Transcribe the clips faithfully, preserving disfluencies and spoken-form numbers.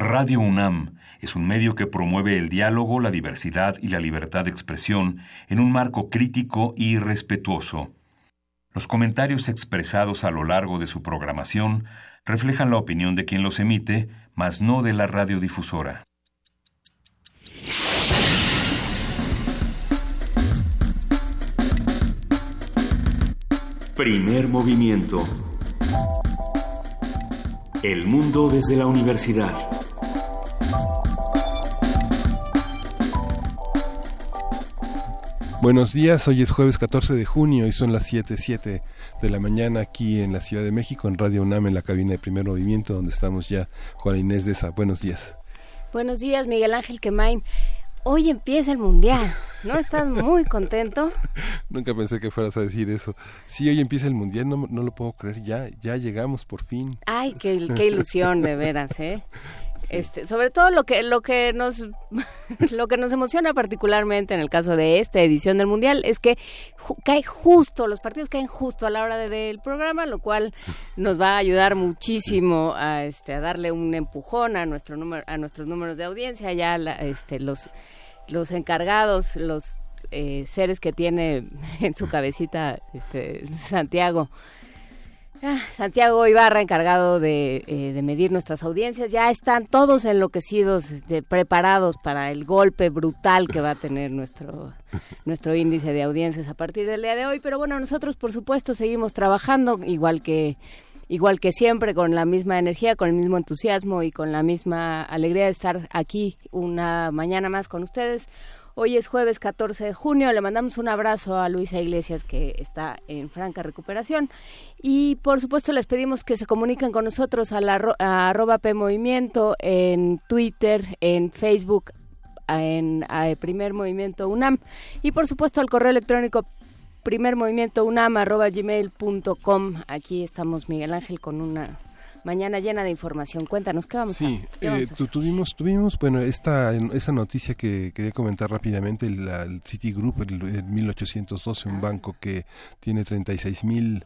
Radio UNAM es un medio que promueve el diálogo, la diversidad y la libertad de expresión en un marco crítico y respetuoso. Los comentarios expresados a lo largo de su programación reflejan la opinión de quien los emite, mas no de la radiodifusora. Primer movimiento. El mundo desde la universidad. Buenos días, hoy es jueves catorce de junio y son las siete, siete de la mañana aquí en la Ciudad de México, en Radio UNAM, en la cabina de Primer Movimiento, donde estamos ya Juana Inés de Esa. Buenos días. Buenos días, Miguel Ángel Quemain. Hoy empieza el Mundial, ¿no? ¿Estás muy contento? Nunca pensé que fueras a decir eso. Sí, hoy empieza el Mundial, no, no lo puedo creer, ya ya llegamos por fin. Ay, qué, qué ilusión, de veras, ¿eh? Este, sobre todo lo que lo que nos lo que nos emociona particularmente en el caso de esta edición del Mundial es que ju- cae justo, los partidos caen justo a la hora de, del programa, lo cual nos va a ayudar muchísimo a este a darle un empujón a nuestro número a nuestros números de audiencia. Ya la, este los los encargados, los eh, seres que tiene en su cabecita este Santiago Ah, Santiago Ibarra, encargado de, eh, de medir nuestras audiencias, ya están todos enloquecidos, este, preparados para el golpe brutal que va a tener nuestro nuestro índice de audiencias a partir del día de hoy. Pero bueno, nosotros por supuesto seguimos trabajando igual que igual que siempre, con la misma energía, con el mismo entusiasmo y con la misma alegría de estar aquí una mañana más con ustedes. Hoy es jueves catorce de junio, le mandamos un abrazo a Luisa Iglesias, que está en franca recuperación, y por supuesto les pedimos que se comuniquen con nosotros a la a arroba P Movimiento, en Twitter, en Facebook, en a Primer Movimiento UNAM, y por supuesto al correo electrónico primermovimientounam arroba gmail punto com. Aquí estamos, Miguel Ángel, con una mañana llena de información. Cuéntanos, ¿qué vamos sí, a, qué eh, vamos a hacer? tuvimos, tuvimos, bueno, esta esa noticia que quería comentar rápidamente, el, el Citigroup, el, el mil ochocientos doce, un Ah. banco que tiene treinta y seis mil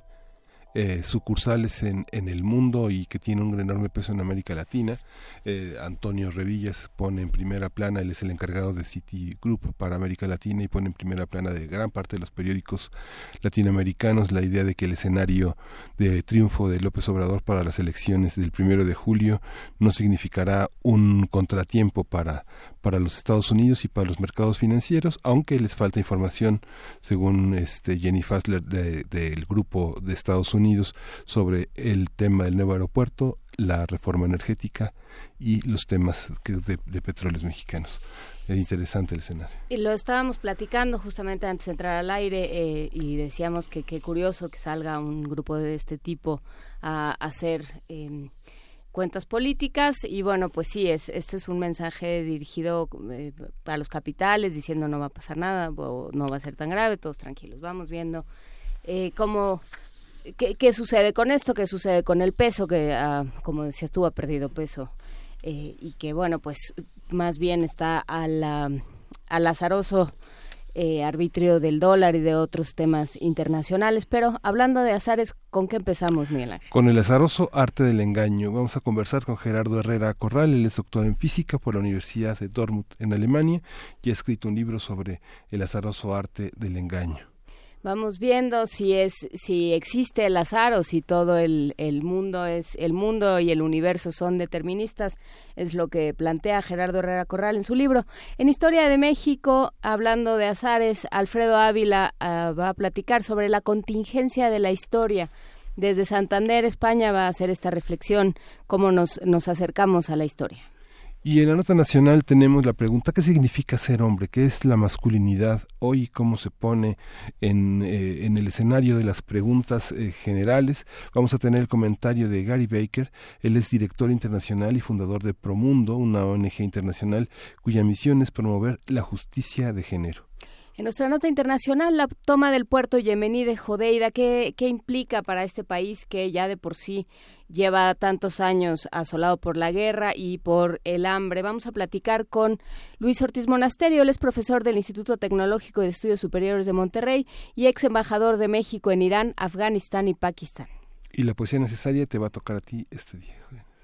eh, sucursales en, en el mundo y que tiene un enorme peso en América Latina. Eh, Antonio Revillas pone en primera plana, él es el encargado de Citigroup para América Latina, y pone en primera plana de gran parte de los periódicos latinoamericanos la idea de que el escenario de triunfo de López Obrador para las elecciones del primero de julio no significará un contratiempo para, para los Estados Unidos y para los mercados financieros, aunque les falta información, según este Jenny Fassler del de, de grupo de Estados Unidos, sobre el tema del nuevo aeropuerto, la reforma energética y los temas que de, de petróleos mexicanos. Es interesante el escenario. Y lo estábamos platicando justamente antes de entrar al aire, eh, y decíamos que qué curioso que salga un grupo de este tipo a, a hacer eh, cuentas políticas. Y bueno, pues sí, es este es un mensaje dirigido eh, a los capitales, diciendo no va a pasar nada, o no va a ser tan grave, todos tranquilos. Vamos viendo eh, cómo... ¿Qué, ¿Qué sucede con esto? ¿Qué sucede con el peso? Que, uh, como decías tú, ha perdido peso. Eh, y que, bueno, pues más bien está a la, al azaroso eh, arbitrio del dólar y de otros temas internacionales. Pero hablando de azares, ¿con qué empezamos, Miguel Ángel? Con el azaroso arte del engaño. Vamos a conversar con Gerardo Herrera Corral. Él es doctor en física por la Universidad de Dortmund en Alemania y ha escrito un libro sobre el azaroso arte del engaño. Vamos viendo si es si existe el azar o si todo el, el mundo es el mundo y el universo son deterministas. Es lo que plantea Gerardo Herrera Corral en su libro. En Historia de México, hablando de azares, Alfredo Ávila uh, va a platicar sobre la contingencia de la historia. Desde Santander, España, va a hacer esta reflexión, cómo nos, nos acercamos a la historia. Y en la nota nacional tenemos la pregunta: ¿qué significa ser hombre? ¿Qué es la masculinidad hoy? ¿Cómo se pone en, eh, en el escenario de las preguntas eh, generales? Vamos a tener el comentario de Gary Baker. Él es director internacional y fundador de Promundo, una O N G internacional cuya misión es promover la justicia de género. En nuestra nota internacional, la toma del puerto yemení de Jodeida, ¿qué, qué implica para este país que ya de por sí lleva tantos años asolado por la guerra y por el hambre? Vamos a platicar con Luis Ortiz Monasterio. Él es profesor del Instituto Tecnológico de Estudios Superiores de Monterrey y ex embajador de México en Irán, Afganistán y Pakistán. Y la poesía necesaria te va a tocar a ti este día.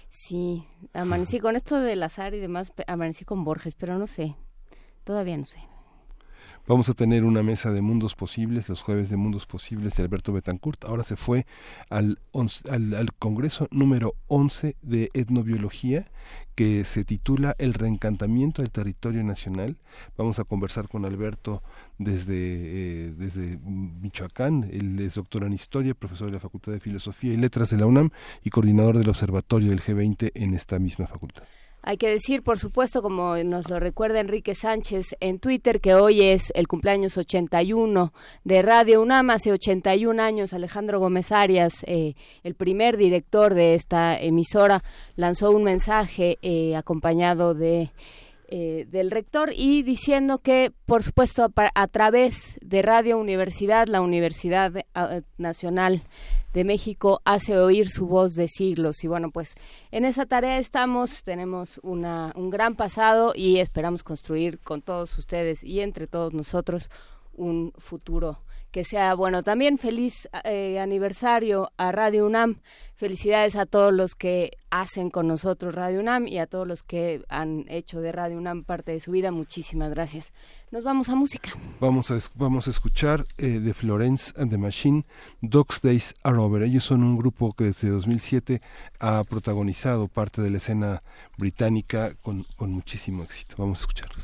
Sí, amanecí con esto del azar y demás, amanecí con Borges, pero no sé, todavía no sé. Vamos a tener una mesa de mundos posibles, los jueves de mundos posibles de Alberto Betancourt. Ahora se fue al, once, al, al congreso número once de etnobiología, que se titula El reencantamiento del territorio nacional. Vamos a conversar con Alberto desde, eh, desde Michoacán. Él es doctor en historia, profesor de la Facultad de Filosofía y Letras de la UNAM y coordinador del observatorio del G veinte en esta misma facultad. Hay que decir, por supuesto, como nos lo recuerda Enrique Sánchez en Twitter, que hoy es el cumpleaños ochenta y uno de Radio UNAM. Hace ochenta y un años, Alejandro Gómez Arias, eh, el primer director de esta emisora, lanzó un mensaje eh, acompañado de eh, del rector y diciendo que, por supuesto, a, a través de Radio Universidad, la Universidad uh, Nacional de México hace oír su voz de siglos. Y bueno, pues en esa tarea estamos, tenemos una, un gran pasado y esperamos construir con todos ustedes y entre todos nosotros un futuro que sea bueno. También feliz eh, aniversario a Radio UNAM. Felicidades a todos los que hacen con nosotros Radio UNAM y a todos los que han hecho de Radio UNAM parte de su vida. Muchísimas gracias. Nos vamos a música. Vamos a, vamos a escuchar eh, de Florence and the Machine, Dog's Days Are Over. Ellos son un grupo que desde dos mil siete ha protagonizado parte de la escena británica con, con muchísimo éxito. Vamos a escucharlos.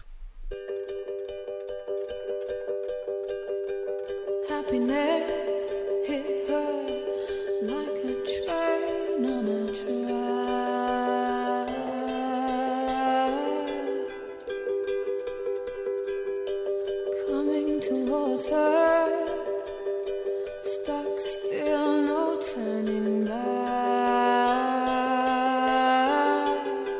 Happiness hit her like a train on a track, coming towards her, stuck still, no turning back.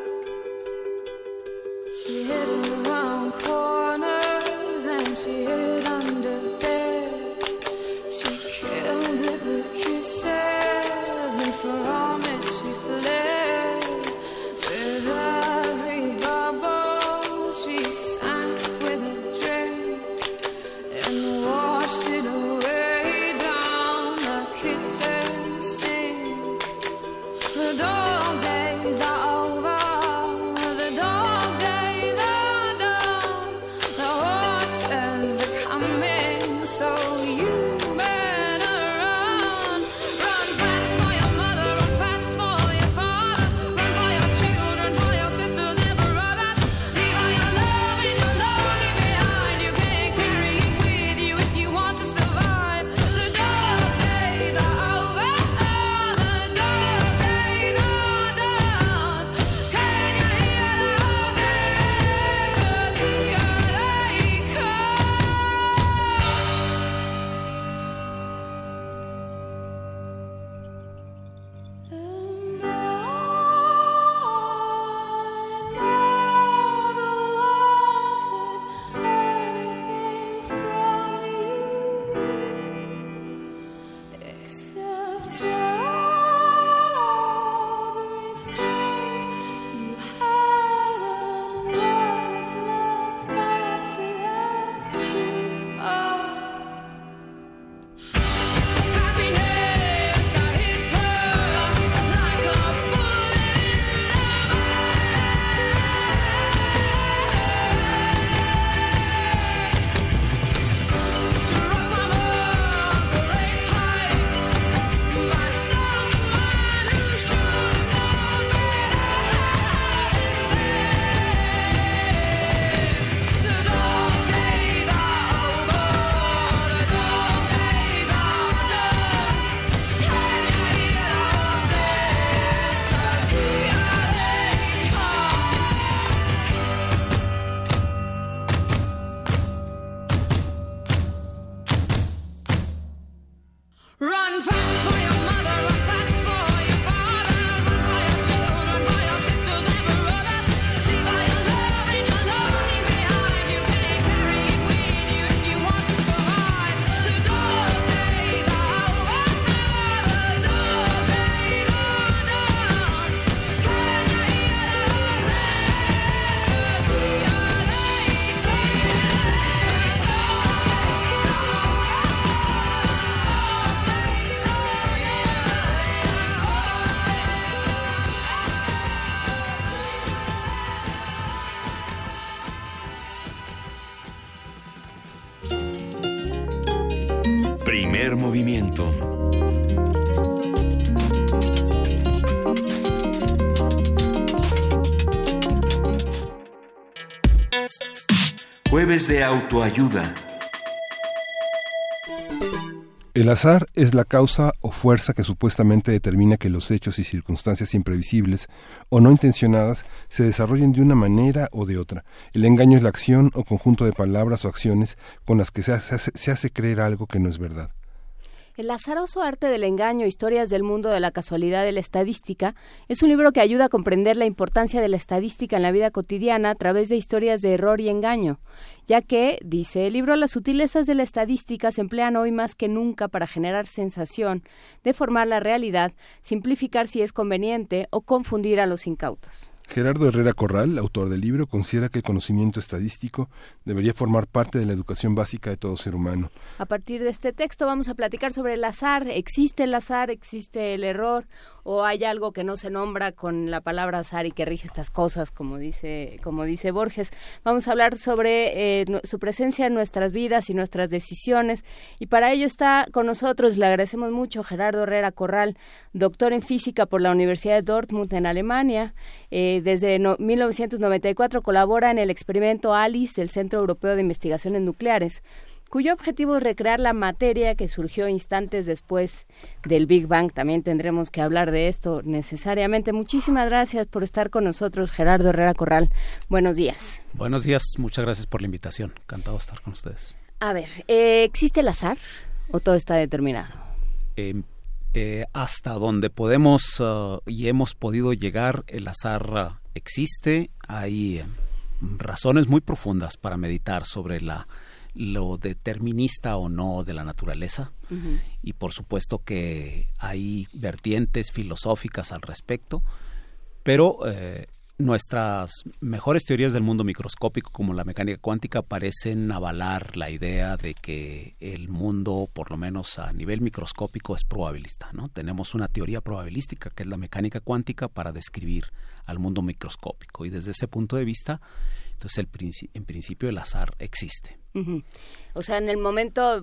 She hid around corners and she hid under bed. She Primer movimiento. Jueves de autoayuda. El azar es la causa o fuerza que supuestamente determina que los hechos y circunstancias imprevisibles o no intencionadas se desarrollen de una manera o de otra. El engaño es la acción o conjunto de palabras o acciones con las que se hace, se hace creer algo que no es verdad. El azaroso arte del engaño, historias del mundo de la casualidad de la estadística, es un libro que ayuda a comprender la importancia de la estadística en la vida cotidiana a través de historias de error y engaño, ya que, dice el libro, las sutilezas de la estadística se emplean hoy más que nunca para generar sensación, deformar la realidad, simplificar si es conveniente o confundir a los incautos. Gerardo Herrera Corral, autor del libro, considera que el conocimiento estadístico debería formar parte de la educación básica de todo ser humano. A partir de este texto vamos a platicar sobre el azar. ¿Existe el azar? ¿Existe el error? ¿O hay algo que no se nombra con la palabra azar y que rige estas cosas, como dice, como dice Borges? Vamos a hablar sobre eh, su presencia en nuestras vidas y nuestras decisiones. Y para ello está con nosotros, le agradecemos mucho, Gerardo Herrera Corral, doctor en física por la Universidad de Dortmund en Alemania. Eh, Desde no, mil novecientos noventa y cuatro colabora en el experimento ALICE del Centro Europeo de Investigaciones Nucleares, cuyo objetivo es recrear la materia que surgió instantes después del Big Bang. También tendremos que hablar de esto necesariamente. Muchísimas gracias por estar con nosotros, Gerardo Herrera Corral. Buenos días. Buenos días, muchas gracias por la invitación. Encantado de estar con ustedes. A ver, eh, ¿existe el azar o todo está determinado? Eh, Eh, hasta donde podemos uh, y hemos podido llegar, el azar uh, existe. Hay um, razones muy profundas para meditar sobre la, lo determinista o no de la naturaleza. Uh-huh. Y por supuesto que hay vertientes filosóficas al respecto, pero eh, nuestras mejores teorías del mundo microscópico, como la mecánica cuántica, parecen avalar la idea de que el mundo, por lo menos a nivel microscópico, es probabilista, ¿no? Tenemos una teoría probabilística, que es la mecánica cuántica, para describir al mundo microscópico. Y desde ese punto de vista, entonces, el princi- en principio, el azar existe. Uh-huh. O sea, en el momento,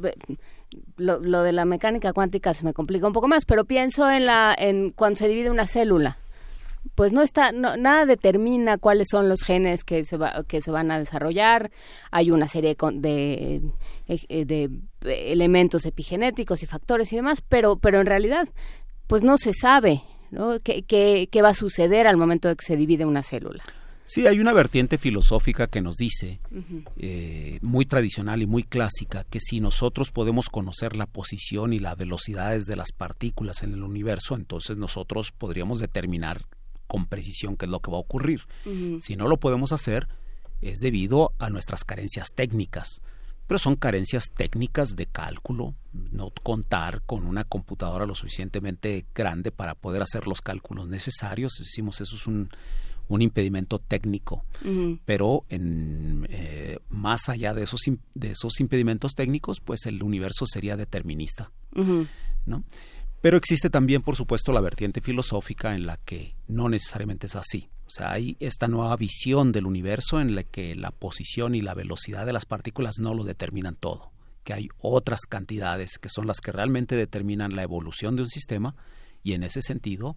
lo, lo de la mecánica cuántica se me complica un poco más, pero pienso en la en cuando se divide una célula. Pues no está, no, nada determina cuáles son los genes que se va, que se van a desarrollar. Hay una serie de, de, de elementos epigenéticos y factores y demás, pero, pero en realidad, pues no se sabe, ¿no? ¿Qué, qué, qué va a suceder al momento de que se divide una célula? Sí, hay una vertiente filosófica que nos dice, uh-huh. eh, muy tradicional y muy clásica, que si nosotros podemos conocer la posición y las velocidades de las partículas en el universo, entonces nosotros podríamos determinar con precisión qué es lo que va a ocurrir. Uh-huh. Si no lo podemos hacer, es debido a nuestras carencias técnicas, pero son carencias técnicas de cálculo, no contar con una computadora lo suficientemente grande para poder hacer los cálculos necesarios. Decimos, eso es un, un impedimento técnico, uh-huh. pero en, eh, más allá de esos, de esos impedimentos técnicos, pues el universo sería determinista, uh-huh. ¿no? Pero existe también, por supuesto, la vertiente filosófica en la que no necesariamente es así. O sea, hay esta nueva visión del universo en la que la posición y la velocidad de las partículas no lo determinan todo, que hay otras cantidades que son las que realmente determinan la evolución de un sistema, y en ese sentido,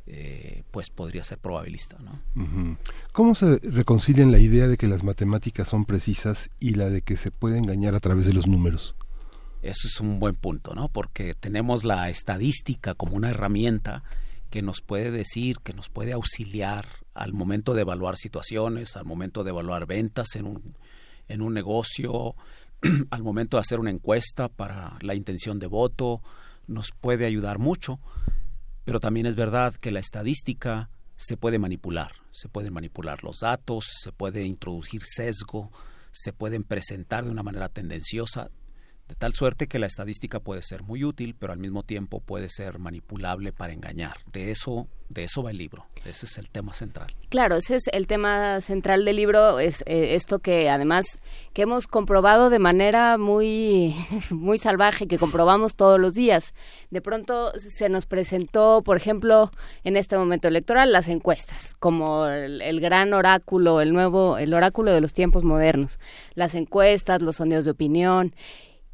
eh, pues podría ser probabilista, ¿no? Uh-huh. ¿Cómo se reconcilian la idea de que las matemáticas son precisas y la de que se puede engañar a través de los números? Eso es un buen punto, ¿no? Porque tenemos la estadística como una herramienta que nos puede decir, que nos puede auxiliar al momento de evaluar situaciones, al momento de evaluar ventas en un, en un negocio, al momento de hacer una encuesta para la intención de voto, nos puede ayudar mucho. Pero también es verdad que la estadística se puede manipular, se pueden manipular los datos, se puede introducir sesgo, se pueden presentar de una manera tendenciosa, de tal suerte que la estadística puede ser muy útil, pero al mismo tiempo puede ser manipulable para engañar. De eso, de eso va el libro. Ese es el tema central. Claro, ese es el tema central del libro, es eh, esto que además que hemos comprobado de manera muy, muy salvaje, que comprobamos todos los días. De pronto se nos presentó, por ejemplo, en este momento electoral, las encuestas, como el, el gran oráculo, el nuevo, el oráculo de los tiempos modernos. Las encuestas, los sondeos de opinión.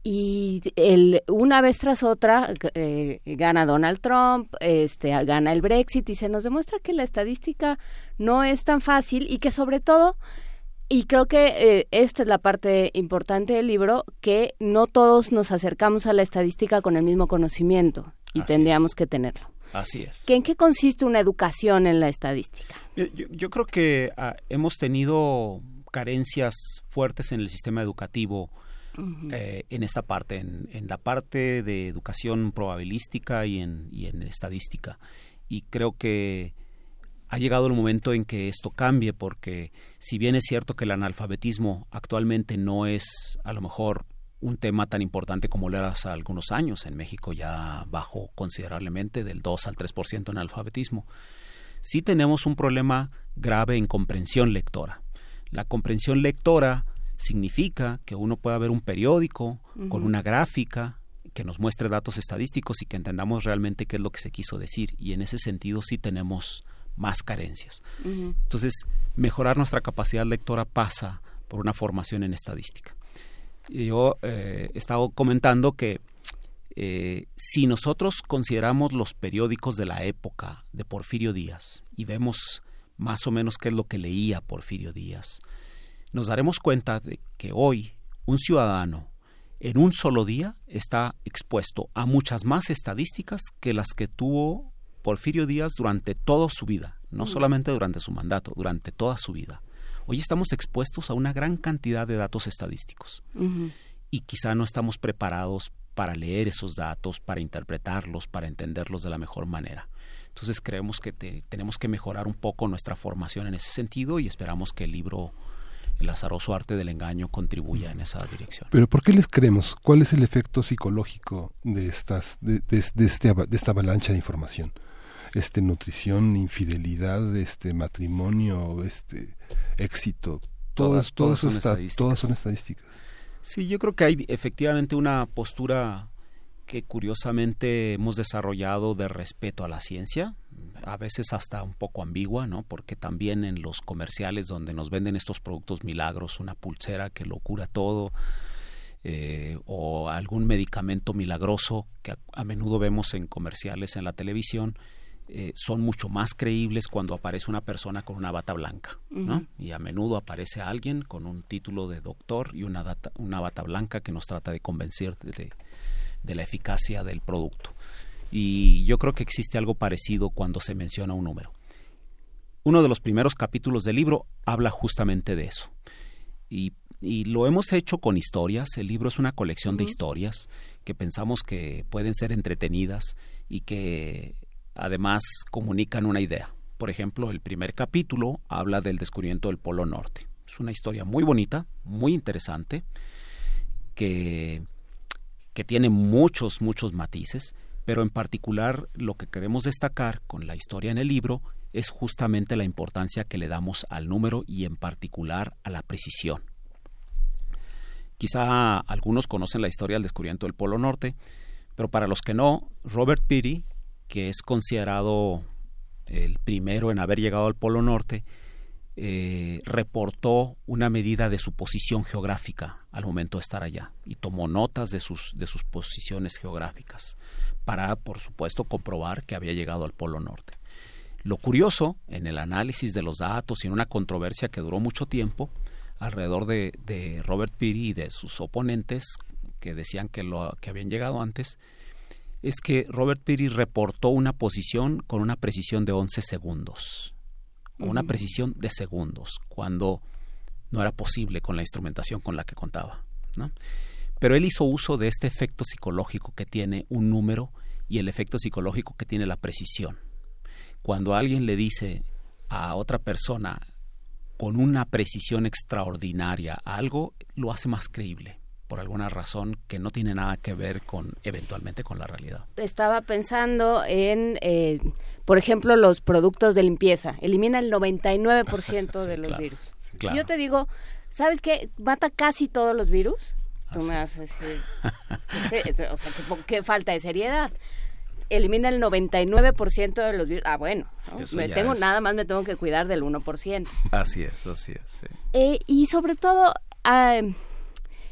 y el, una vez tras otra eh, gana Donald Trump, este, gana el Brexit y se nos demuestra que la estadística no es tan fácil y que sobre todo, y creo que eh, esta es la parte importante del libro, que no todos nos acercamos a la estadística con el mismo conocimiento y Así tendríamos es. que tenerlo. Así es. ¿Que ¿En qué consiste una educación en la estadística? Yo, yo creo que uh, hemos tenido carencias fuertes en el sistema educativo. Uh-huh. eh, en esta parte, en, en la parte de educación probabilística y en, y en estadística. Y creo que ha llegado el momento en que esto cambie, porque si bien es cierto que el analfabetismo actualmente no es a lo mejor un tema tan importante como lo era hace algunos años, en México ya bajó considerablemente del dos al tres por ciento en analfabetismo, sí tenemos un problema grave en comprensión lectora. La comprensión lectora significa que uno pueda ver un periódico uh-huh. con una gráfica que nos muestre datos estadísticos y que entendamos realmente qué es lo que se quiso decir, y en ese sentido sí tenemos más carencias. Uh-huh. Entonces, mejorar nuestra capacidad lectora pasa por una formación en estadística. Yo eh, he estado comentando que eh, si nosotros consideramos los periódicos de la época de Porfirio Díaz y vemos más o menos qué es lo que leía Porfirio Díaz, nos daremos cuenta de que hoy un ciudadano en un solo día está expuesto a muchas más estadísticas que las que tuvo Porfirio Díaz durante toda su vida, no solamente durante su mandato, durante toda su vida. Hoy estamos expuestos a una gran cantidad de datos estadísticos uh-huh. y quizá no estamos preparados para leer esos datos, para interpretarlos, para entenderlos de la mejor manera. Entonces creemos que te, tenemos que mejorar un poco nuestra formación en ese sentido y esperamos que el libro El azaroso arte del engaño contribuya en esa dirección. Pero ¿por qué les creemos? ¿Cuál es el efecto psicológico de estas de, de, de, este, de esta avalancha de información? Este nutrición, infidelidad, este matrimonio, este éxito, todas, todas, todas, son, está, todas son estadísticas. Sí, yo creo que hay efectivamente una postura que curiosamente hemos desarrollado de respeto a la ciencia, a veces hasta un poco ambigua, ¿no? Porque también en los comerciales donde nos venden estos productos milagros, una pulsera que lo cura todo, eh, o algún medicamento milagroso que a, a menudo vemos en comerciales en la televisión, eh, son mucho más creíbles cuando aparece una persona con una bata blanca, ¿no? Uh-huh. Y a menudo aparece alguien con un título de doctor y una, data, una bata blanca que nos trata de convencer de, de la eficacia del producto. Y yo creo que existe algo parecido cuando se menciona un número. Uno de los primeros capítulos del libro habla justamente de eso. Y, y lo hemos hecho con historias. El libro es una colección uh-huh. de historias que pensamos que pueden ser entretenidas y que además comunican una idea. Por ejemplo, el primer capítulo habla del descubrimiento del Polo Norte. Es una historia muy bonita, muy interesante, que, que tiene muchos, muchos matices, pero en particular lo que queremos destacar con la historia en el libro es justamente la importancia que le damos al número y en particular a la precisión. Quizá algunos conocen la historia del descubrimiento del Polo Norte, pero para los que no, Robert Peary, que es considerado el primero en haber llegado al Polo Norte, eh, reportó una medida de su posición geográfica al momento de estar allá y tomó notas de sus, de sus posiciones geográficas para, por supuesto, comprobar que había llegado al Polo Norte. Lo curioso, en el análisis de los datos y en una controversia que duró mucho tiempo alrededor de, de Robert Peary y de sus oponentes que decían que, lo, que habían llegado antes, es que Robert Peary reportó una posición con una precisión de once segundos, uh-huh. una precisión de segundos, cuando no era posible con la instrumentación con la que contaba, ¿no? Pero él hizo uso de este efecto psicológico que tiene un número y el efecto psicológico que tiene la precisión. Cuando alguien le dice a otra persona con una precisión extraordinaria algo, lo hace más creíble, por alguna razón que no tiene nada que ver con eventualmente con la realidad. Estaba pensando en, eh, por ejemplo, los productos de limpieza. Elimina el noventa y nueve por ciento sí, de los claro, virus. Sí, claro. Si yo te digo, ¿sabes qué? Mata casi todos los virus. Tú Así. me haces... Eh, ese, o sea, ¿qué, qué falta de seriedad? Elimina el noventa y nueve por ciento de los virus. Ah, bueno, ¿no? me tengo es... nada más me tengo que cuidar del uno por ciento. Así es, así es. Sí. Eh, y sobre todo... Eh,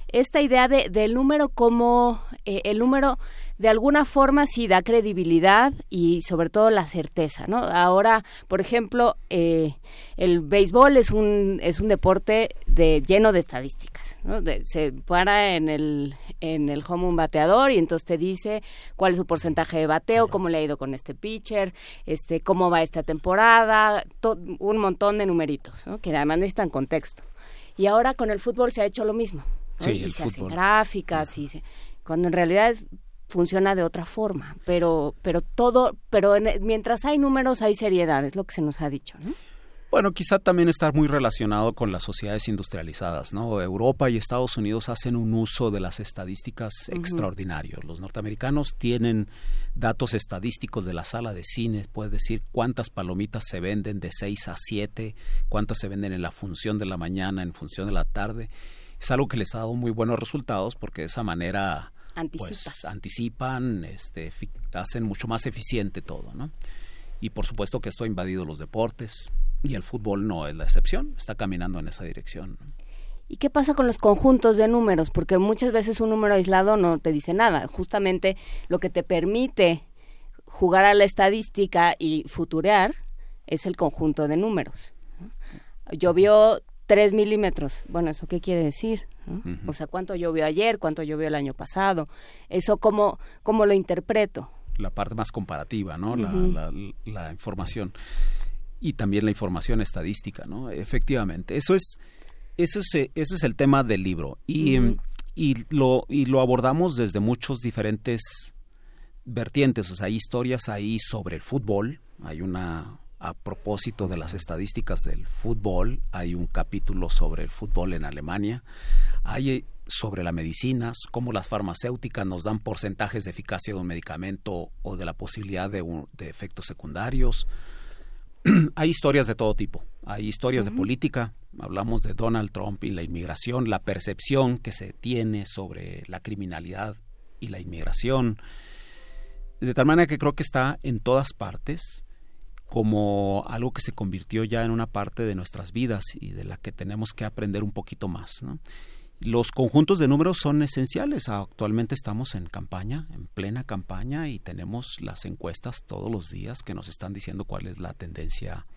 esta idea de del número como eh, el número de alguna forma sí da credibilidad y sobre todo la certeza, ¿no? Ahora, por ejemplo, eh, el béisbol es un es un deporte de lleno de estadísticas, ¿no? De, se para en el en el home un bateador y entonces te dice cuál es su porcentaje de bateo, cómo le ha ido con este pitcher, este cómo va esta temporada, to, un montón de numeritos, ¿no? Que además necesitan contexto. Y ahora con el fútbol se ha hecho lo mismo, ¿no? Sí, y el se fútbol. hacen gráficas y se, cuando en realidad es, funciona de otra forma, pero pero todo, pero en, mientras hay números hay seriedad, es lo que se nos ha dicho, ¿no? Bueno, quizá también está muy relacionado con las sociedades industrializadas, ¿no? Europa y Estados Unidos hacen un uso de las estadísticas uh-huh. extraordinario. Los norteamericanos tienen datos estadísticos de la sala de cine, puedes decir cuántas palomitas se venden de seis a siete, cuántas se venden en la función de la mañana, en función de la tarde. Es algo que les ha dado muy buenos resultados porque de esa manera pues anticipan, este, fi- hacen mucho más eficiente todo, ¿no? Y por supuesto que esto ha invadido los deportes y el fútbol no es la excepción, está caminando en esa dirección. ¿Y qué pasa con los conjuntos de números? Porque muchas veces un número aislado no te dice nada. Justamente lo que te permite jugar a la estadística y futurear es el conjunto de números, ¿no? Llovió tres milímetros. Bueno, ¿eso qué quiere decir? ¿No? Uh-huh. O sea, ¿cuánto llovió ayer? ¿Cuánto llovió el año pasado? Eso, ¿cómo, cómo lo interpreto? La parte más comparativa, ¿no? Uh-huh. La, la, la información. Y también la información estadística, ¿no? Efectivamente. Eso es, eso es, ese es el tema del libro. Y, uh-huh. y, lo, y lo abordamos desde muchos diferentes vertientes. O sea, hay historias ahí sobre el fútbol. Hay una... A propósito de las estadísticas del fútbol, hay un capítulo sobre el fútbol en Alemania, hay sobre la medicina, cómo las farmacéuticas nos dan porcentajes de eficacia de un medicamento o de la posibilidad de, un, de efectos secundarios. Hay historias de todo tipo, hay historias uh-huh. de política, hablamos de Donald Trump y la inmigración, la percepción que se tiene sobre la criminalidad y la inmigración, de tal manera que creo que está en todas partes, como algo que se convirtió ya en una parte de nuestras vidas y de la que tenemos que aprender un poquito más, ¿no? Los conjuntos de números son esenciales. Actualmente estamos en campaña, en plena campaña, y tenemos las encuestas todos los días que nos están diciendo cuál es la tendencia,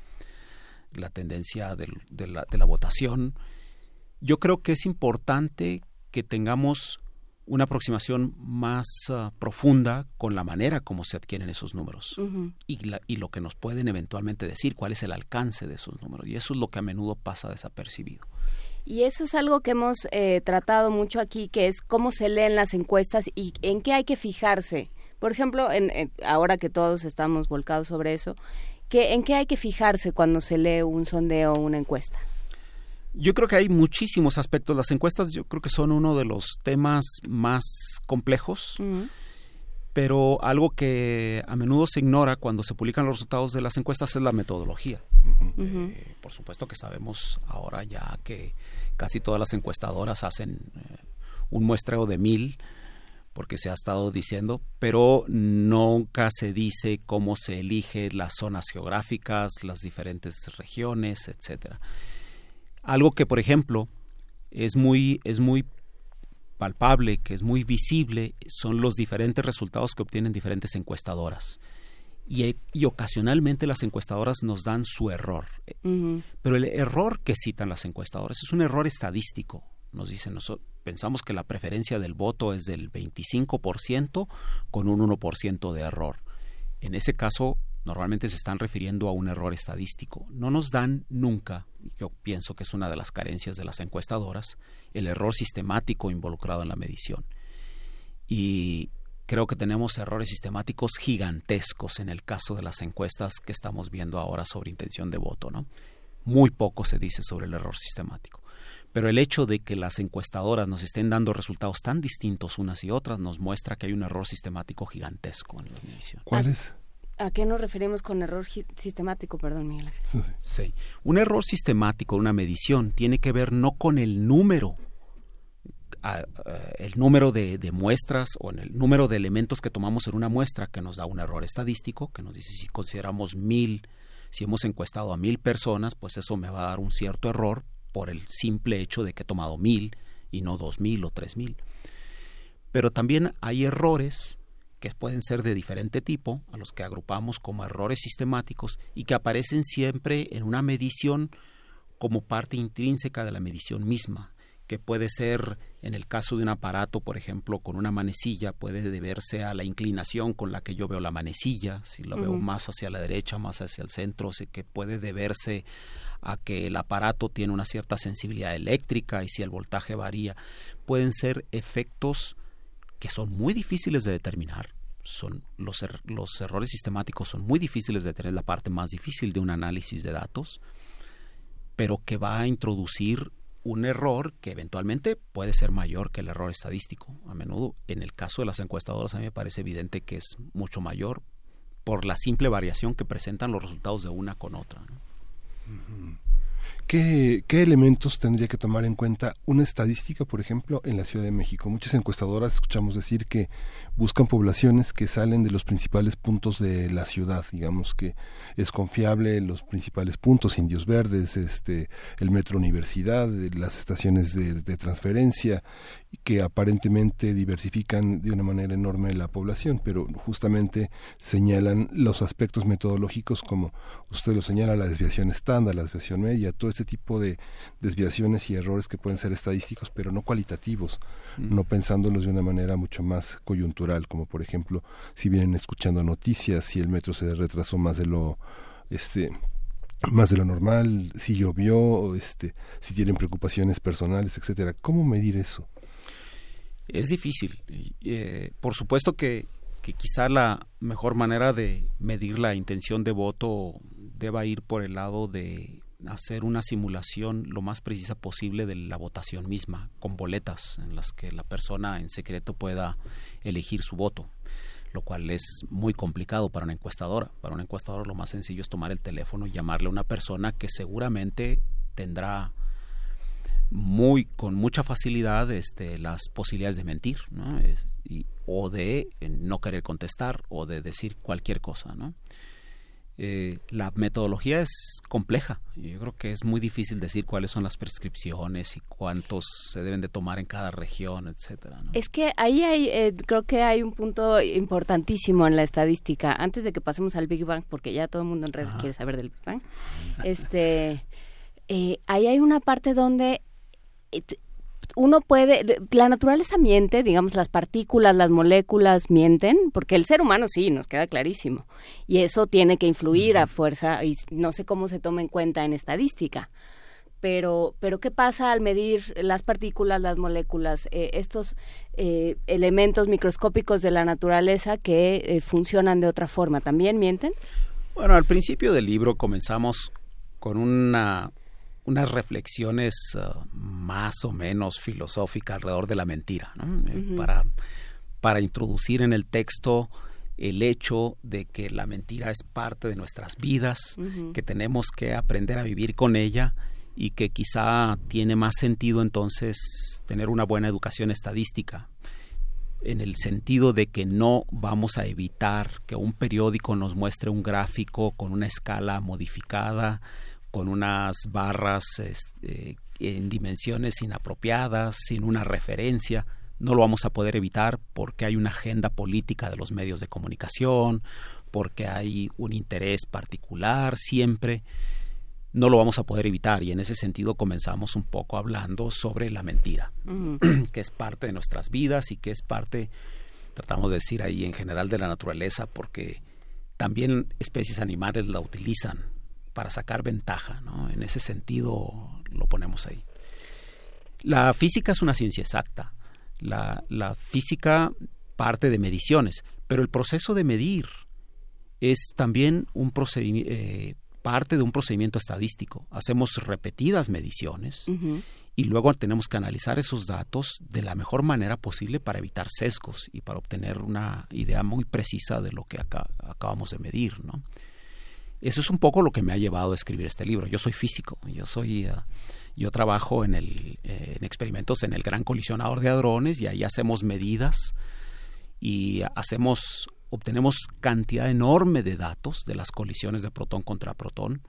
la tendencia de, de, la, de la votación. Yo creo que es importante que tengamos una aproximación más uh, profunda con la manera como se adquieren esos números uh-huh. y, la, y lo que nos pueden eventualmente decir, cuál es el alcance de esos números. Y eso es lo que a menudo pasa desapercibido. Y eso es algo que hemos eh, tratado mucho aquí, que es cómo se leen las encuestas y en qué hay que fijarse. Por ejemplo, en, en, ahora que todos estamos volcados sobre eso, que, ¿en qué hay que fijarse cuando se lee un sondeo o una encuesta? Yo creo que hay muchísimos aspectos. Las encuestas yo creo que son uno de los temas más complejos, uh-huh. pero algo que a menudo se ignora cuando se publican los resultados de las encuestas es la metodología. Uh-huh. Eh, por supuesto que sabemos ahora ya que casi todas las encuestadoras hacen eh, un muestreo de mil, porque se ha estado diciendo, pero nunca se dice cómo se elige las zonas geográficas, las diferentes regiones, etcétera. Algo que, por ejemplo, es muy, es muy palpable, que es muy visible, son los diferentes resultados que obtienen diferentes encuestadoras. Y, y ocasionalmente las encuestadoras nos dan su error. Uh-huh. Pero el error que citan las encuestadoras es un error estadístico. Nos dicen, nosotros pensamos que la preferencia del voto es del veinticinco por ciento con un uno por ciento de error. En ese caso, normalmente se están refiriendo a un error estadístico. No nos dan nunca, yo pienso que es una de las carencias de las encuestadoras, el error sistemático involucrado en la medición. Y creo que tenemos errores sistemáticos gigantescos en el caso de las encuestas que estamos viendo ahora sobre intención de voto, ¿no? Muy poco se dice sobre el error sistemático. Pero el hecho de que las encuestadoras nos estén dando resultados tan distintos unas y otras nos muestra que hay un error sistemático gigantesco en la medición. ¿Cuál es? ¿A qué nos referimos con error gi- sistemático? Perdón, Miguel. Sí. sí. Un error sistemático en una medición tiene que ver no con el número, a, a, el número de, de muestras o en el número de elementos que tomamos en una muestra que nos da un error estadístico, que nos dice si consideramos mil, si hemos encuestado a mil personas, pues eso me va a dar un cierto error por el simple hecho de que he tomado mil y no dos mil o tres mil. Pero también hay errores que pueden ser de diferente tipo, a los que agrupamos como errores sistemáticos y que aparecen siempre en una medición como parte intrínseca de la medición misma, que puede ser, en el caso de un aparato, por ejemplo, con una manecilla, puede deberse a la inclinación con la que yo veo la manecilla, si la uh-huh. veo más hacia la derecha, más hacia el centro, sé que puede deberse a que el aparato tiene una cierta sensibilidad eléctrica y si el voltaje varía. Pueden ser efectos que son muy difíciles de determinar. Son los, er- los errores sistemáticos son muy difíciles de determinar, la parte más difícil de un análisis de datos, pero que va a introducir un error que eventualmente puede ser mayor que el error estadístico. A menudo, en el caso de las encuestadoras, a mí me parece evidente que es mucho mayor por la simple variación que presentan los resultados de una con otra, ¿no? Uh-huh. ¿Qué, ¿Qué elementos tendría que tomar en cuenta una estadística, por ejemplo, en la Ciudad de México? Muchas encuestadoras escuchamos decir que buscan poblaciones que salen de los principales puntos de la ciudad, digamos que es confiable los principales puntos, Indios Verdes, este, el Metro Universidad, las estaciones de, de transferencia, que aparentemente diversifican de una manera enorme la población, pero justamente señalan los aspectos metodológicos como usted lo señala, la desviación estándar, la desviación media, todo ese tipo de desviaciones y errores que pueden ser estadísticos, pero no cualitativos, mm. no pensándolos de una manera mucho más coyuntural, como por ejemplo, si vienen escuchando noticias, si el metro se retrasó más de lo este más de lo normal, si llovió, este, si tienen preocupaciones personales, etcétera. ¿Cómo medir eso? Es difícil. Eh, por supuesto que, que quizá la mejor manera de medir la intención de voto deba ir por el lado de hacer una simulación lo más precisa posible de la votación misma, con boletas en las que la persona en secreto pueda elegir su voto, lo cual es muy complicado para una encuestadora. Para una encuestadora lo más sencillo es tomar el teléfono y llamarle a una persona que seguramente tendrá muy con mucha facilidad este, las posibilidades de mentir, ¿no? Es, y, o de no querer contestar o de decir cualquier cosa, ¿no? Eh, la metodología es compleja. Yo creo que es muy difícil decir cuáles son las prescripciones y cuántos se deben de tomar en cada región, etcétera, ¿no? Es que ahí hay, eh, creo que hay un punto importantísimo en la estadística. Antes de que pasemos al Big Bang, porque ya todo el mundo en redes Ajá. quiere saber del Big Bang, este, eh, ahí hay una parte donde uno puede, la naturaleza miente, digamos, las partículas, las moléculas mienten, porque el ser humano sí, nos queda clarísimo, y eso tiene que influir uh-huh. a fuerza, y no sé cómo se toma en cuenta en estadística, pero pero ¿qué pasa al medir las partículas, las moléculas, eh, estos eh, elementos microscópicos de la naturaleza que eh, funcionan de otra forma? ¿También mienten? Bueno, al principio del libro comenzamos con una... unas reflexiones uh, más o menos filosóficas alrededor de la mentira, ¿no? Uh-huh. eh, para, para introducir en el texto el hecho de que la mentira es parte de nuestras vidas, uh-huh. que tenemos que aprender a vivir con ella y que quizá tiene más sentido entonces tener una buena educación estadística, en el sentido de que no vamos a evitar que un periódico nos muestre un gráfico con una escala modificada, con unas barras este, en dimensiones inapropiadas, sin una referencia. No lo vamos a poder evitar porque hay una agenda política de los medios de comunicación, porque hay un interés particular siempre. No lo vamos a poder evitar, y en ese sentido comenzamos un poco hablando sobre la mentira, uh-huh. que es parte de nuestras vidas y que es parte, tratamos de decir ahí en general, de la naturaleza, porque también especies animales la utilizan para sacar ventaja, ¿no? En ese sentido lo ponemos ahí. La física es una ciencia exacta. La, la física parte de mediciones, pero el proceso de medir es también un procedimiento, eh, parte de un procedimiento estadístico. Hacemos repetidas mediciones uh-huh. y luego tenemos que analizar esos datos de la mejor manera posible para evitar sesgos y para obtener una idea muy precisa de lo que acá, acabamos de medir, ¿no? Eso es un poco lo que me ha llevado a escribir este libro. Yo soy físico, yo soy, uh, yo trabajo en, el, eh, en experimentos en el Gran Colisionador de Hadrones, y ahí hacemos medidas y hacemos, obtenemos cantidad enorme de datos de las colisiones de protón contra protón,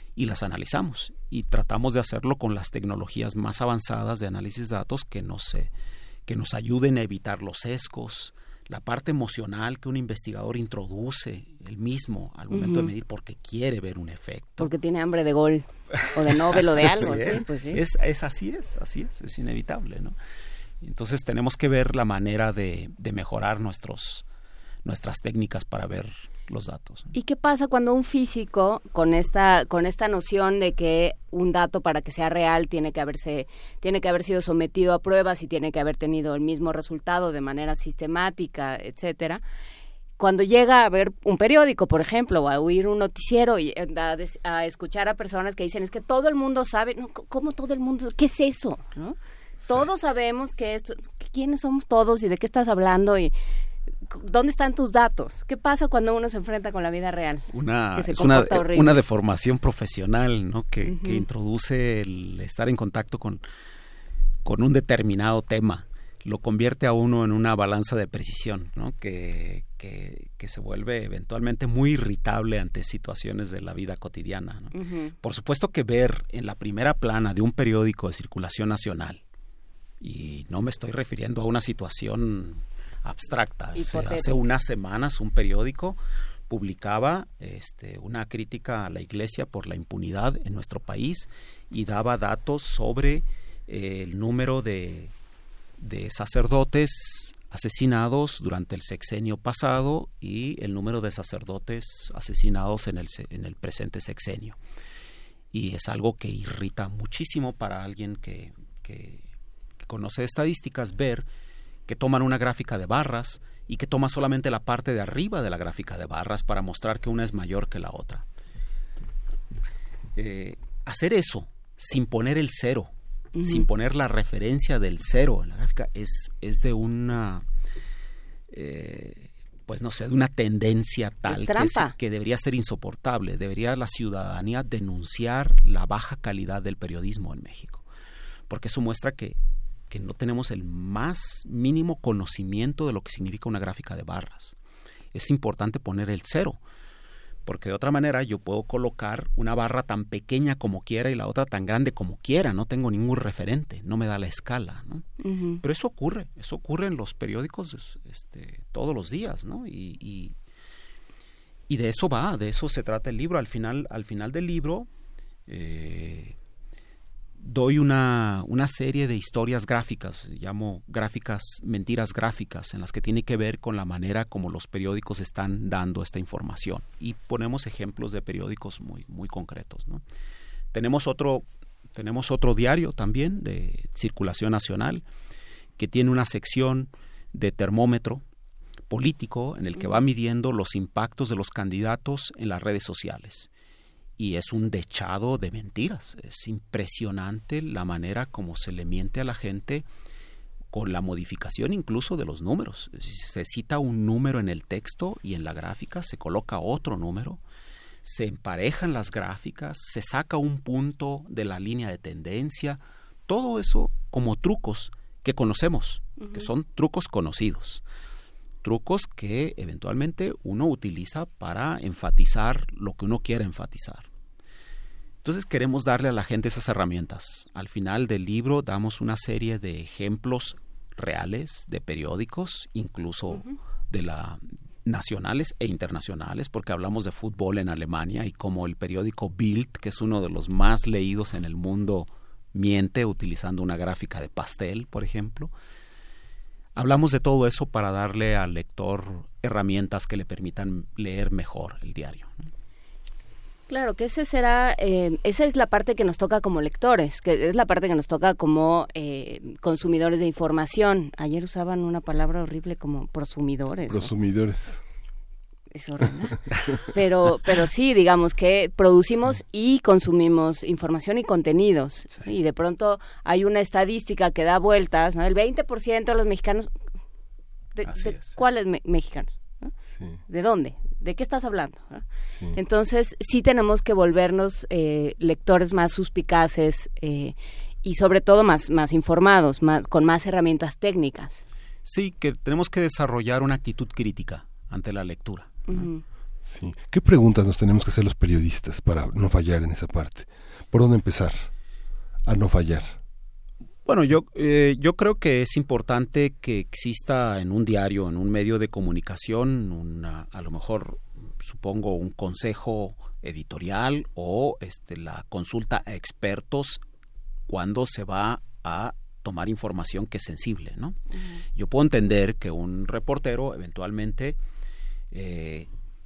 y las analizamos. Y tratamos de hacerlo con las tecnologías más avanzadas de análisis de datos que nos, eh, que nos ayuden a evitar los sesgos, la parte emocional que un investigador introduce él mismo al momento uh-huh. de medir porque quiere ver un efecto. Porque tiene hambre de gol o de Nobel o de algo. Sí, ¿sí? Es, pues sí. es, es así es, así es, es inevitable, ¿no? Entonces tenemos que ver la manera de, de mejorar nuestros, nuestras técnicas para ver los datos. ¿Y qué pasa cuando un físico, con esta con esta noción de que un dato para que sea real tiene que haberse tiene que haber sido sometido a pruebas y tiene que haber tenido el mismo resultado de manera sistemática, etcétera, cuando llega a ver un periódico, por ejemplo, o a oír un noticiero y a, a escuchar a personas que dicen es que todo el mundo sabe, no, ¿cómo todo el mundo? ¿Qué es eso? ¿No? Sí. Todos sabemos que esto, quiénes somos todos y de qué estás hablando y ¿dónde están tus datos? ¿Qué pasa cuando uno se enfrenta con la vida real? Una, que se es una, horrible. una deformación profesional, ¿no? Que, uh-huh. que introduce el estar en contacto con, con un determinado tema. Lo convierte a uno en una balanza de precisión, ¿no? Que, que, que se vuelve eventualmente muy irritable ante situaciones de la vida cotidiana, ¿no? Uh-huh. Por supuesto que ver en la primera plana de un periódico de circulación nacional, y no me estoy refiriendo a una situación abstracta. O sea, hace unas semanas un periódico publicaba este, una crítica a la Iglesia por la impunidad en nuestro país y daba datos sobre eh, el número de, de sacerdotes asesinados durante el sexenio pasado y el número de sacerdotes asesinados en el, en el presente sexenio. Y es algo que irrita muchísimo para alguien que, que, que conoce estadísticas, ver que toman una gráfica de barras y que toma solamente la parte de arriba de la gráfica de barras para mostrar que una es mayor que la otra. Eh, hacer eso sin poner el cero, uh-huh. sin poner la referencia del cero en la gráfica, es, es de una, eh, pues no sé, de una tendencia tal que, es, que debería ser insoportable. Debería la ciudadanía denunciar la baja calidad del periodismo en México, porque eso muestra que que no tenemos el más mínimo conocimiento de lo que significa una gráfica de barras. Es importante poner el cero, porque de otra manera yo puedo colocar una barra tan pequeña como quiera y la otra tan grande como quiera, no tengo ningún referente, no me da la escala, ¿no? Uh-huh. Pero eso ocurre, eso ocurre en los periódicos este, todos los días, ¿no? Y, y, y de eso va, de eso se trata el libro. Al final, al final del libro eh, doy una, una serie de historias gráficas, llamo gráficas, mentiras gráficas, en las que tiene que ver con la manera como los periódicos están dando esta información. Y ponemos ejemplos de periódicos muy, muy concretos, ¿no? Tenemos otro, tenemos otro diario también de circulación nacional que tiene una sección de termómetro político en el que va midiendo los impactos de los candidatos en las redes sociales. Y es un dechado de mentiras. Es impresionante la manera como se le miente a la gente con la modificación incluso de los números. Si se cita un número en el texto y en la gráfica se coloca otro número, se emparejan las gráficas, se saca un punto de la línea de tendencia, todo eso como trucos que conocemos, uh-huh. que son trucos conocidos. Trucos que eventualmente uno utiliza para enfatizar lo que uno quiere enfatizar. Entonces queremos darle a la gente esas herramientas. Al final del libro damos una serie de ejemplos reales de periódicos, incluso uh-huh. de la nacionales e internacionales, porque hablamos de fútbol en Alemania y como el periódico Bild, que es uno de los más leídos en el mundo, miente utilizando una gráfica de pastel, por ejemplo. Hablamos de todo eso para darle al lector herramientas que le permitan leer mejor el diario. Claro, que ese será, eh, esa es la parte que nos toca como lectores, que es la parte que nos toca como eh, consumidores de información. Ayer usaban una palabra horrible como prosumidores. Prosumidores. ¿No? Es horrible. Pero, pero sí, digamos que producimos sí. y consumimos información y contenidos. Sí. Y de pronto hay una estadística que da vueltas, ¿no? El veinte por ciento de los mexicanos... ¿De, de cuáles me- mexicanos? ¿No? Sí. ¿De dónde? ¿De qué estás hablando? ¿No? Sí. Entonces, sí tenemos que volvernos eh, lectores más suspicaces eh, y sobre todo más, más informados, más, con más herramientas técnicas. Sí, que tenemos que desarrollar una actitud crítica ante la lectura. ¿No? Uh-huh. Sí. ¿Qué preguntas nos tenemos que hacer los periodistas para no fallar en esa parte? ¿Por dónde empezar a no fallar? Bueno, yo, eh, yo creo que es importante que exista en un diario, en un medio de comunicación, una, a lo mejor, supongo, un consejo editorial o este, la consulta a expertos cuando se va a tomar información que es sensible, ¿no? Uh-huh. Yo puedo entender que un reportero eventualmente eh,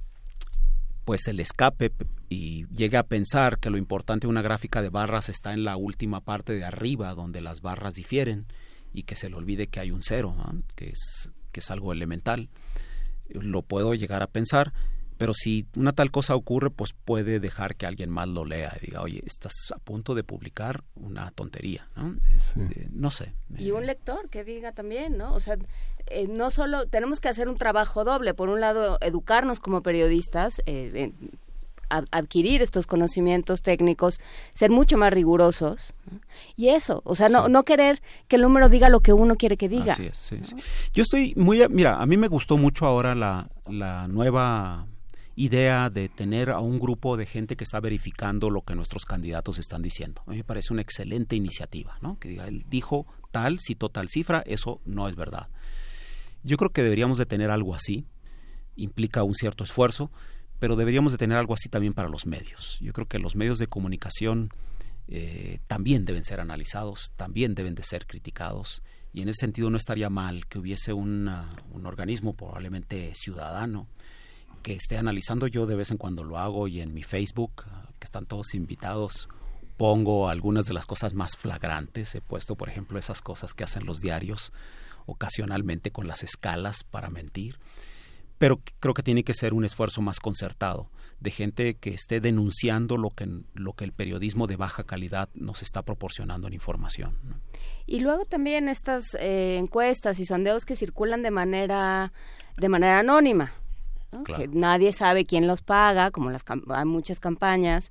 pues se le escape y llegue a pensar que lo importante de una gráfica de barras está en la última parte de arriba donde las barras difieren y que se le olvide que hay un cero, ¿no? que es que es algo elemental. Lo puedo llegar a pensar, pero si una tal cosa ocurre, pues puede dejar que alguien más lo lea y diga, oye, estás a punto de publicar una tontería, ¿no? Este, sí. No sé. Y un lector que diga también, ¿no? O sea, eh, no solo tenemos que hacer un trabajo doble, por un lado, educarnos como periodistas, eh, eh, adquirir estos conocimientos técnicos, ser mucho más rigurosos, ¿no? Y eso, o sea, no, sí. no querer que el número diga lo que uno quiere que diga. Así es, sí, ¿no? sí. Yo estoy muy, mira, a mí me gustó mucho ahora la, la nueva idea de tener a un grupo de gente que está verificando lo que nuestros candidatos están diciendo. A mí me parece una excelente iniciativa, ¿no? Que diga, él dijo tal, citó tal cifra, eso no es verdad. Yo creo que deberíamos de tener algo así, implica un cierto esfuerzo, pero deberíamos de tener algo así también para los medios. Yo creo que los medios de comunicación eh, también deben ser analizados, también deben de ser criticados, y en ese sentido no estaría mal que hubiese una, un organismo probablemente ciudadano que esté analizando. Yo de vez en cuando lo hago y en mi Facebook, que están todos invitados, pongo algunas de las cosas más flagrantes. He puesto, por ejemplo, esas cosas que hacen los diarios ocasionalmente con las escalas para mentir. Pero creo que tiene que ser un esfuerzo más concertado, de gente que esté denunciando lo que, lo que el periodismo de baja calidad nos está proporcionando en información, ¿no? Y luego también estas eh, encuestas y sondeos que circulan de manera, de manera anónima, ¿no? Claro. Que nadie sabe quién los paga, como las hay muchas campañas.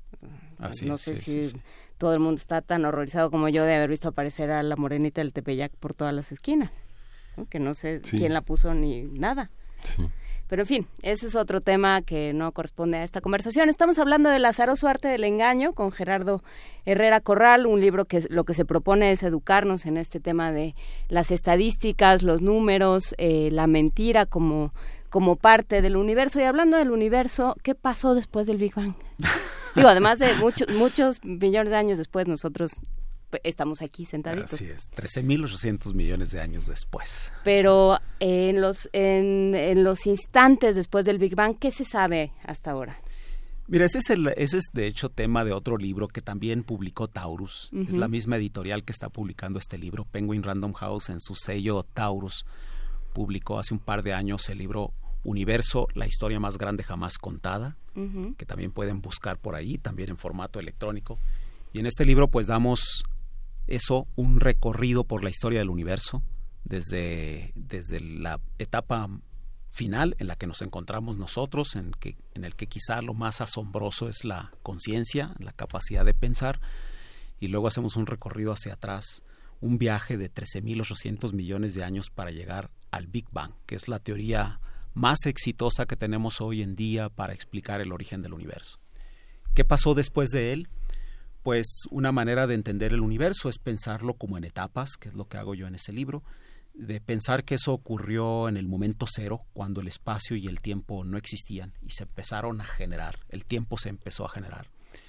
Así no es, sé sí, si sí, sí. todo el mundo está tan horrorizado como yo de haber visto aparecer a la morenita del Tepeyac por todas las esquinas, ¿no? Que no sé sí. quién la puso ni nada. Sí. Pero en fin, ese es otro tema que no corresponde a esta conversación. Estamos hablando del azaroso arte del engaño con Gerardo Herrera Corral, un libro que lo que se propone es educarnos en este tema de las estadísticas, los números, eh, la mentira como, como parte del universo. Y hablando del universo, ¿qué pasó después del Big Bang? Digo, además de muchos muchos millones de años después, nosotros estamos aquí sentaditos. Así es, trece mil ochocientos millones de años después. Pero eh, en los en, en los instantes después del Big Bang, ¿qué se sabe hasta ahora? Mira, ese es, el, ese es de hecho tema de otro libro que también publicó Taurus. Uh-huh. Es la misma editorial que está publicando este libro, Penguin Random House, en su sello Taurus. Publicó hace un par de años el libro Universo, la historia más grande jamás contada, uh-huh. que también pueden buscar por ahí, también en formato electrónico. Y en este libro pues damos eso, un recorrido por la historia del universo, desde, desde la etapa final en la que nos encontramos nosotros, en, que, en el que quizá lo más asombroso es la conciencia, la capacidad de pensar, y luego hacemos un recorrido hacia atrás, un viaje de trece mil ochocientos millones de años para llegar al Big Bang, que es la teoría más exitosa que tenemos hoy en día para explicar el origen del universo. ¿Qué pasó después de él? Pues una manera de entender el universo es pensarlo como en etapas, que es lo que hago yo en ese libro, de pensar que eso ocurrió en el momento cero, cuando el espacio y el tiempo no existían y se empezaron a generar, el tiempo se empezó a generar.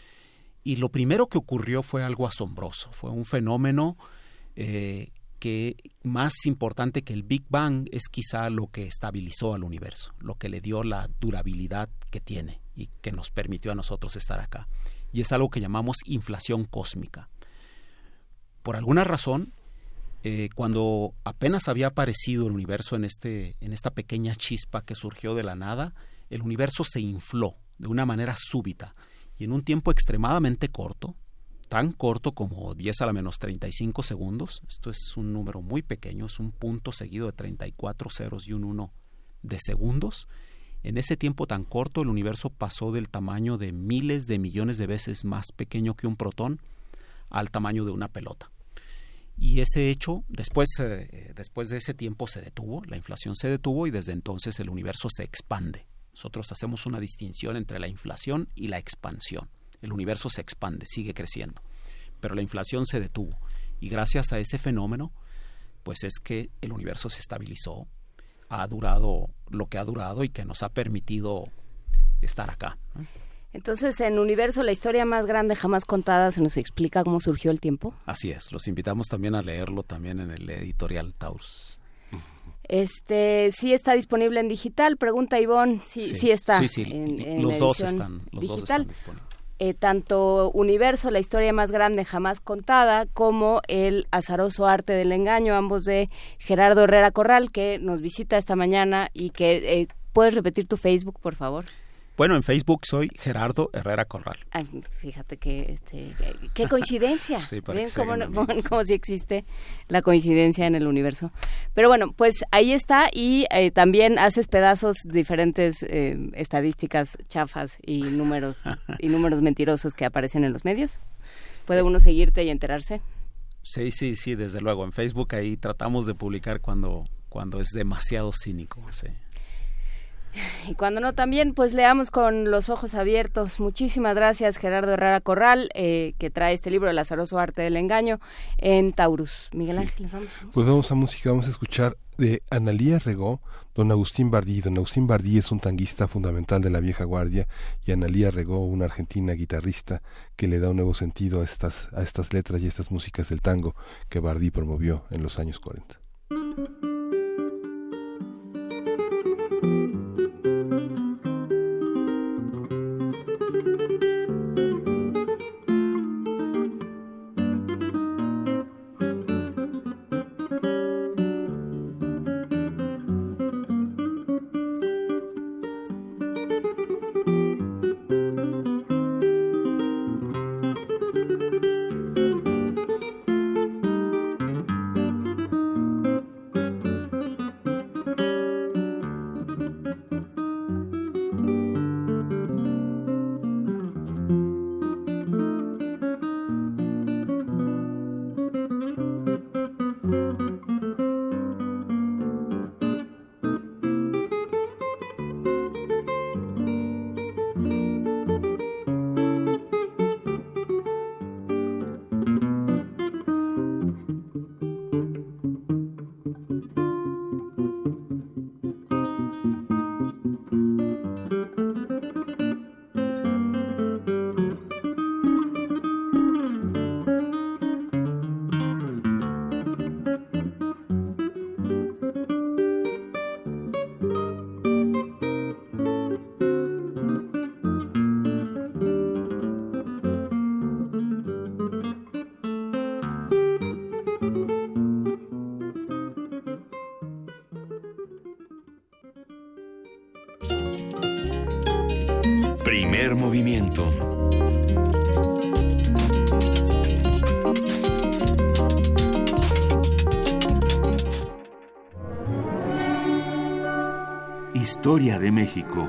Y lo primero que ocurrió fue algo asombroso, fue un fenómeno eh, que más importante que el Big Bang es quizá lo que estabilizó al universo, lo que le dio la durabilidad que tiene y que nos permitió a nosotros estar acá. Y es algo que llamamos inflación cósmica. Por alguna razón, eh, cuando apenas había aparecido el universo en, este, en esta pequeña chispa que surgió de la nada, el universo se infló de una manera súbita y en un tiempo extremadamente corto, tan corto como diez a la menos treinta y cinco segundos, esto es un número muy pequeño, es un punto seguido de treinta y cuatro ceros y un uno de segundos. En ese tiempo tan corto, el universo pasó del tamaño de miles de millones de veces más pequeño que un protón al tamaño de una pelota. Y ese hecho, después, eh, después de ese tiempo se detuvo, la inflación se detuvo y desde entonces el universo se expande Nosotros hacemos una distinción entre la inflación y la expansión. El universo se expande, sigue creciendo, pero la inflación se detuvo. Y gracias a ese fenómeno, pues es que el universo se estabilizó, ha durado lo que ha durado y que nos ha permitido estar acá, ¿no? Entonces, en Universo, la historia más grande jamás contada, ¿se nos explica cómo surgió el tiempo? Así es, los invitamos también a leerlo también en el editorial Taurus. Este, sí está disponible en digital, pregunta Ivonne, sí, sí, sí está. Sí, sí, en, en los dos están, los digital. dos están disponibles. Eh, tanto Universo, la historia más grande jamás contada, como El azaroso arte del engaño, ambos de Gerardo Herrera Corral, que nos visita esta mañana y que, eh, ¿puedes repetir tu Facebook, por favor? Bueno, en Facebook soy Gerardo Herrera Corral. Ay, fíjate que, este, que, qué coincidencia. Sí, para ¿Ven que se cómo, hagan no- amigos. cómo si existe la coincidencia en el universo? Pero bueno, pues ahí está y eh, también haces pedazos diferentes eh, estadísticas chafas y números y números mentirosos que aparecen en los medios. ¿Puede uno seguirte y enterarse? Sí, sí, sí, desde luego. En Facebook ahí tratamos de publicar cuando, cuando es demasiado cínico, sí. Y cuando no, también, pues leamos con los ojos abiertos. Muchísimas gracias, Gerardo Herrera Corral, eh, que trae este libro, El azaroso arte del engaño, en Taurus. Miguel Ángel, ¿nos vamos a música? Pues vamos a música, vamos a escuchar de Analía Regó, don Agustín Bardí. Don Agustín Bardí es un tanguista fundamental de la vieja guardia y Analía Regó, una argentina guitarrista que le da un nuevo sentido a estas, a estas letras y a estas músicas del tango que Bardí promovió en los años cuarenta. Primer movimiento. Historia de México.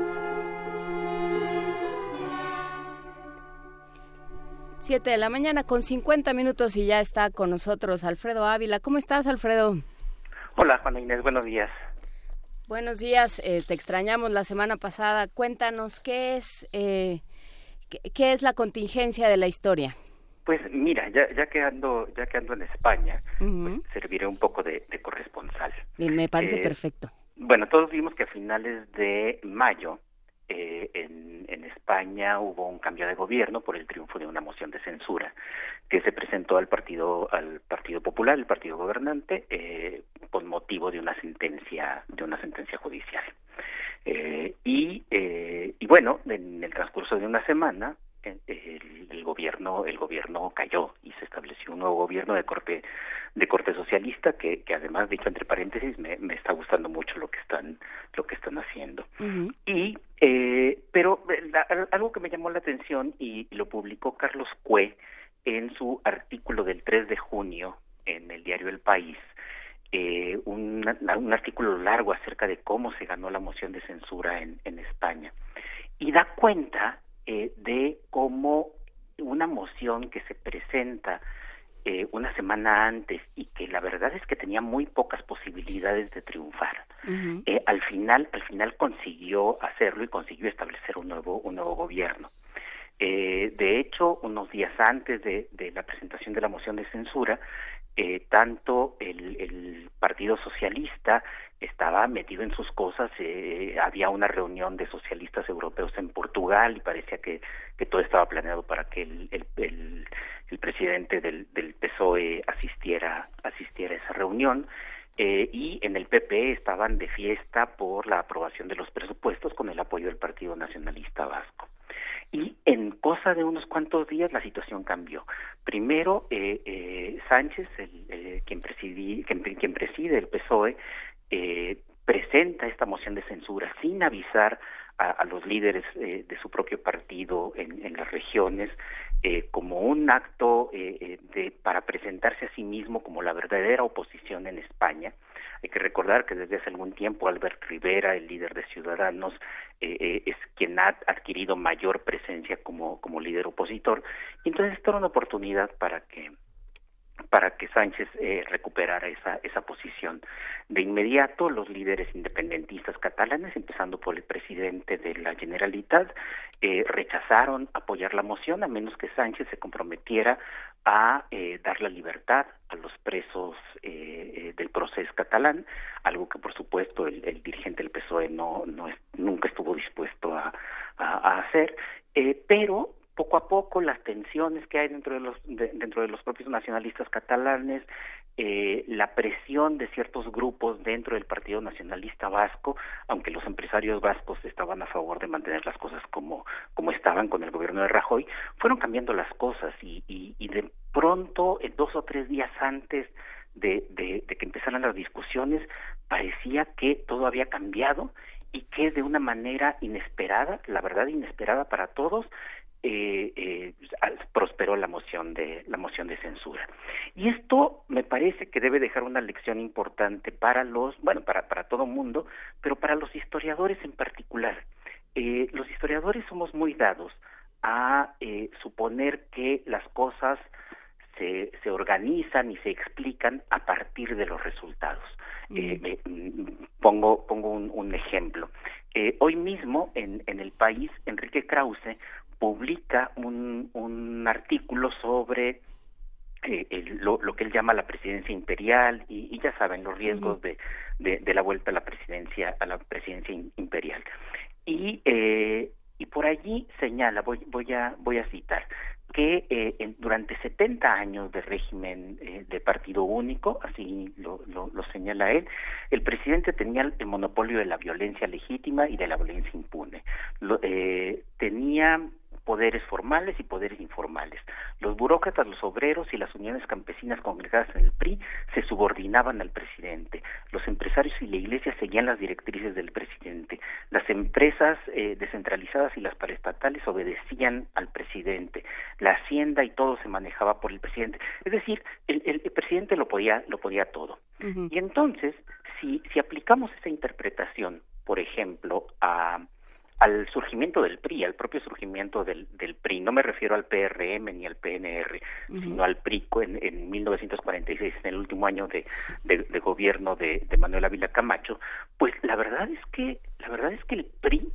Siete de la mañana con cincuenta minutos y ya está con nosotros Alfredo Ávila. ¿Cómo estás, Alfredo? Hola, Juana Inés, buenos días. Buenos días, eh, te extrañamos la semana pasada. Cuéntanos, ¿qué es, eh, qué, qué es la contingencia de la historia? Pues mira, ya, ya que ando, ya que ando en España, Uh-huh. pues serviré un poco de, de corresponsal. Y me parece Eh, perfecto. Bueno, todos vimos que a finales de mayo eh, en, en España hubo un cambio de gobierno por el triunfo de una moción de censura que se presentó al partido al Partido Popular, el partido gobernante, eh, con motivo de una sentencia de una sentencia judicial. Eh, y eh, y bueno, en el transcurso de una semana el, el, el gobierno el gobierno cayó y se estableció un nuevo gobierno de corte de corte socialista que, que además, dicho entre paréntesis, me, me está gustando mucho lo que están lo que están haciendo. Uh-huh. Y eh, pero la, algo que me llamó la atención y lo publicó Carlos Cue en su artículo del tres de junio en el diario El País, eh, un, un artículo largo acerca de cómo se ganó la moción de censura en, en España, y da cuenta eh, de cómo una moción que se presenta eh, una semana antes y que la verdad es que tenía muy pocas posibilidades de triunfar. Uh-huh. Eh, al final, al final consiguió hacerlo y consiguió establecer un nuevo, un nuevo gobierno. Eh, de hecho, unos días antes de, de la presentación de la moción de censura, eh, tanto el, el Partido Socialista estaba metido en sus cosas, eh, había una reunión de socialistas europeos en Portugal y parecía que, que todo estaba planeado para que el, el, el, el presidente del, del P S O E asistiera, asistiera a esa reunión. Eh, y en el P P estaban de fiesta por la aprobación de los presupuestos con el apoyo del Partido Nacionalista Vasco. Y en cosa de unos cuantos días la situación cambió. Primero, eh, eh, Sánchez, el, eh, quien, presidi, quien, quien preside el P S O E, eh, presenta esta moción de censura sin avisar a, a los líderes eh, de su propio partido en, en las regiones, eh, como un acto eh, de para presentarse a sí mismo como la verdadera oposición en España. Hay que recordar que desde hace algún tiempo Albert Rivera, el líder de Ciudadanos, eh, eh, es quien ha adquirido mayor presencia como, como líder opositor, y entonces esta era una oportunidad para que para que Sánchez eh, recuperara esa esa posición. De inmediato, los líderes independentistas catalanes, empezando por el presidente de la Generalitat, eh, rechazaron apoyar la moción a menos que Sánchez se comprometiera a eh, dar la libertad a los presos eh, eh, del proceso catalán, algo que por supuesto el, el dirigente del P S O E no, no es, nunca estuvo dispuesto a, a, a hacer, eh, pero poco a poco las tensiones que hay dentro de los de, dentro de los propios nacionalistas catalanes, eh, la presión de ciertos grupos dentro del Partido Nacionalista Vasco, aunque los empresarios vascos estaban a favor de mantener las cosas como como estaban con el gobierno de Rajoy, fueron cambiando las cosas y, y, y de pronto, eh, dos o tres días antes de, de, de que empezaran las discusiones, parecía que todo había cambiado y que de una manera inesperada, la verdad inesperada para todos, Eh, eh, prosperó la moción de la moción de censura. Y esto me parece que debe dejar una lección importante para los, bueno, para para todo mundo, pero para los historiadores en particular. Eh, los historiadores somos muy dados a eh, suponer que las cosas se se organizan y se explican a partir de los resultados. Mm. Eh, eh, pongo pongo un, un ejemplo. Eh, hoy mismo en en El País, Enrique Krause publica un, un artículo sobre eh, el, lo, lo que él llama la presidencia imperial y, y ya saben los riesgos uh-huh. de, de, de la vuelta a la presidencia a la presidencia imperial y eh, y por allí señala, voy voy a voy a citar que eh, en, durante setenta años de régimen eh, de partido único, así lo, lo, lo señala él, el presidente tenía el, el monopolio de la violencia legítima y de la violencia impune. Lo, eh, tenía poderes formales y poderes informales. Los burócratas, los obreros y las uniones campesinas congregadas en el P R I se subordinaban al presidente. Los empresarios y la iglesia seguían las directrices del presidente. Las empresas eh, descentralizadas y las paraestatales obedecían al presidente. La hacienda y todo se manejaba por el presidente. Es decir, el, el, el presidente lo podía, lo podía todo. Uh-huh. Y entonces, si, si aplicamos esa interpretación, por ejemplo, a al surgimiento del P R I, al propio surgimiento del, del P R I, no me refiero al P R M ni al P N R, uh-huh. sino al P R I en, en mil novecientos cuarenta y seis, en el último año de, de, de gobierno de, de Manuel Ávila Camacho, pues la verdad es que la verdad es que el P R I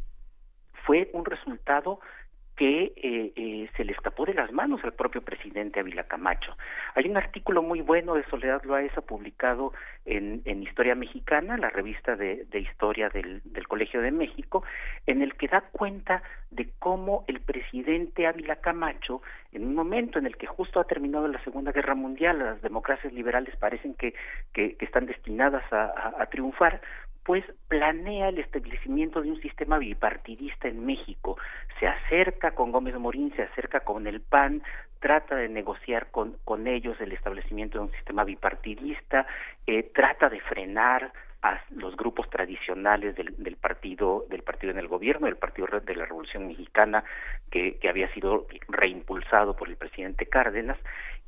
fue un resultado que eh, eh, se le escapó de las manos al propio presidente Ávila Camacho. Hay un artículo muy bueno de Soledad Loaesa publicado en, en Historia Mexicana, la revista de, de historia del, del Colegio de México, en el que da cuenta de cómo el presidente Ávila Camacho, en un momento en el que justo ha terminado la Segunda Guerra Mundial, las democracias liberales parecen que, que, que están destinadas a, a, a triunfar, pues planea el establecimiento de un sistema bipartidista en México. Se acerca con Gómez Morín, se acerca con el P A N, trata de negociar con, con ellos el establecimiento de un sistema bipartidista, eh, trata de frenar a los grupos tradicionales del, del partido del partido en el gobierno, del Partido de la Revolución Mexicana, que, que había sido reimpulsado por el presidente Cárdenas,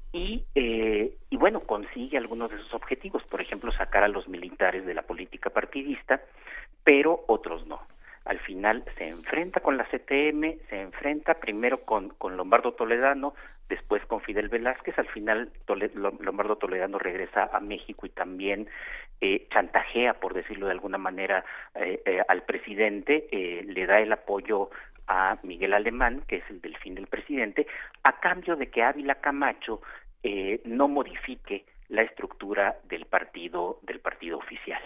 y eh, y bueno, consigue algunos de sus objetivos, por ejemplo, sacar a los militares de la política partidista, pero otros no. al final se enfrenta con la C T M, se enfrenta primero con, con Lombardo Toledano, después con Fidel Velázquez, al final Tole, Lombardo Toledano regresa a México y también eh, chantajea, por decirlo de alguna manera, eh, eh, al presidente, eh, le da el apoyo a Miguel Alemán, que es el delfín del presidente, a cambio de que Ávila Camacho eh, no modifique la estructura del partido del partido oficial.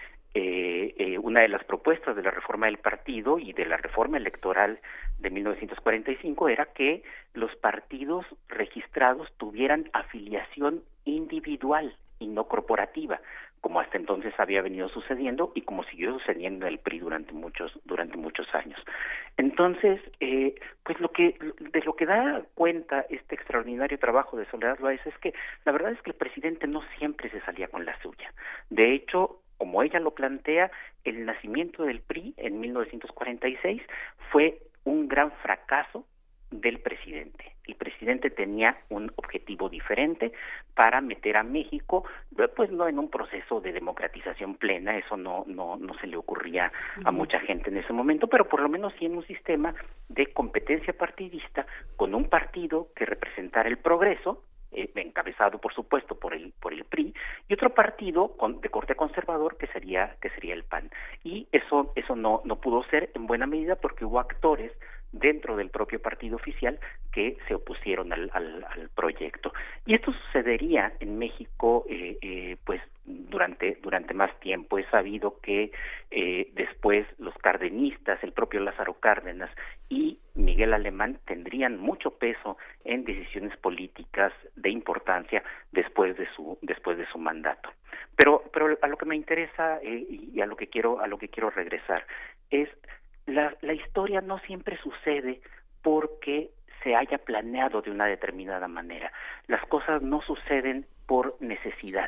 Eh, eh, una de las propuestas de la reforma del partido y de la reforma electoral de mil novecientos cuarenta y cinco era que los partidos registrados tuvieran afiliación individual y no corporativa, como hasta entonces había venido sucediendo y como siguió sucediendo en el P R I durante muchos durante muchos años. Entonces, eh, pues lo que de lo que da cuenta este extraordinario trabajo de Soledad Loaesa es que la verdad es que el presidente no siempre se salía con la suya. De hecho, como ella lo plantea, el nacimiento del P R I en mil novecientos cuarenta y seis fue un gran fracaso del presidente. El presidente tenía un objetivo diferente para meter a México, pues no en un proceso de democratización plena, eso no no no se le ocurría a mucha gente en ese momento, pero por lo menos sí en un sistema de competencia partidista con un partido que representara el progreso, eh, encabezado por supuesto por el por el P R I, y otro partido con, de corte conservador que sería que sería el P A N. Y eso eso no no pudo ser en buena medida porque hubo actores dentro del propio partido oficial que se opusieron al, al, al proyecto. Y esto sucedería en México eh, eh, pues durante durante más tiempo. He sabido que eh, después los cardenistas, el propio Lázaro Cárdenas y Miguel Alemán tendrían mucho peso en decisiones políticas de importancia después de su después de su mandato. Pero pero a lo que me interesa eh, y a lo que quiero a lo que quiero regresar es La, la historia no siempre sucede porque se haya planeado de una determinada manera. Las cosas no suceden por necesidad.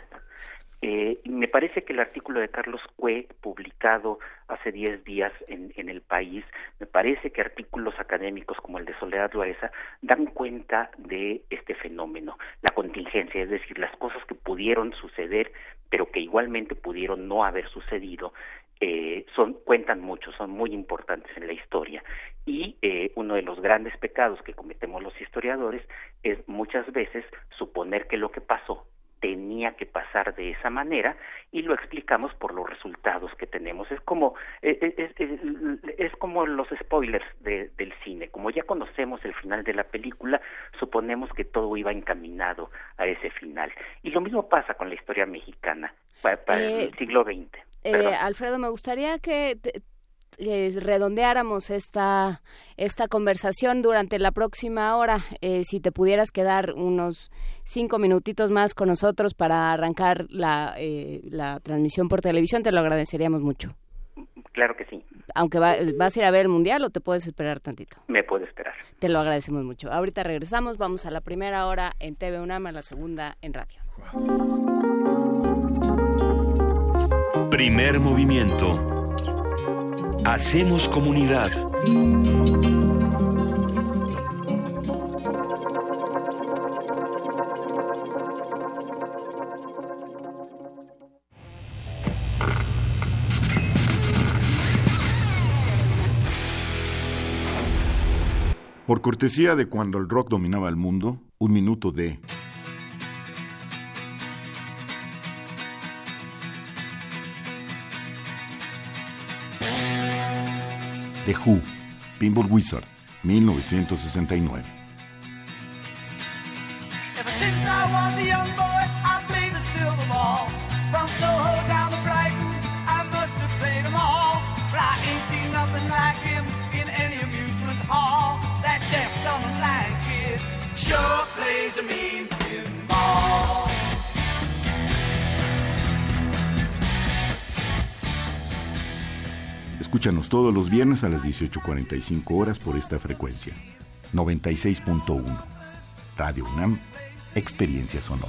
Eh, me parece que el artículo de Carlos Cue, publicado hace diez días en, en El País, me parece que artículos académicos como el de Soledad Loaesa dan cuenta de este fenómeno, la contingencia, es decir, las cosas que pudieron suceder, pero que igualmente pudieron no haber sucedido, Eh, son cuentan mucho, son muy importantes en la historia. Y eh, uno de los grandes pecados que cometemos los historiadores es muchas veces suponer que lo que pasó tenía que pasar de esa manera y lo explicamos por los resultados que tenemos. Es como es, es, es, es como los spoilers de, del cine. Como ya conocemos el final de la película, suponemos que todo iba encaminado a ese final. Y lo mismo pasa con la historia mexicana para, para eh... el siglo veinte. Eh, Alfredo, me gustaría que te, eh, redondeáramos esta esta conversación durante la próxima hora. Eh, si te pudieras quedar unos cinco minutitos más con nosotros para arrancar la, eh, la transmisión por televisión, te lo agradeceríamos mucho. Claro que sí. Aunque va, vas a ir a ver el Mundial o te puedes esperar tantito. Me puedo esperar. Te lo agradecemos mucho. Ahorita regresamos, vamos a la primera hora en T V UNAM, a la segunda en radio. Primer movimiento. Hacemos comunidad. Por cortesía de cuando el rock dominaba el mundo, un minuto de... The Who, Pinball Wizard, mil novecientos sesenta y nueve. Ever since I was a young boy, I played the silver ball. From Soho down to Brighton, I must have played them all. But I ain't seen nothing like him in any amusement hall. That deaf, dumb, and blind kid sure plays a mean pinball. Escúchanos todos los viernes a las dieciocho cuarenta y cinco horas por esta frecuencia. noventa y seis punto uno. Radio UNAM, Experiencia Sonora.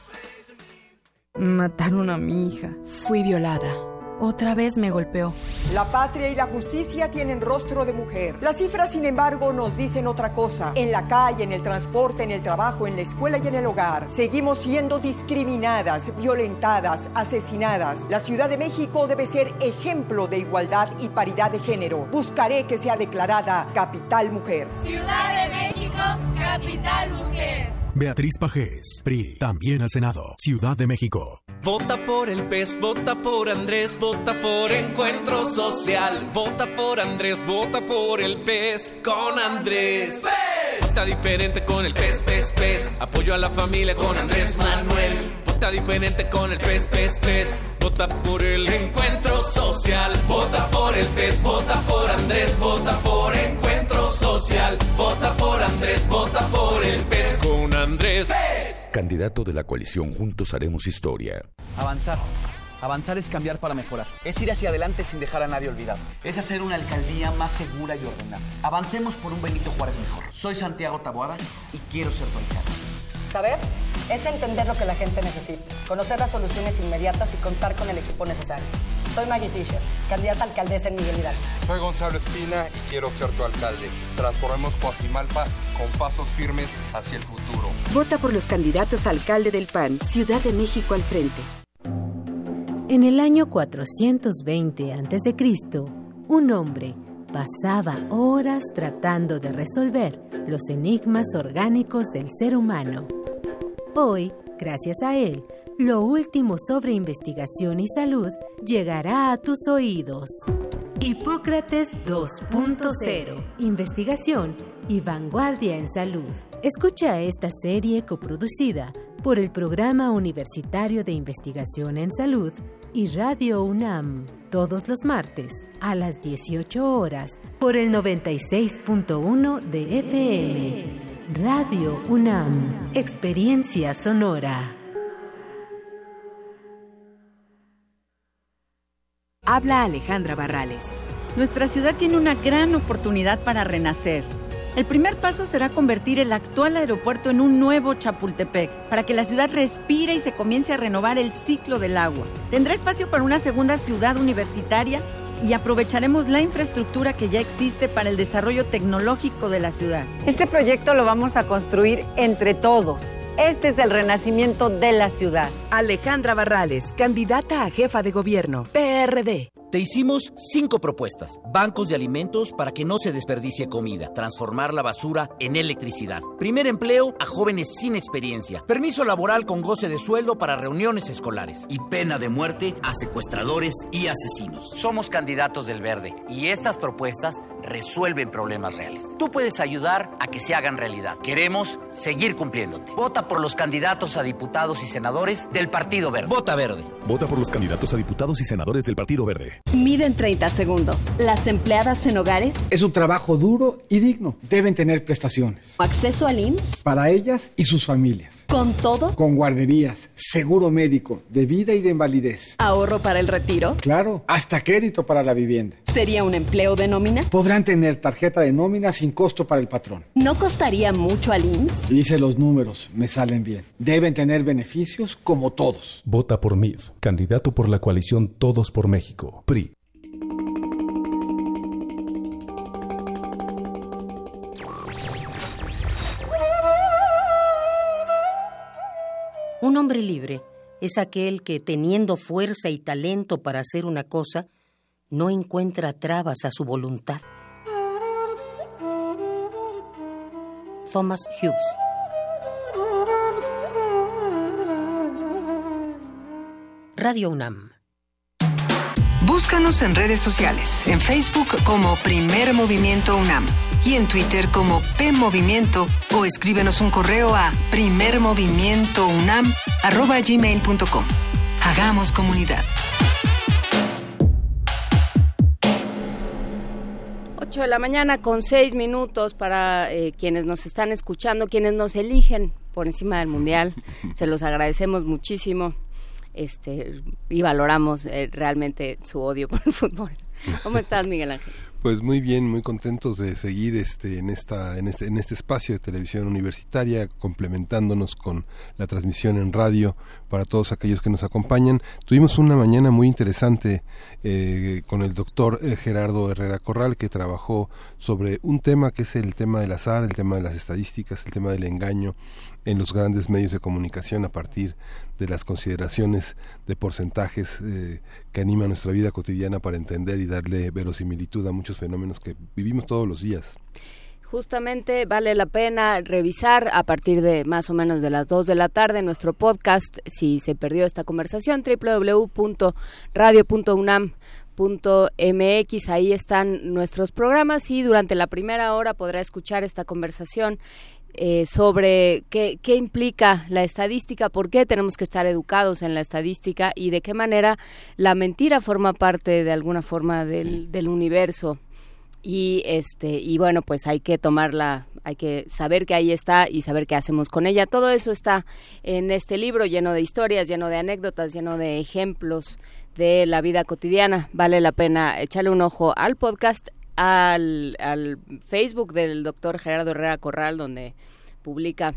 Mataron a mi hija. Fui violada. Otra vez me golpeó. La patria y la justicia tienen rostro de mujer. Las cifras, sin embargo, nos dicen otra cosa. En la calle, en el transporte, en el trabajo, en la escuela y en el hogar, seguimos siendo discriminadas, violentadas, asesinadas. La Ciudad de México debe ser ejemplo de igualdad y paridad de género. Buscaré que sea declarada Capital Mujer. Ciudad de México, Capital Mujer. Beatriz Pajés, P R I, también al Senado, Ciudad de México. Vota por el P E S, vota por Andrés, vota por Encuentro Social. Vota por Andrés, vota por el P E S con Andrés. P E S. Vota diferente con el P E S, P E S, P E S. Apoyo a la familia con Andrés Manuel. Vota diferente con el P E S, P E S, P E S. Vota por el Encuentro Social. Vota por el P E S, vota por Andrés, vota por Encuentro Social. Vota por Andrés, vota por el P E S con Andrés. P E S. Candidato de la coalición Juntos Haremos Historia. Avanzar. Avanzar es cambiar para mejorar. Es ir hacia adelante sin dejar a nadie olvidado. Es hacer una alcaldía más segura y ordenada. Avancemos por un Benito Juárez mejor. Soy Santiago Taboada y quiero ser tu alcalde. Saber es entender lo que la gente necesita, conocer las soluciones inmediatas y contar con el equipo necesario. Soy Maggie Fisher, candidata a alcaldesa en Miguel Hidalgo. Soy Gonzalo Espina y quiero ser tu alcalde. Transformemos Coajimalpa con pasos firmes hacia el futuro. Vota por los candidatos a alcalde del P A N, Ciudad de México al frente. En el año cuatrocientos veinte antes de Cristo, un hombre pasaba horas tratando de resolver los enigmas orgánicos del ser humano. Hoy, gracias a él, lo último sobre investigación y salud llegará a tus oídos. Hipócrates dos punto cero. Investigación y vanguardia en salud. Escucha esta serie coproducida por el Programa Universitario de Investigación en Salud y Radio UNAM, todos los martes a las dieciocho horas por el noventa y seis punto uno de F M. Radio UNAM, experiencia sonora. Habla Alejandra Barrales. Nuestra ciudad tiene una gran oportunidad para renacer. El primer paso será convertir el actual aeropuerto en un nuevo Chapultepec, para que la ciudad respire y se comience a renovar el ciclo del agua. Tendrá espacio para una segunda ciudad universitaria y aprovecharemos la infraestructura que ya existe para el desarrollo tecnológico de la ciudad. Este proyecto lo vamos a construir entre todos. Este es el renacimiento de la ciudad. Alejandra Barrales, candidata a jefa de gobierno, P R D. Te hicimos cinco propuestas. Bancos de alimentos para que no se desperdicie comida. Transformar la basura en electricidad. Primer empleo a jóvenes sin experiencia. Permiso laboral con goce de sueldo para reuniones escolares. Y pena de muerte a secuestradores y asesinos. Somos candidatos del Verde y estas propuestas resuelven problemas reales. Tú puedes ayudar a que se hagan realidad. Queremos seguir cumpliéndote. Vota por los candidatos a diputados y senadores del Partido Verde. Vota Verde. Vota por los candidatos a diputados y senadores del Partido Verde. Miden treinta segundos. ¿Las empleadas en hogares? Es un trabajo duro y digno. Deben tener prestaciones. ¿Acceso al I M S S? Para ellas y sus familias. ¿Con todo? Con guarderías, seguro médico, de vida y de invalidez. ¿Ahorro para el retiro? Claro, hasta crédito para la vivienda. ¿Sería un empleo de nómina? Podrán tener tarjeta de nómina sin costo para el patrón. ¿No costaría mucho al I M S S? Hice los números, me salen bien. Deben tener beneficios como todos. Vota por M I D, candidato por la coalición Todos por México, P R I. Un hombre libre es aquel que, teniendo fuerza y talento para hacer una cosa, no encuentra trabas a su voluntad. Thomas Hughes. Radio UNAM. Búscanos en redes sociales, en Facebook como Primer Movimiento UNAM y en Twitter como P Movimiento, o escríbenos un correo a primermovimientounam arroba gmail punto com. Hagamos comunidad. ocho de la mañana con seis minutos para eh, quienes nos están escuchando, quienes nos eligen por encima del Mundial. Se los agradecemos muchísimo. Este, y valoramos eh, realmente su odio por el fútbol. ¿Cómo estás, Miguel Ángel? Pues muy bien, muy contentos de seguir este en esta en este en este espacio de televisión universitaria, complementándonos con la transmisión en radio para todos aquellos que nos acompañan. Tuvimos una mañana muy interesante eh, con el doctor eh, Gerardo Herrera Corral, que trabajó sobre un tema que es el tema del azar, el tema de las estadísticas, el tema del engaño en los grandes medios de comunicación a partir de las consideraciones de porcentajes eh, que animan nuestra vida cotidiana para entender y darle verosimilitud a muchos fenómenos que vivimos todos los días. Justamente vale la pena revisar a partir de más o menos de las dos de la tarde nuestro podcast, si se perdió esta conversación, doble u doble u doble u punto radio punto unam punto m x, ahí están nuestros programas y durante la primera hora podrá escuchar esta conversación eh, sobre qué, qué implica la estadística, por qué tenemos que estar educados en la estadística y de qué manera la mentira forma parte de alguna forma del, del universo. Y este y bueno, pues hay que tomarla, hay que saber que ahí está y saber qué hacemos con ella. Todo eso está en este libro lleno de historias, lleno de anécdotas, lleno de ejemplos de la vida cotidiana. Vale la pena echarle un ojo al podcast, al, al Facebook del doctor Gerardo Herrera Corral, donde publica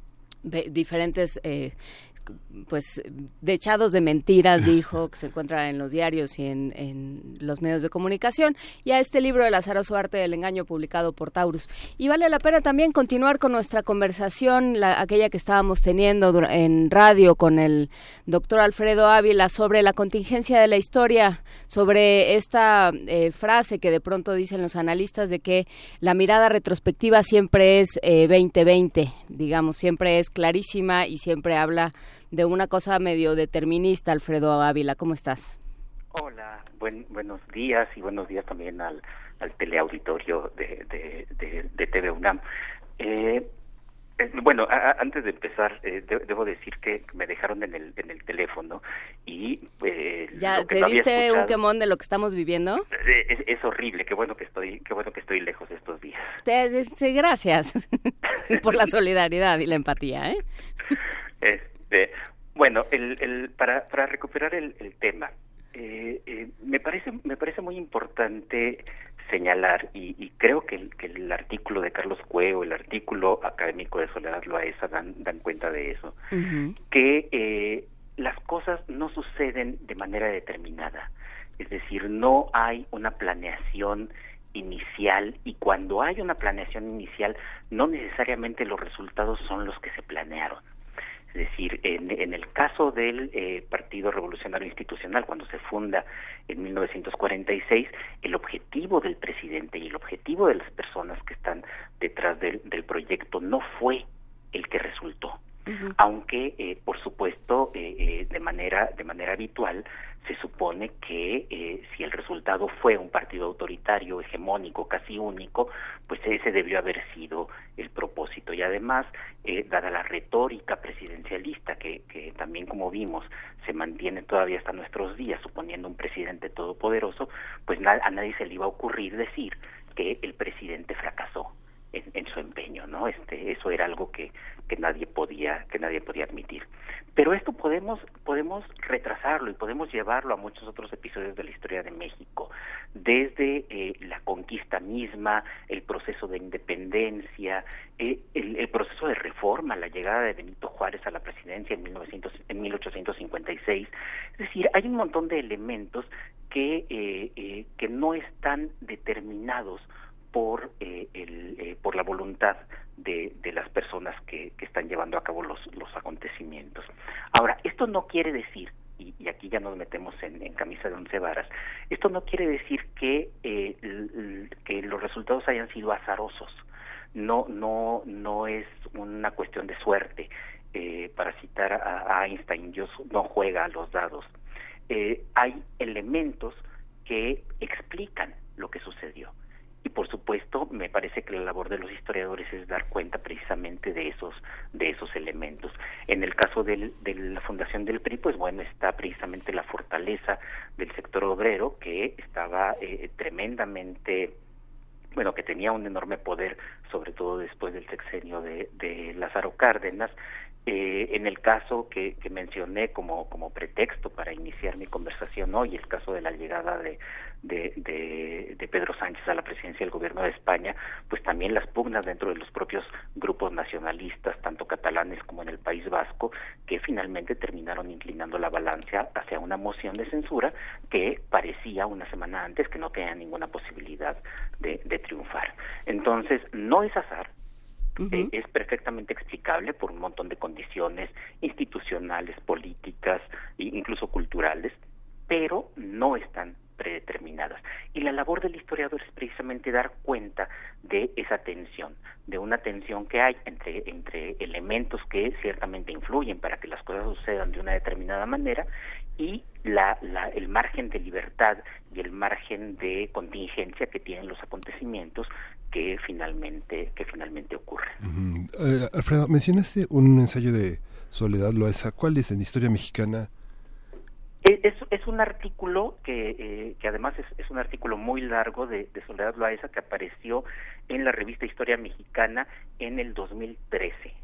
diferentes eh, pues dechados de mentiras, dijo, que se encuentra en los diarios y en, en los medios de comunicación, y a este libro El azaroso arte del engaño, publicado por Taurus. Y vale la pena también continuar con nuestra conversación, la, aquella que estábamos teniendo en radio con el doctor Alfredo Ávila, sobre la contingencia de la historia, sobre esta eh, frase que de pronto dicen los analistas de que la mirada retrospectiva siempre es eh, veinte veinte, digamos, siempre es clarísima y siempre habla de una cosa medio determinista. Alfredo Ávila, ¿cómo estás? Hola, buen, buenos días y buenos días también al, al teleauditorio de, de, de, de T V UNAM. Eh, eh, bueno, a, antes de empezar, eh, de, debo decir que me dejaron en el en el teléfono y eh, ya lo que te no diste había un quemón de lo que estamos viviendo. Eh, es, es horrible, qué bueno que estoy, qué bueno que estoy lejos estos días. Te, te, gracias por la solidaridad y la empatía, ¿eh? Este, bueno, el, el, para, para recuperar el, el tema, eh, eh, me parece me parece muy importante señalar, y, y creo que el, que el artículo de Carlos Cueo, el artículo académico de Soledad Loaesa dan, dan cuenta de eso, uh-huh. que eh, las cosas no suceden de manera determinada, es decir, no hay una planeación inicial, y cuando hay una planeación inicial, no necesariamente los resultados son los que se planearon. Es decir, en, en el caso del eh, Partido Revolucionario Institucional, cuando se funda en mil novecientos cuarenta y seis, el objetivo del presidente y el objetivo de las personas que están detrás del, del proyecto no fue el que resultó. Uh-huh. Aunque, eh, por supuesto, eh, eh, de manera de manera habitual, se supone que eh, si el resultado fue un partido autoritario, hegemónico, casi único, pues ese debió haber sido el propósito. Y además, eh, dada la retórica presidencialista que, que también, como vimos, se mantiene todavía hasta nuestros días, suponiendo un presidente todopoderoso, pues na- a nadie se le iba a ocurrir decir que el presidente fracasó en, en su empeño, ¿no? Este, eso era algo que, que nadie podía, que nadie podía admitir. Pero esto podemos, podemos retrasarlo y podemos llevarlo a muchos otros episodios de la historia de México, desde eh, la conquista misma, el proceso de independencia, eh, el, el proceso de reforma, la llegada de Benito Juárez a la presidencia en, mil novecientos, en mil ochocientos cincuenta y seis. Es decir, hay un montón de elementos que, eh, eh, que no están determinados por eh, el eh, por la voluntad de, de las personas que, que están llevando a cabo los, los acontecimientos. Ahora, esto no quiere decir, y, y aquí ya nos metemos en, en camisa de once varas, esto no quiere decir que eh, l, que los resultados hayan sido azarosos. No no no es una cuestión de suerte. Eh, para citar a, a Einstein, Dios no juega a los dados. Eh, hay elementos que explican lo que sucedió. Y por supuesto, me parece que la labor de los historiadores es dar cuenta precisamente de esos de esos elementos. En el caso del, de la fundación del P R I, pues bueno, está precisamente la fortaleza del sector obrero, que estaba eh, tremendamente, bueno, que tenía un enorme poder, sobre todo después del sexenio de, de Lázaro Cárdenas. Eh, en el caso que, que mencioné como, como pretexto para iniciar mi conversación hoy, el caso de la llegada de, de, de, de Pedro Sánchez a la presidencia del gobierno de España, pues también las pugnas dentro de los propios grupos nacionalistas, tanto catalanes como en el País Vasco, que finalmente terminaron inclinando la balanza hacia una moción de censura que parecía una semana antes que no tenía ninguna posibilidad de, de triunfar. Entonces, no es azar. Uh-huh. Eh, es perfectamente explicable por un montón de condiciones institucionales, políticas e incluso culturales, pero no están predeterminadas. Y la labor del historiador es precisamente dar cuenta de esa tensión, de una tensión que hay entre, entre elementos que ciertamente influyen para que las cosas sucedan de una determinada manera y la, la, el margen de libertad y el margen de contingencia que tienen los acontecimientos que finalmente que finalmente ocurren. Uh-huh. Uh, Alfredo, mencionaste un ensayo de Soledad Loaesa. ¿Cuál es en Historia Mexicana? Es, es un artículo que, eh, que además es, es un artículo muy largo de, de Soledad Loaesa que apareció en la revista Historia Mexicana en el dos mil trece.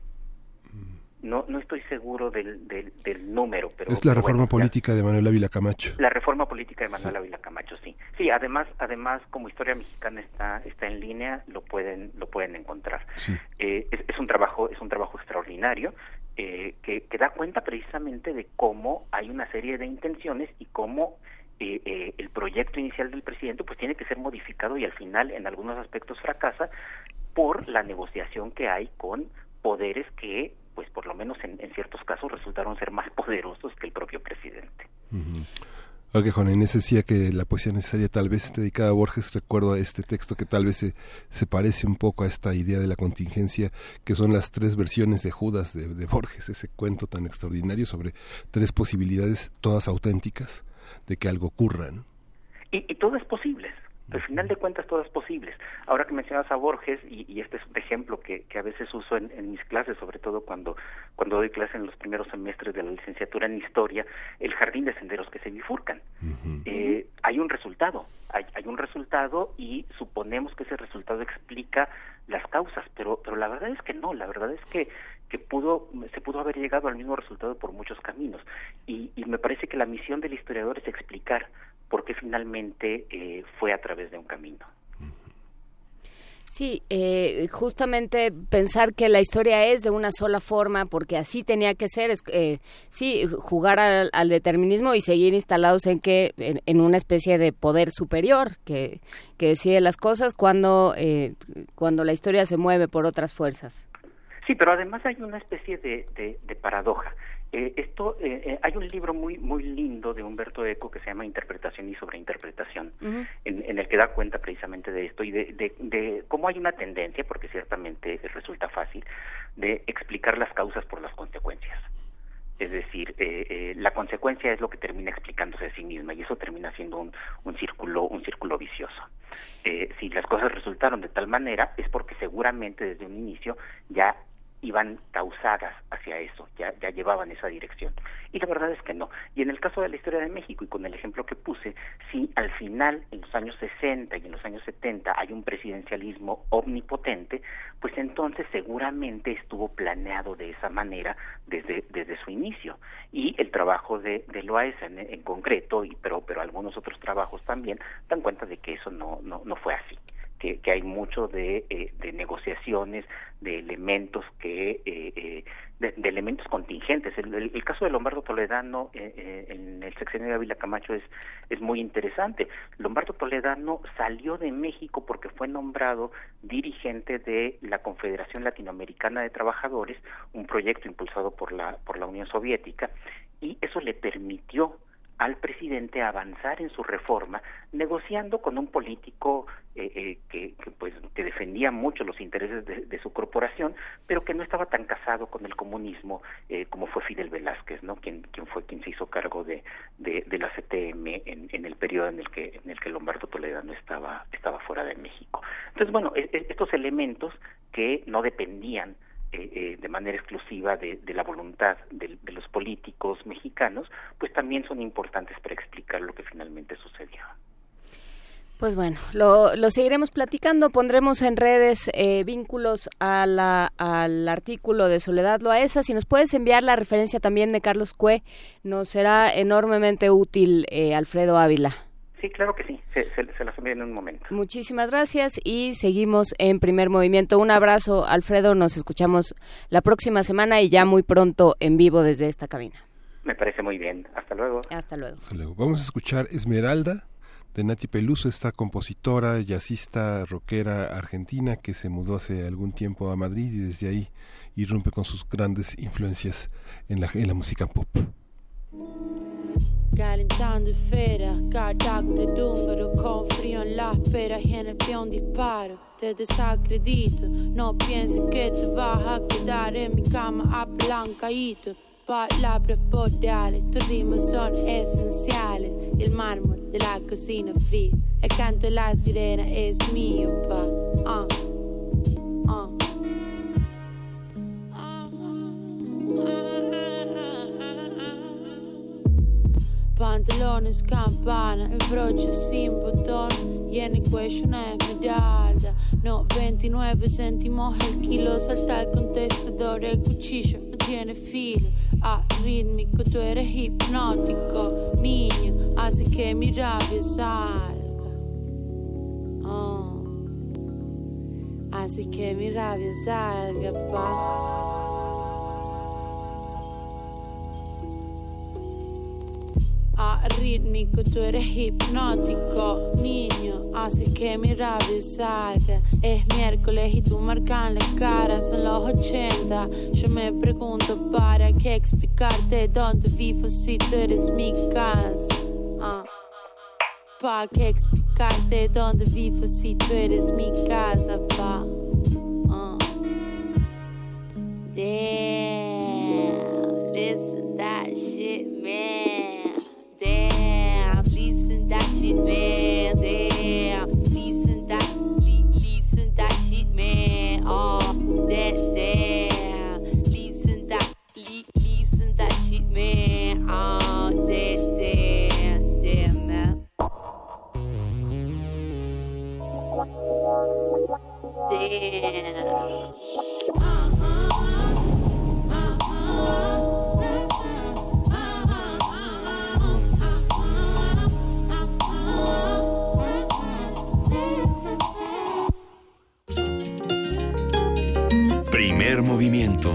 No no estoy seguro del, del, del número, pero... Es la pero reforma bueno, política ya. de Manuel Ávila Camacho. La reforma política de Manuel Sí. Ávila Camacho, sí. Sí, además, además como Historia Mexicana está está en línea, lo pueden lo pueden encontrar. Sí. Eh, es, es un trabajo es un trabajo extraordinario eh, que, que da cuenta precisamente de cómo hay una serie de intenciones y cómo eh, eh, el proyecto inicial del presidente pues tiene que ser modificado y al final en algunos aspectos fracasa por la negociación que hay con poderes que pues por lo menos en, en ciertos casos resultaron ser más poderosos que el propio presidente. Uh-huh. Ok, Juan Inés decía que la poesía necesaria tal vez esté dedicada a Borges. Recuerdo este texto que tal vez se, se parece un poco a esta idea de la contingencia, que son las tres versiones de Judas de, de Borges, ese cuento tan extraordinario sobre tres posibilidades, todas auténticas, de que algo ocurra, ¿no? Y, y todo es posible. Al final de cuentas todo es posible. Ahora que mencionas a Borges, y, y este es un ejemplo que, que a veces uso en, en mis clases, sobre todo cuando, cuando doy clase en los primeros semestres de la licenciatura en Historia, el jardín de senderos que se bifurcan. Uh-huh. Eh, hay un resultado, hay, hay un resultado y suponemos que ese resultado explica las causas, pero, pero la verdad es que no, la verdad es que que pudo se pudo haber llegado al mismo resultado por muchos caminos y, y me parece que la misión del historiador es explicar por qué finalmente eh, fue a través de un camino. Sí, eh, justamente pensar que la historia es de una sola forma, porque así tenía que ser, es, eh, sí, jugar al, al determinismo y seguir instalados en que en, en una especie de poder superior que, que decide las cosas cuando eh, cuando la historia se mueve por otras fuerzas. Sí, pero además hay una especie de, de, de paradoja. Eh, esto eh, eh, hay un libro muy muy lindo de Humberto Eco que se llama Interpretación y Sobreinterpretación, uh-huh. en, en el que da cuenta precisamente de esto y de, de, de cómo hay una tendencia, porque ciertamente resulta fácil, de explicar las causas por las consecuencias. Es decir, eh, eh, la consecuencia es lo que termina explicándose a sí misma y eso termina siendo un, un círculo un círculo vicioso. Eh, si las cosas resultaron de tal manera es porque seguramente desde un inicio ya iban causadas hacia eso, ya, ya llevaban esa dirección. Y la verdad es que no. Y en el caso de la historia de México, y con el ejemplo que puse, si al final, en los años sesenta y en los años setenta, hay un presidencialismo omnipotente, pues entonces seguramente estuvo planeado de esa manera desde, desde su inicio. Y el trabajo de, de Loaesa en, en concreto, y pero, pero algunos otros trabajos también, dan cuenta de que eso no, no, no fue así. Que, que hay mucho de, eh, de negociaciones, de elementos que eh, eh, de, de elementos contingentes. El, el, el caso de Lombardo Toledano eh, eh, en el sexenio de Ávila Camacho es es muy interesante. Lombardo Toledano salió de México porque fue nombrado dirigente de la Confederación Latinoamericana de Trabajadores, un proyecto impulsado por la por la Unión Soviética, y eso le permitió al presidente avanzar en su reforma, negociando con un político eh, eh, que, que pues que defendía mucho los intereses de, de su corporación, pero que no estaba tan casado con el comunismo eh, como fue Fidel Velázquez, ¿no? Quien, quien fue quien se hizo cargo de, de, de la C T M en, en el periodo en el que en el que Lombardo Toledano estaba estaba fuera de México. Entonces, bueno, es, es, estos elementos que no dependían Eh, eh, de manera exclusiva de, de la voluntad de, de los políticos mexicanos, pues también son importantes para explicar lo que finalmente sucedió. Pues bueno, lo, lo seguiremos platicando, pondremos en redes eh, vínculos a la, al artículo de Soledad Loaesa. Si nos puedes enviar la referencia también de Carlos Cue, nos será enormemente útil, eh, Alfredo Ávila. Sí, claro que sí, se, se, se las envío en un momento. Muchísimas gracias y seguimos en Primer Movimiento. Un abrazo, Alfredo, nos escuchamos la próxima semana y ya muy pronto en vivo desde esta cabina. Me parece muy bien, hasta luego. Hasta luego. Hasta luego. Vamos a escuchar Esmeralda de Nati Peluso, esta compositora, jazzista, rockera argentina que se mudó hace algún tiempo a Madrid y desde ahí irrumpe con sus grandes influencias en la, en la música pop. Calentando esferas, cardac de número, con frío en las peras y en el pie un disparo. Te desacredito, no pienses que te vas a quedar en mi cama apalancadito. Palabras boreales, tus ritmos son esenciales. El mármol de la cocina fría, el canto de la sirena es mío, pa. Uh, uh. Pantalones campana, el broche sin botón y en el cuello una esmeralda. noventa y nueve céntimos el kilo, salta el contestador, el cuchillo no tiene filo. Arrítmico, tú eres hipnótico, niño, hace que mi rabia salga. Oh. Hace que mi rabia salga, pa. Arrítmico, tú eres hipnótico, niño, haces que mi rabia salga. Es miércoles y tú marcan la cara, son los ochenta. Yo me pregunto para qué explicarte dónde vivo si tú eres mi casa. uh. ¿Para qué explicarte dónde vivo si tú eres mi casa, pa? uh. Damn, listen that shit, man. Damn, listen that shit, man. Damn, listen that, li, listen that shit, man. Oh, that, damn, listen that, li, listen that shit, man. Oh, that, damn, damn, man. Damn. Primer movimiento.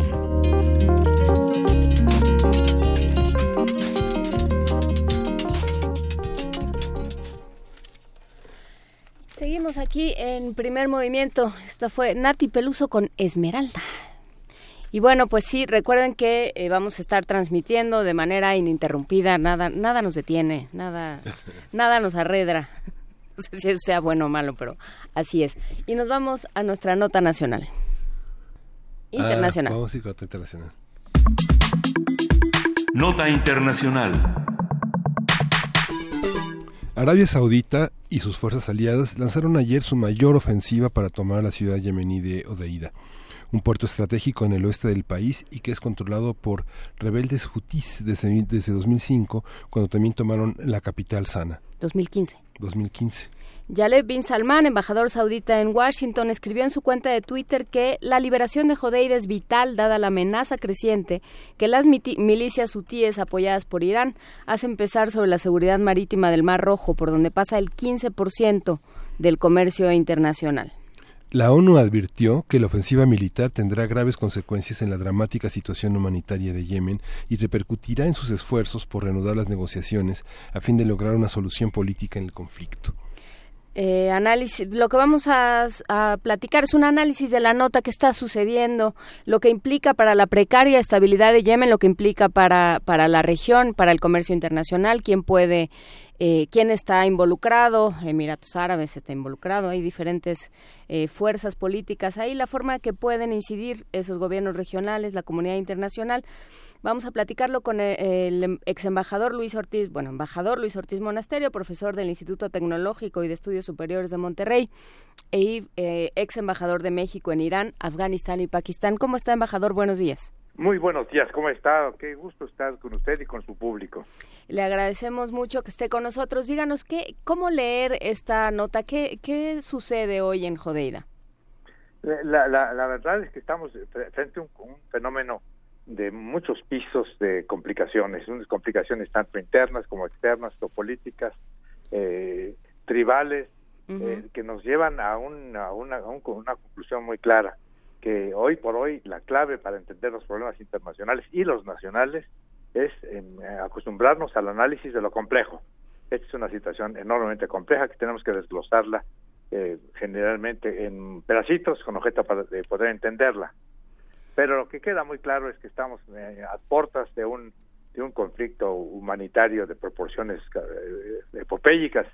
Seguimos aquí en Primer Movimiento. Esta fue Nati Peluso con Esmeralda. Y bueno, pues sí, recuerden que eh, vamos a estar transmitiendo de manera ininterrumpida, nada nada nos detiene, nada nada nos arredra. No sé si eso sea bueno o malo, pero así es. Y nos vamos a nuestra nota nacional. Internacional. Ah, vamos a ir con nota internacional. Nota internacional. Arabia Saudita y sus fuerzas aliadas lanzaron ayer su mayor ofensiva para tomar la ciudad yemení de Hodeida, un puerto estratégico en el oeste del país y que es controlado por rebeldes hutíes desde, desde dos mil cinco, cuando también tomaron la capital Sana. dos mil quince. dos mil quince. Yaleb bin Salman, embajador saudita en Washington, escribió en su cuenta de Twitter que la liberación de Hodeida es vital dada la amenaza creciente que las miti- milicias hutíes apoyadas por Irán hacen pesar sobre la seguridad marítima del Mar Rojo, por donde pasa el quince por ciento del comercio internacional. La ONU advirtió que la ofensiva militar tendrá graves consecuencias en la dramática situación humanitaria de Yemen y repercutirá en sus esfuerzos por reanudar las negociaciones a fin de lograr una solución política en el conflicto. Eh, análisis, lo que vamos a, a platicar es un análisis de la nota que está sucediendo, lo que implica para la precaria estabilidad de Yemen, lo que implica para, para la región, para el comercio internacional, quién puede, eh, quién está involucrado, Emiratos Árabes está involucrado, hay diferentes eh, fuerzas políticas ahí, la forma que pueden incidir esos gobiernos regionales, la comunidad internacional. Vamos a platicarlo con el, el ex embajador Luis Ortiz, bueno, embajador Luis Ortiz Monasterio, profesor del Instituto Tecnológico y de Estudios Superiores de Monterrey, e eh, ex embajador de México en Irán, Afganistán y Pakistán. ¿Cómo está, embajador? Buenos días. Muy buenos días, ¿cómo está? Qué gusto estar con usted y con su público. Le agradecemos mucho que esté con nosotros. Díganos, ¿qué, cómo leer esta nota? ¿Qué, qué sucede hoy en Hodeida? La, la, la verdad es que estamos frente a un, un fenómeno de muchos pisos de complicaciones, unas complicaciones tanto internas como externas, geopolíticas, eh, tribales, Uh-huh. eh, que nos llevan a, un, a, una, a un, una conclusión muy clara, que hoy por hoy la clave para entender los problemas internacionales y los nacionales es eh, acostumbrarnos al análisis de lo complejo. Esta es una situación enormemente compleja que tenemos que desglosarla eh, generalmente en pedacitos con objeto para, de poder entenderla. Pero lo que queda muy claro es que estamos eh, a puertas de un, de un conflicto humanitario de proporciones eh, epopélicas,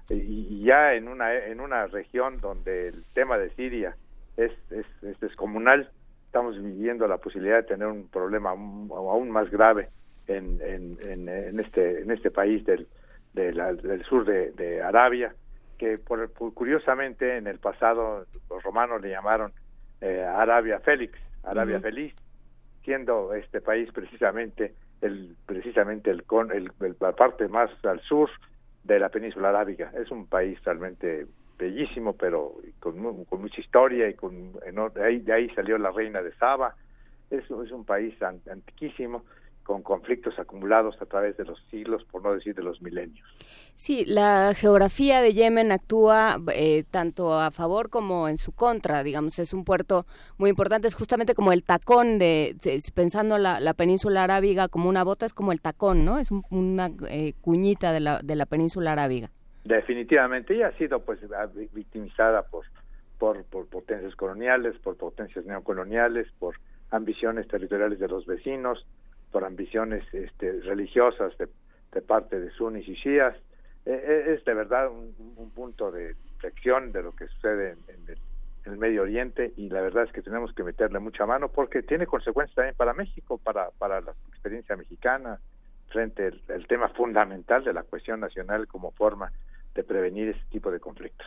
y ya en una en una región donde el tema de Siria es, es, es descomunal. Estamos viviendo la posibilidad de tener un problema aún, aún más grave en, en, en, en este en este país del, de la, del sur de, de Arabia, que por, por, curiosamente en el pasado los romanos le llamaron eh, Arabia Félix, Arabia uh-huh. Feliz, siendo este país precisamente el precisamente el, con, el, el la parte más al sur de la península arábiga. Es un país realmente bellísimo, pero con, con mucha historia, y con de ahí, de ahí salió la reina de Saba. Es, es un país antiquísimo, con conflictos acumulados a través de los siglos, por no decir de los milenios. Sí, la geografía de Yemen actúa eh, tanto a favor como en su contra, digamos, es un puerto muy importante, es justamente como el tacón de, pensando la, la península arábiga como una bota, es como el tacón, ¿no? Es un, una eh, cuñita de la, de la península arábiga. Definitivamente, ella ha sido pues victimizada por, por, por potencias coloniales, por potencias neocoloniales, por ambiciones territoriales de los vecinos, por ambiciones este, religiosas de, de parte de sunis y shias. Eh, es de verdad un, un punto de reflexión de lo que sucede en, en, el, en el Medio Oriente, y la verdad es que tenemos que meterle mucha mano porque tiene consecuencias también para México, para, para la experiencia mexicana, frente al el tema fundamental de la cuestión nacional como forma de prevenir ese tipo de conflictos.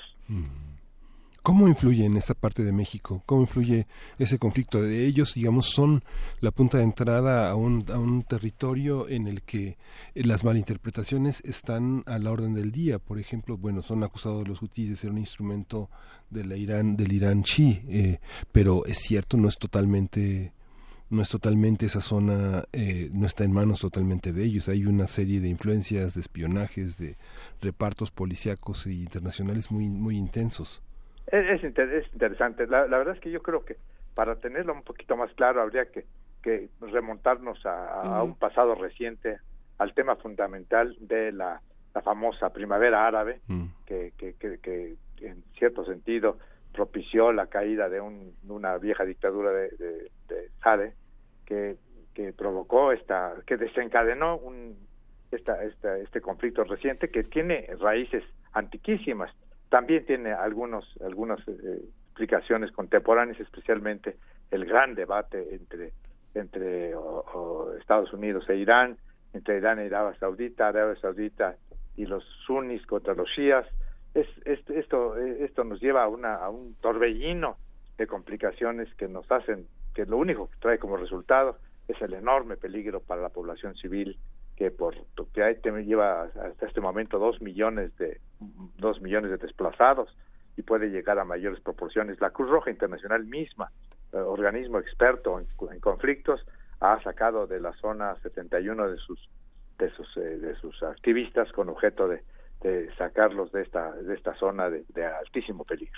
¿Cómo influye en esta parte de México? ¿Cómo influye ese conflicto? De ellos, digamos, son la punta de entrada a un, a un territorio en el que las malinterpretaciones están a la orden del día. Por ejemplo, bueno, son acusados los hutíes de ser un instrumento de la Irán, del Irán chi, eh, pero es cierto, no es totalmente... no es totalmente esa zona, eh, no está en manos totalmente de ellos. Hay una serie de influencias, de espionajes, de repartos policíacos e internacionales muy, muy intensos. Es, es, inter, es interesante. La, la verdad es que yo creo que para tenerlo un poquito más claro habría que, que remontarnos a, a uh-huh. un pasado reciente, al tema fundamental de la, la famosa primavera árabe, uh-huh. que, que, que, que en cierto sentido propició la caída de un, una vieja dictadura de, de, de Sadeh, que, que provocó esta, que desencadenó un, esta, esta, este conflicto reciente que tiene raíces antiquísimas. También tiene algunos, algunas eh, explicaciones contemporáneas, especialmente el gran debate entre, entre o, o Estados Unidos e Irán, entre Irán e Arabia Saudita, Arabia Saudita y los sunis contra los shias. Es, es, esto, esto nos lleva a, una, a un torbellino de complicaciones que nos hacen, que lo único que trae como resultado es el enorme peligro para la población civil, que por que hay, lleva hasta este momento dos millones de dos millones de desplazados y puede llegar a mayores proporciones. La Cruz Roja Internacional misma, eh, organismo experto en, en conflictos, ha sacado de la zona setenta y uno de sus de sus eh, de sus activistas con objeto de, de sacarlos de esta de esta zona de, de altísimo peligro.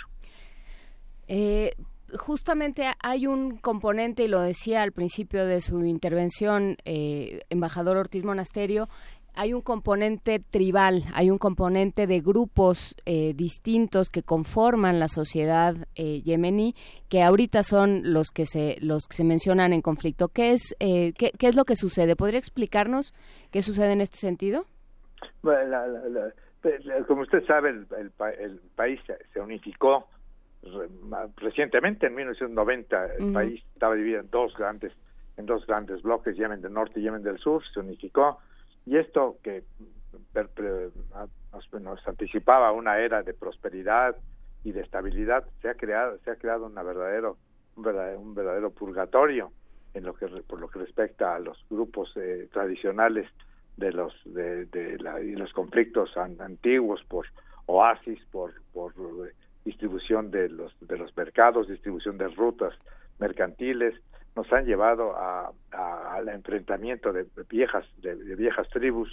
Eh, justamente hay un componente, y lo decía al principio de su intervención, eh, embajador Ortiz Monasterio, hay un componente tribal, hay un componente de grupos eh, distintos que conforman la sociedad eh, yemení, que ahorita son los que se los que se mencionan en conflicto. ¿Qué es eh, qué, qué es lo que sucede? ¿Podría explicarnos qué sucede en este sentido? Bueno, la, la, la, como usted sabe, el, el, el país se unificó recientemente, en mil novecientos noventa. El uh-huh. país estaba dividido en dos grandes en dos grandes bloques, Yemen del Norte y Yemen del Sur. Se unificó, y esto que per, per, nos, nos anticipaba una era de prosperidad y de estabilidad, se ha creado se ha creado una verdadero un verdadero, un verdadero purgatorio en lo que por lo que respecta a los grupos eh, tradicionales de los de, de la, y los conflictos an, antiguos por oasis, por por distribución de los de los mercados, distribución de rutas mercantiles, nos han llevado a, a, al enfrentamiento de viejas de, de viejas tribus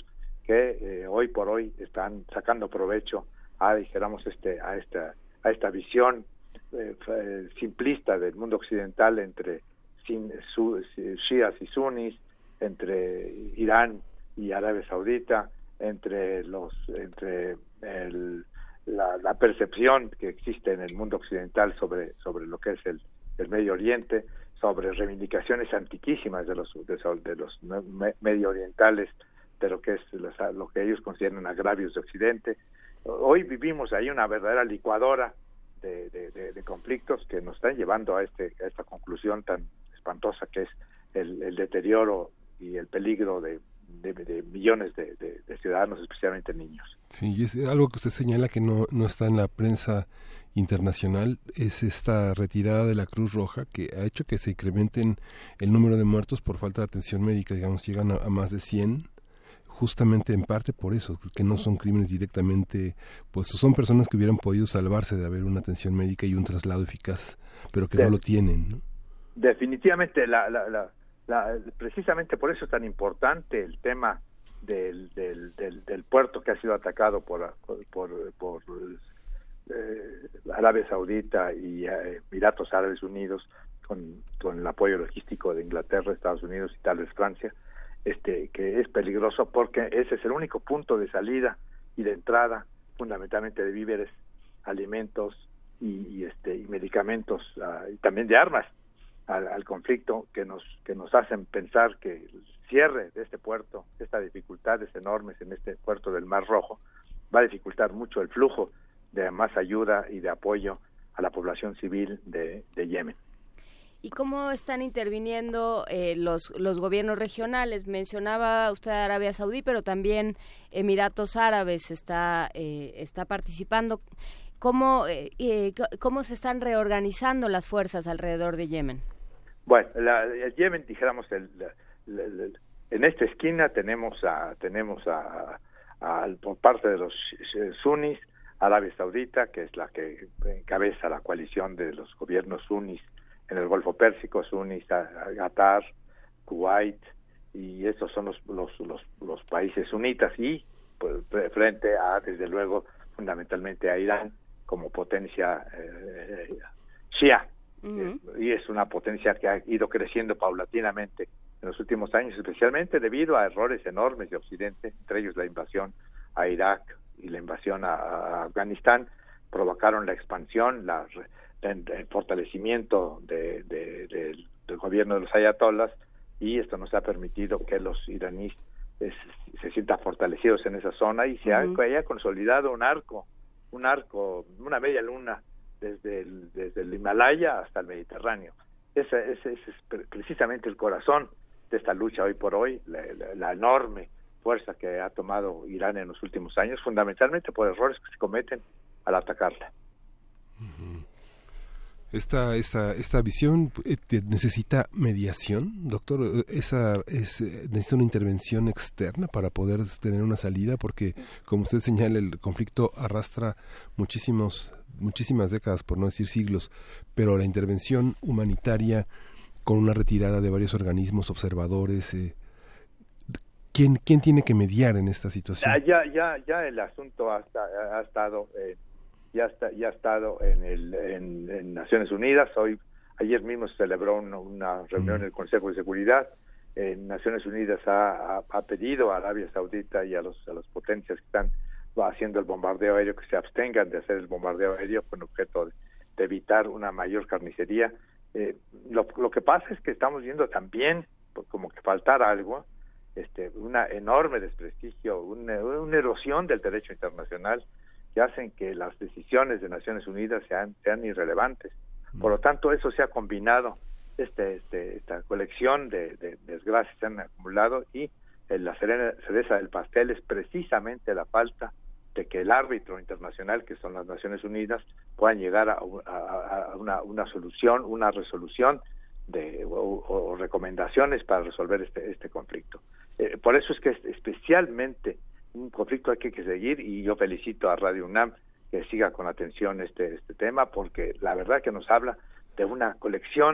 que eh, hoy por hoy están sacando provecho a, dijéramos, este, a esta, a esta visión eh, simplista del mundo occidental entre sin, su, shias y sunis, entre Irán y Arabia Saudita, entre los, entre el, la, la percepción que existe en el mundo occidental sobre sobre lo que es el, el Medio Oriente, sobre reivindicaciones antiquísimas de los de, de los me, medio orientales, de lo que es los, lo que ellos consideran agravios de Occidente. Hoy vivimos ahí una verdadera licuadora de, de, de, de conflictos que nos están llevando a este a esta conclusión tan espantosa que es el, el deterioro y el peligro de, de, de millones de, de, de ciudadanos, especialmente niños. Sí, y es algo que usted señala que no, no está en la prensa internacional, es esta retirada de la Cruz Roja que ha hecho que se incrementen el número de muertos por falta de atención médica, digamos, llegan a, a más de cien, justamente en parte por eso, que no son crímenes directamente, pues son personas que hubieran podido salvarse de haber una atención médica y un traslado eficaz, pero que de, no lo tienen, ¿no? Definitivamente, la, la, la, la, precisamente por eso es tan importante el tema del, del, del, del puerto que ha sido atacado por, por, por eh, Arabia Saudita y eh, Emiratos Árabes Unidos, con, con el apoyo logístico de Inglaterra, Estados Unidos y tal vez Francia, este que es peligroso porque ese es el único punto de salida y de entrada, fundamentalmente de víveres, alimentos y, y este y medicamentos uh, y también de armas al, al conflicto, que nos que nos hacen pensar que el cierre de este puerto, estas dificultades enormes en este puerto del Mar Rojo, va a dificultar mucho el flujo de más ayuda y de apoyo a la población civil de, de Yemen. ¿Y cómo están interviniendo eh, los los gobiernos regionales? Mencionaba usted Arabia Saudí, pero también Emiratos Árabes está eh, está participando. ¿Cómo eh, eh, cómo se están reorganizando las fuerzas alrededor de Yemen? Bueno, la, el Yemen, dijéramos, el, el, el, el, en esta esquina tenemos a tenemos a, a, a por parte de los sunis, Arabia Saudita, que es la que encabeza la coalición de los gobiernos sunis en el Golfo Pérsico, sunis, Qatar, Kuwait, y estos son los los los, los países sunitas, y pues, frente a, desde luego, fundamentalmente a Irán como potencia eh, shia, uh-huh. y es una potencia que ha ido creciendo paulatinamente en los últimos años, especialmente debido a errores enormes de Occidente, entre ellos la invasión a Irak y la invasión a, a Afganistán, provocaron la expansión, la el, el fortalecimiento de, de, de, del gobierno de los ayatolás, y esto nos ha permitido que los iraníes es, se sientan fortalecidos en esa zona y se uh-huh. haya consolidado un arco, un arco, una media luna desde el, desde el Himalaya hasta el Mediterráneo. Ese, ese, ese es precisamente el corazón de esta lucha hoy por hoy, la, la, la enorme fuerza que ha tomado Irán en los últimos años, fundamentalmente por errores que se cometen al atacarla. Uh-huh. Esta esta esta visión necesita mediación, doctor. Esa es necesita una intervención externa para poder tener una salida, porque como usted señala, el conflicto arrastra muchísimos muchísimas décadas, por no decir siglos, pero la intervención humanitaria con una retirada de varios organismos observadores, eh, ¿quién quién tiene que mediar en esta situación? Ya ya ya el asunto ha, ha estado eh, ya está ya ha estado en el en, en Naciones Unidas. Hoy ayer mismo se celebró una, una reunión en el Consejo de Seguridad. En Naciones Unidas ha, ha, ha pedido a Arabia Saudita y a los a las potencias que están haciendo el bombardeo aéreo que se abstengan de hacer el bombardeo aéreo con objeto de, de evitar una mayor carnicería. Eh, lo, lo que pasa es que estamos viendo también como que faltar algo, este una enorme desprestigio, una, una erosión del derecho internacional, que hacen que las decisiones de Naciones Unidas sean, sean irrelevantes. Por lo tanto, eso se ha combinado, este, este, esta colección de, de, de desgracias se han acumulado, y en la cereza del pastel es precisamente la falta de que el árbitro internacional, que son las Naciones Unidas, puedan llegar a, a, a una, una solución, una resolución de, o, o recomendaciones para resolver este, este conflicto. Eh, por eso es que es especialmente un conflicto hay que, que seguir, y yo felicito a Radio UNAM que siga con atención este este tema, porque la verdad que nos habla de una colección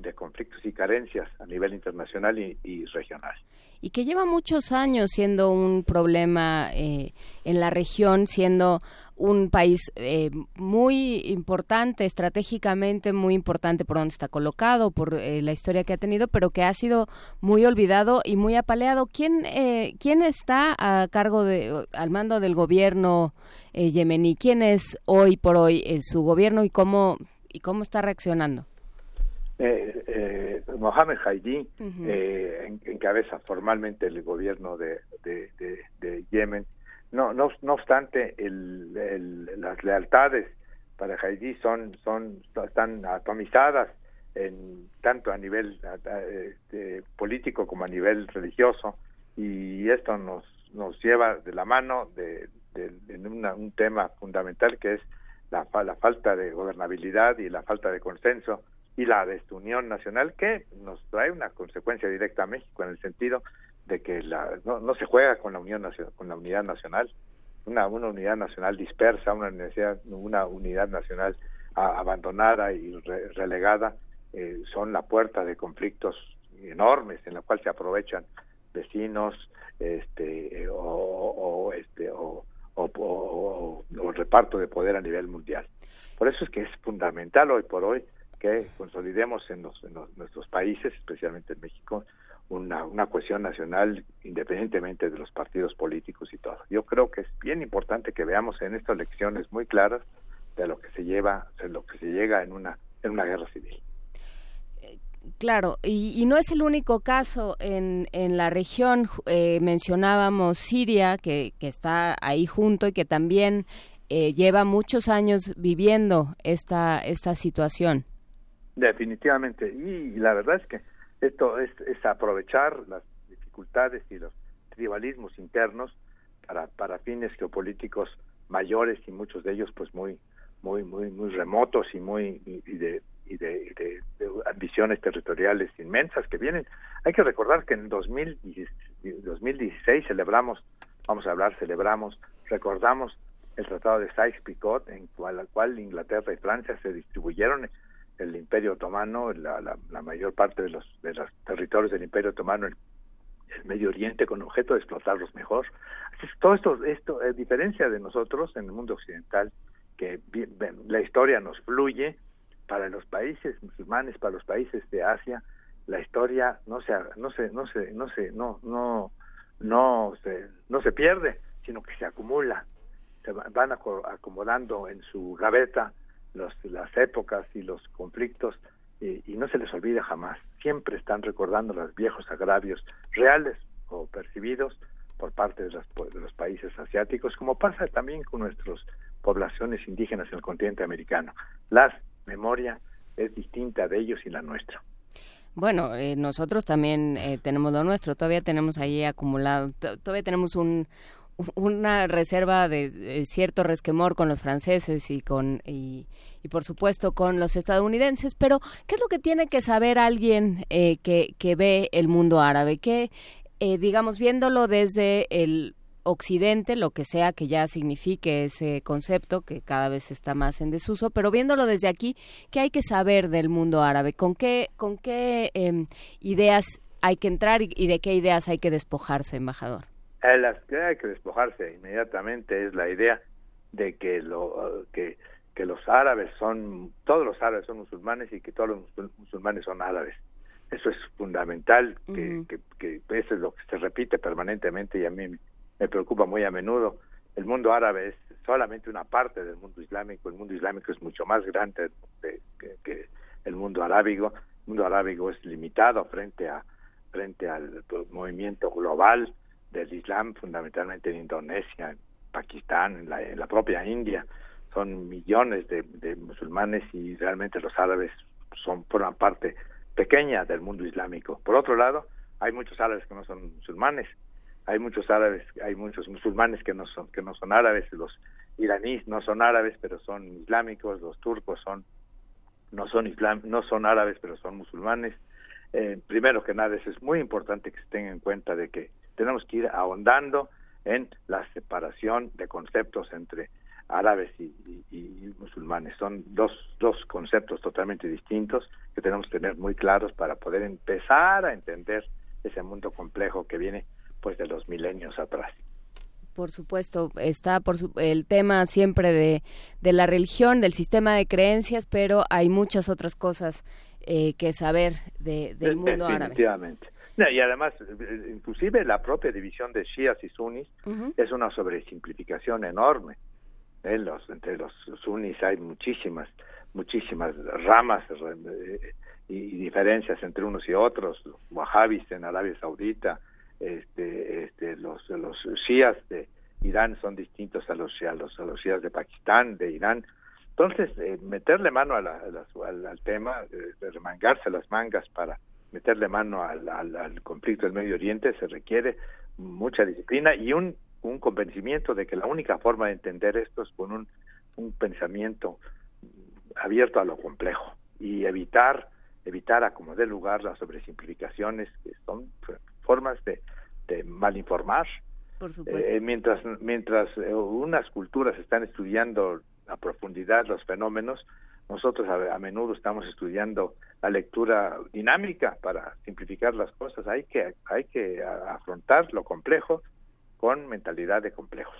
de conflictos y carencias a nivel internacional y, y regional. Y que lleva muchos años siendo un problema eh, en la región, siendo un país eh, muy importante, estratégicamente muy importante por donde está colocado, por eh, la historia que ha tenido, pero que ha sido muy olvidado y muy apaleado. ¿Quién, eh, quién está a cargo de, al mando del gobierno eh, yemení? ¿Quién es hoy por hoy eh, su gobierno y cómo, y cómo está reaccionando? Eh, eh, Mohamed Jaidi Uh-huh. eh, en, encabeza formalmente el gobierno de, de, de, de Yemen. No, no, no obstante, el, el, las lealtades para Jaidi son, son están atomizadas en, tanto a nivel eh, político como a nivel religioso, y esto nos, nos lleva de la mano de, de, de una, un tema fundamental que es la, la falta de gobernabilidad y la falta de consenso y la desunión nacional, que nos trae una consecuencia directa a México en el sentido de que la, no, no se juega con la unión nacional, con la unidad nacional, una, una unidad nacional dispersa, una unidad, una unidad nacional a, abandonada y re, relegada, eh, son la puerta de conflictos enormes en la cual se aprovechan vecinos, este, eh, o, o este, o, o, o, o reparto de poder a nivel mundial. Por eso es que es fundamental hoy por hoy que consolidemos en, los, en los, nuestros países, especialmente en México, una, una cohesión nacional independientemente de los partidos políticos y todo. Yo creo que es bien importante que veamos en estas lecciones muy claras de lo que se lleva, de lo que se llega en una, en una guerra civil. Claro, y, y no es el único caso en, en la región. Eh, mencionábamos Siria, que, que está ahí junto y que también eh, lleva muchos años viviendo esta, esta situación. Definitivamente, y la verdad es que esto es, es aprovechar las dificultades y los tribalismos internos para, para fines geopolíticos mayores, y muchos de ellos pues muy muy muy muy remotos y muy y de y de, y de, de ambiciones territoriales inmensas que vienen. Hay que recordar que en dos mil dieciséis celebramos, vamos a hablar, celebramos, recordamos el Tratado de Sykes-Picot, en cual, cual Inglaterra y Francia se distribuyeron el Imperio Otomano, la, la, la mayor parte de los de los territorios del Imperio Otomano en el Medio Oriente, con objeto de explotarlos mejor. Así es, todo esto, esto, a diferencia de nosotros en el mundo occidental, que la historia nos fluye, para los países musulmanes, para los países de Asia, la historia no se no se no se no se no no no se no se pierde, sino que se acumula, se van acomodando en su gaveta los, las épocas y los conflictos, y, y no se les olvida jamás. Siempre están recordando los viejos agravios reales o percibidos por parte de los, de los países asiáticos, como pasa también con nuestras poblaciones indígenas en el continente americano. La memoria es distinta de ellos y la nuestra. Bueno, eh, nosotros también eh, tenemos lo nuestro, todavía tenemos ahí acumulado, t- todavía tenemos un una reserva de, de cierto resquemor con los franceses y con y, y por supuesto con los estadounidenses, pero ¿qué es lo que tiene que saber alguien eh, que, que ve el mundo árabe? Que eh, digamos, viéndolo desde el Occidente, lo que sea que ya signifique ese concepto, que cada vez está más en desuso, pero viéndolo desde aquí, ¿qué hay que saber del mundo árabe? ¿Con qué, con qué eh, ideas hay que entrar y, y de qué ideas hay que despojarse, embajador? Eh, las que hay que despojarse inmediatamente es la idea de que lo que, que los árabes son, todos los árabes son musulmanes y que todos los musulmanes son árabes. Eso es fundamental, uh-huh. que, que, que eso es lo que se repite permanentemente y a mí me preocupa muy a menudo. El mundo árabe es solamente una parte del mundo islámico. El mundo islámico es mucho más grande de, que, que el mundo arábigo. El mundo arábigo es limitado frente a frente al movimiento global del Islam, fundamentalmente en Indonesia, en Pakistán, en la, en la propia India. Son millones de, de musulmanes y realmente los árabes son forman parte pequeña del mundo islámico. Por otro lado, hay muchos árabes que no son musulmanes. Hay muchos árabes, hay muchos musulmanes que no son que no son árabes. Los iraníes no son árabes, pero son islámicos. Los turcos son no son islam, no son árabes, pero son musulmanes. Eh, primero que nada, eso es muy importante que se tenga en cuenta de que tenemos que ir ahondando en la separación de conceptos entre árabes y, y, y musulmanes. Son dos, dos conceptos totalmente distintos que tenemos que tener muy claros para poder empezar a entender ese mundo complejo que viene pues de los milenios atrás. Por supuesto, está por su, el tema siempre de, de la religión, del sistema de creencias, pero hay muchas otras cosas eh, que saber de, del mundo árabe. Definitivamente. No, y además, inclusive la propia división de shias y sunis uh-huh. es una sobresimplificación enorme. ¿Eh? Los, entre los sunis hay muchísimas, muchísimas ramas eh, y, y diferencias entre unos y otros. Wahhabis en Arabia Saudita, este, este, los, los shias de Irán son distintos a los, a los, a los shias de Pakistán, de Irán. Entonces, eh, meterle mano a la, a la, al, al tema, eh, remangarse las mangas para meterle mano al, al, al conflicto del Medio Oriente se requiere mucha disciplina y un, un convencimiento de que la única forma de entender esto es con un, un pensamiento abierto a lo complejo y evitar evitar a como dé lugar las sobresimplificaciones que son formas de, de malinformar. Por supuesto. Eh, mientras mientras eh, unas culturas están estudiando a profundidad los fenómenos, nosotros a, a menudo estamos estudiando la lectura dinámica para simplificar las cosas. Hay que hay que afrontar lo complejo con mentalidad de complejos.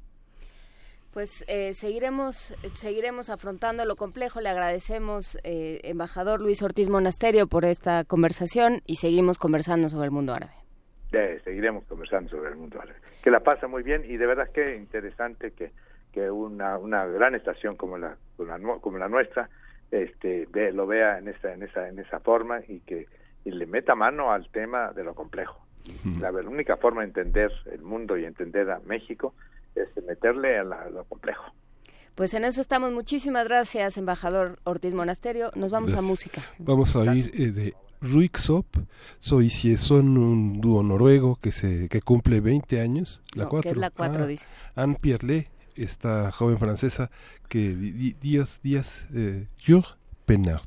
Pues eh, seguiremos seguiremos afrontando lo complejo. Le agradecemos, eh, embajador Luis Ortiz Monasterio, por esta conversación y seguimos conversando sobre el mundo árabe. Eh, seguiremos conversando sobre el mundo árabe. Que la pasa muy bien y de verdad que interesante que que una una gran estación como la como la, como la nuestra este ve, lo vea en esa en esa en esa forma y que y le meta mano al tema de lo complejo. Uh-huh. La, la única forma de entender el mundo y entender a México es meterle a, la, a lo complejo. Pues en eso estamos. Muchísimas gracias, embajador Ortiz Monasterio. Nos vamos gracias. a música. Vamos a oír eh, de Röyksopp, Soy si son un dúo noruego que se que cumple veinte años. La no, cuatro. Que es la cuatro, ah, dice. Anne Pierlet, esta joven francesa que di, días días eh, Jour Penard.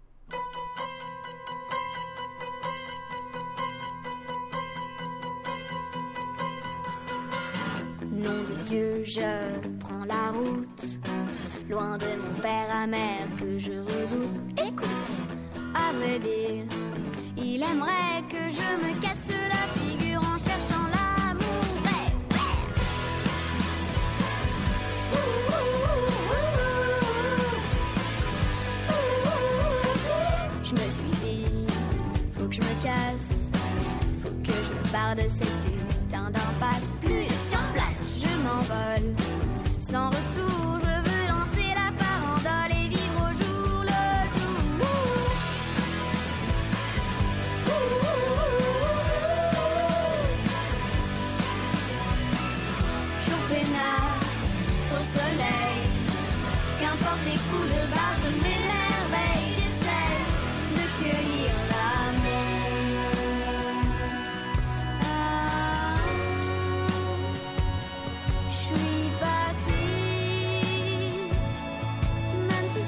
Nom de Dieu, je prends la route, loin de mon père amer que je redoute. Écoute, à vrai dire, il aimerait que je me casse la figure en cherchant l'amour vrai. Je me suis dit, faut que je me casse, faut que je me barre de cette putain d'impasse. Plus sur place, je m'envole, sans retour, je veux lancer la farandole et vivre au jour le jour. Jour peinard, au soleil, qu'importe les coups de barre, je m'émerveille, j'essaie de cueillir l'amour. Ah, je suis pas triste, même si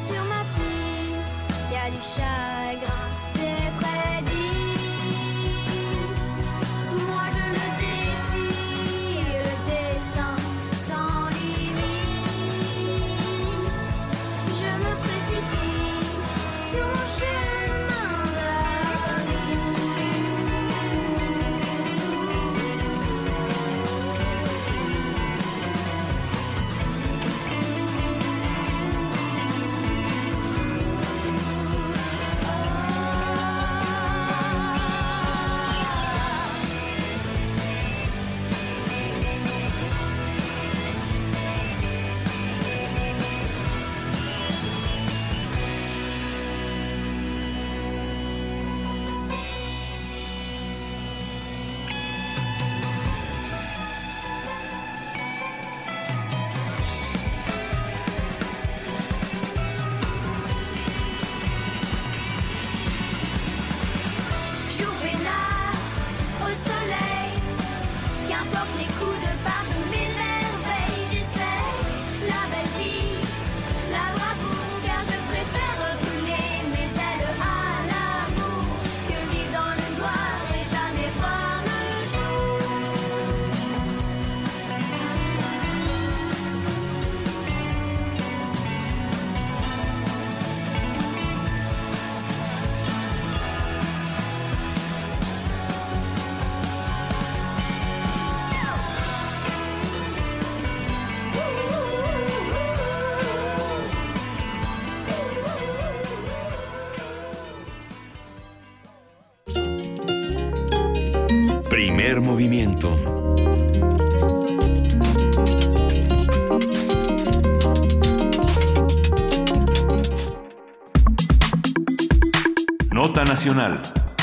Primer movimiento. Nota nacional.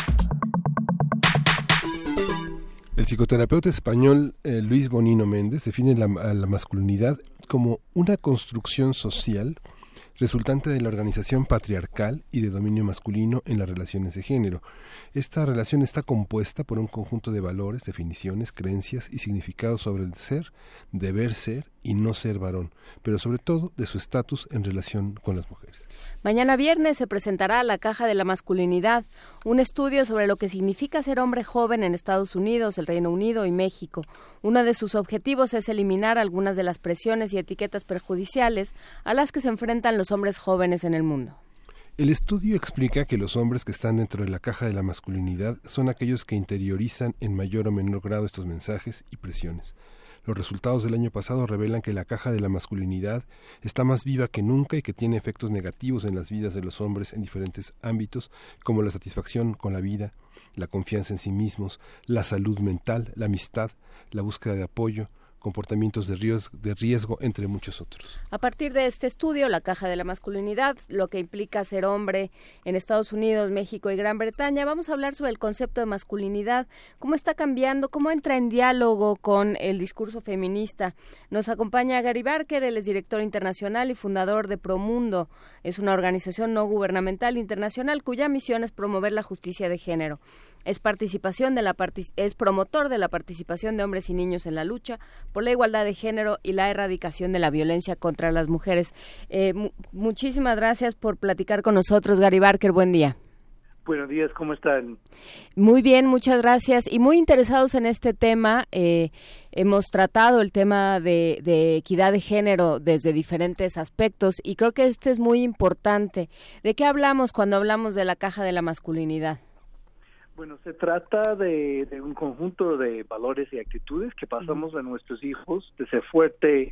El psicoterapeuta español eh, Luis Bonino Méndez define la, a la masculinidad como una construcción social resultante de la organización patriarcal y de dominio masculino en las relaciones de género. Esta relación está compuesta por un conjunto de valores, definiciones, creencias y significados sobre el ser, deber ser y no ser varón, pero sobre todo de su estatus en relación con las mujeres. Mañana viernes se presentará La Caja de la Masculinidad, un estudio sobre lo que significa ser hombre joven en Estados Unidos, el Reino Unido y México. Uno de sus objetivos es eliminar algunas de las presiones y etiquetas perjudiciales a las que se enfrentan los hombres jóvenes en el mundo. El estudio explica que los hombres que están dentro de la caja de la masculinidad son aquellos que interiorizan en mayor o menor grado estos mensajes y presiones. Los resultados del año pasado revelan que la caja de la masculinidad está más viva que nunca y que tiene efectos negativos en las vidas de los hombres en diferentes ámbitos, como la satisfacción con la vida, la confianza en sí mismos, la salud mental, la amistad, la búsqueda de apoyo, comportamientos de riesgo, de riesgo, entre muchos otros. A partir de este estudio, La Caja de la Masculinidad, lo que implica ser hombre en Estados Unidos, México y Gran Bretaña, vamos a hablar sobre el concepto de masculinidad, cómo está cambiando, cómo entra en diálogo con el discurso feminista. Nos acompaña Gary Barker, él es director internacional y fundador de Promundo. Es una organización no gubernamental internacional cuya misión es promover la justicia de género. Es participación de la partic- es promotor de la participación de hombres y niños en la lucha por la igualdad de género y la erradicación de la violencia contra las mujeres. Eh, mu- muchísimas gracias por platicar con nosotros, Gary Barker. Buen día. Buenos días, ¿cómo están? Muy bien, muchas gracias. Y muy interesados en este tema. Eh, hemos tratado el tema de, de equidad de género desde diferentes aspectos y creo que este es muy importante. ¿De qué hablamos cuando hablamos de la caja de la masculinidad? Bueno, se trata de, de un conjunto de valores y actitudes que pasamos a nuestros hijos, de ser fuerte,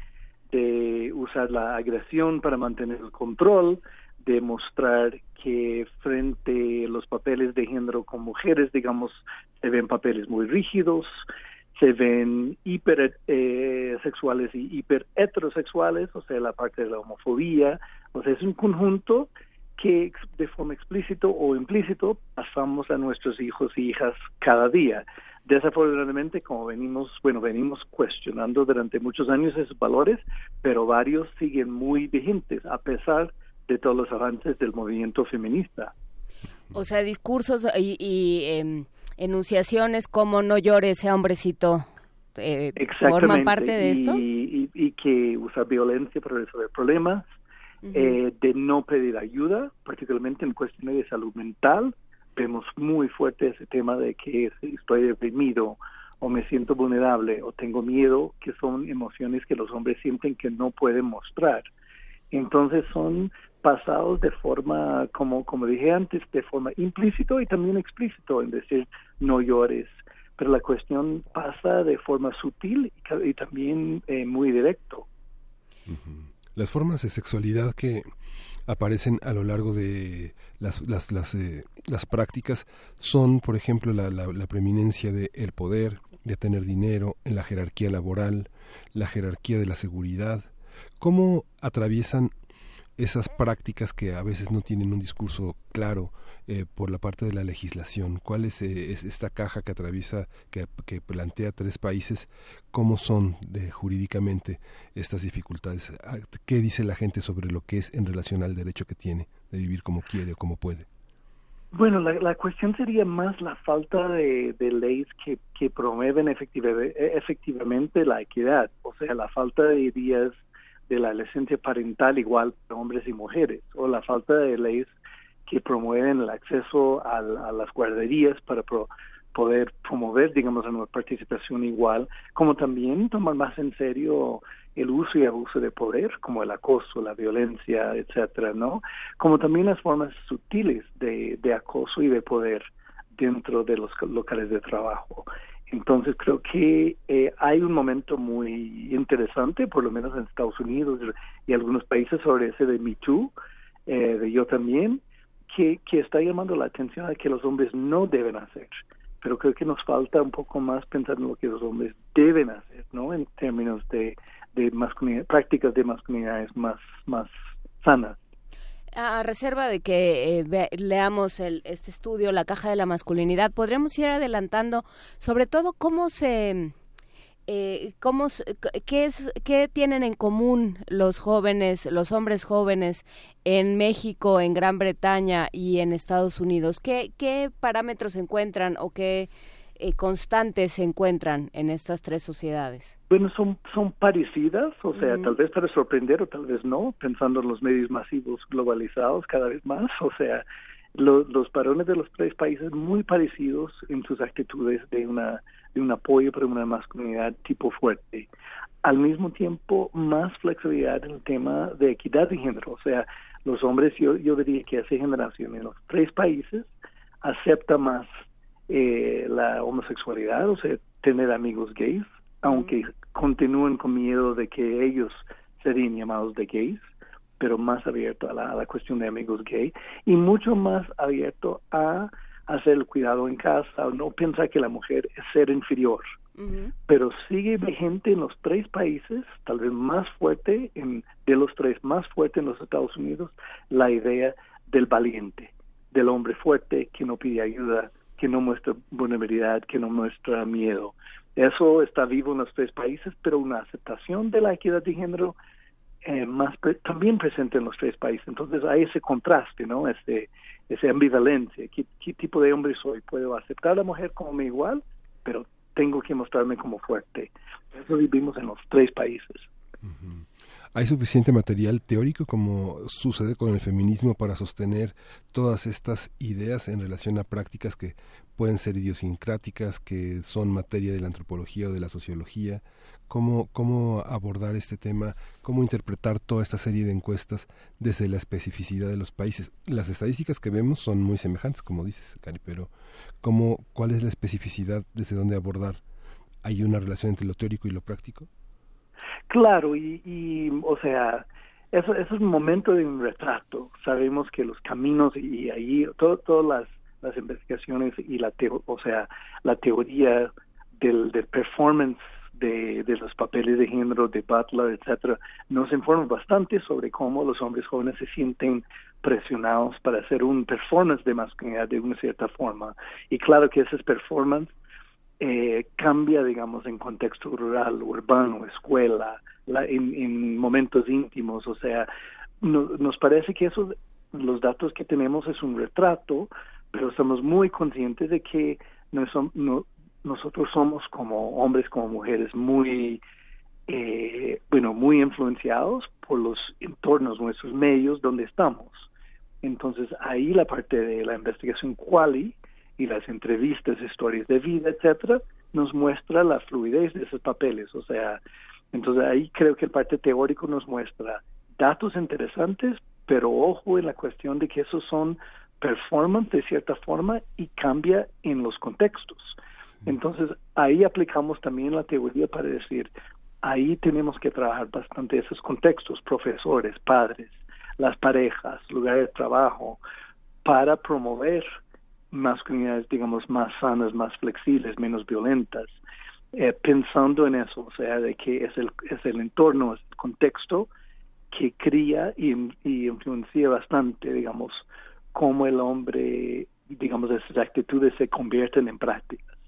de usar la agresión para mantener el control, de mostrar que frente a los papeles de género con mujeres, digamos, se ven papeles muy rígidos, se ven hiper eh, sexuales y hiper heterosexuales, o sea, la parte de la homofobia, o sea, es un conjunto que de forma explícito o implícito pasamos a nuestros hijos y hijas cada día. Desafortunadamente, como venimos, bueno, venimos cuestionando durante muchos años esos valores, pero varios siguen muy vigentes a pesar de todos los avances del movimiento feminista. O sea, discursos y, y eh, enunciaciones como no llores, sea hombrecito, eh, ¿forman parte de esto? Y, y, y que usa violencia para resolver problemas, uh-huh. eh, de no pedir ayuda, particularmente en cuestiones de salud mental. Vemos muy fuerte ese tema de que estoy deprimido o me siento vulnerable o tengo miedo, que son emociones que los hombres sienten que no pueden mostrar. Entonces son pasados de forma, como como dije antes, de forma implícito y también explícito, en decir no llores, pero la cuestión pasa de forma sutil y, y también eh, muy directo. Uh-huh. Las formas de sexualidad que aparecen a lo largo de las las las, eh, las prácticas son, por ejemplo, la, la, la preeminencia de el poder, de tener dinero, en la jerarquía laboral, la jerarquía de la seguridad. ¿Cómo atraviesan esas prácticas que a veces no tienen un discurso claro eh, por la parte de la legislación? ¿Cuál es, eh, es esta caja que atraviesa, que, que plantea tres países? ¿Cómo son de, jurídicamente estas dificultades? ¿Qué dice la gente sobre lo que es en relación al derecho que tiene de vivir como quiere o como puede? Bueno, la, la cuestión sería más la falta de, de leyes que, que promueven efectiva, efectivamente la equidad, o sea, la falta de vías de la licencia parental igual para hombres y mujeres, o la falta de leyes que promueven el acceso a, a las guarderías para pro, poder promover, digamos, una participación igual, como también tomar más en serio el uso y abuso de poder, como el acoso, la violencia, etcétera, ¿no? Como también las formas sutiles de, de acoso y de poder dentro de los locales de trabajo. Entonces creo que eh, hay un momento muy interesante, por lo menos en Estados Unidos y algunos países, sobre ese de Me Too, eh, de Yo También, que, que está llamando la atención a que los hombres no deben hacer, pero creo que nos falta un poco más pensar en lo que los hombres deben hacer, ¿no? En términos de, de masculinidad, prácticas de masculinidades más, más sanas. A reserva de que eh, ve, leamos el, este estudio, La caja de la masculinidad, podremos ir adelantando sobre todo cómo se... Eh, ¿cómo, qué, es, ¿Qué tienen en común los jóvenes, los hombres jóvenes en México, en Gran Bretaña y en Estados Unidos? ¿Qué, qué parámetros se encuentran o qué eh, constantes se encuentran en estas tres sociedades? Bueno, son, son parecidas, o sea, Mm. tal vez para sorprender o tal vez no, pensando en los medios masivos globalizados cada vez más, o sea, lo, los varones de los tres países muy parecidos en sus actitudes de una de un apoyo para una masculinidad tipo fuerte. Al mismo tiempo, más flexibilidad en el tema de equidad de género. O sea, los hombres, yo, yo diría que hace generación en los tres países acepta más eh, la homosexualidad, o sea, tener amigos gays, mm. aunque continúen con miedo de que ellos serían llamados de gays, pero más abierto a la, a la cuestión de amigos gay y mucho más abierto a hacer el cuidado en casa, no pensar que la mujer es ser inferior. Uh-huh. Pero sigue vigente en los tres países, tal vez más fuerte, en, de los tres más fuerte en los Estados Unidos, la idea del valiente, del hombre fuerte que no pide ayuda, que no muestra vulnerabilidad, que no muestra miedo. Eso está vivo en los tres países, pero una aceptación de la equidad de género eh, más pre- también presente en los tres países. Entonces hay ese contraste, ¿no? Este esa ambivalencia, ¿Qué, qué tipo de hombre soy? Puedo aceptar a la mujer como mi igual, pero tengo que mostrarme como fuerte. Eso vivimos en los tres países. Uh-huh. ¿Hay suficiente material teórico, como sucede con el feminismo, para sostener todas estas ideas en relación a prácticas que pueden ser idiosincráticas, que son materia de la antropología o de la sociología? ¿Cómo, cómo abordar este tema? ¿Cómo interpretar toda esta serie de encuestas desde la especificidad de los países? Las estadísticas que vemos son muy semejantes, como dices, Cari, pero ¿cómo, ¿cuál es la especificidad desde dónde abordar? ¿Hay una relación entre lo teórico y lo práctico? Claro, y, y o sea, eso, eso es un momento de un retrato. Sabemos que los caminos y ahí todo, todas las, las investigaciones y la teo, o sea, la teoría del, del performance de, de los papeles de género, de Butler, etcétera, nos informan bastante sobre cómo los hombres jóvenes se sienten presionados para hacer un performance de masculinidad de una cierta forma. Y claro que ese performance Eh, cambia, digamos, en contexto rural, urbano, escuela, la, en, en momentos íntimos. O sea, no, nos parece que esos, los datos que tenemos es un retrato, pero estamos muy conscientes de que no son, no, nosotros somos como hombres, como mujeres, muy, eh, bueno, muy influenciados por los entornos, nuestros medios donde estamos. Entonces, ahí la parte de la investigación quali y las entrevistas, historias de vida, etcétera, nos muestra la fluidez de esos papeles. O sea, entonces ahí creo que el parte teórico nos muestra datos interesantes, pero ojo en la cuestión de que esos son performance de cierta forma y cambia en los contextos. Entonces ahí aplicamos también la teoría para decir, ahí tenemos que trabajar bastante esos contextos, profesores, padres, las parejas, lugares de trabajo, para promover masculinidades, digamos, más sanas, más flexibles, menos violentas, eh, pensando en eso, o sea, de que es el, es el entorno, es el contexto que cría y, y influencia bastante, digamos, cómo el hombre, digamos, esas actitudes se convierten en prácticas.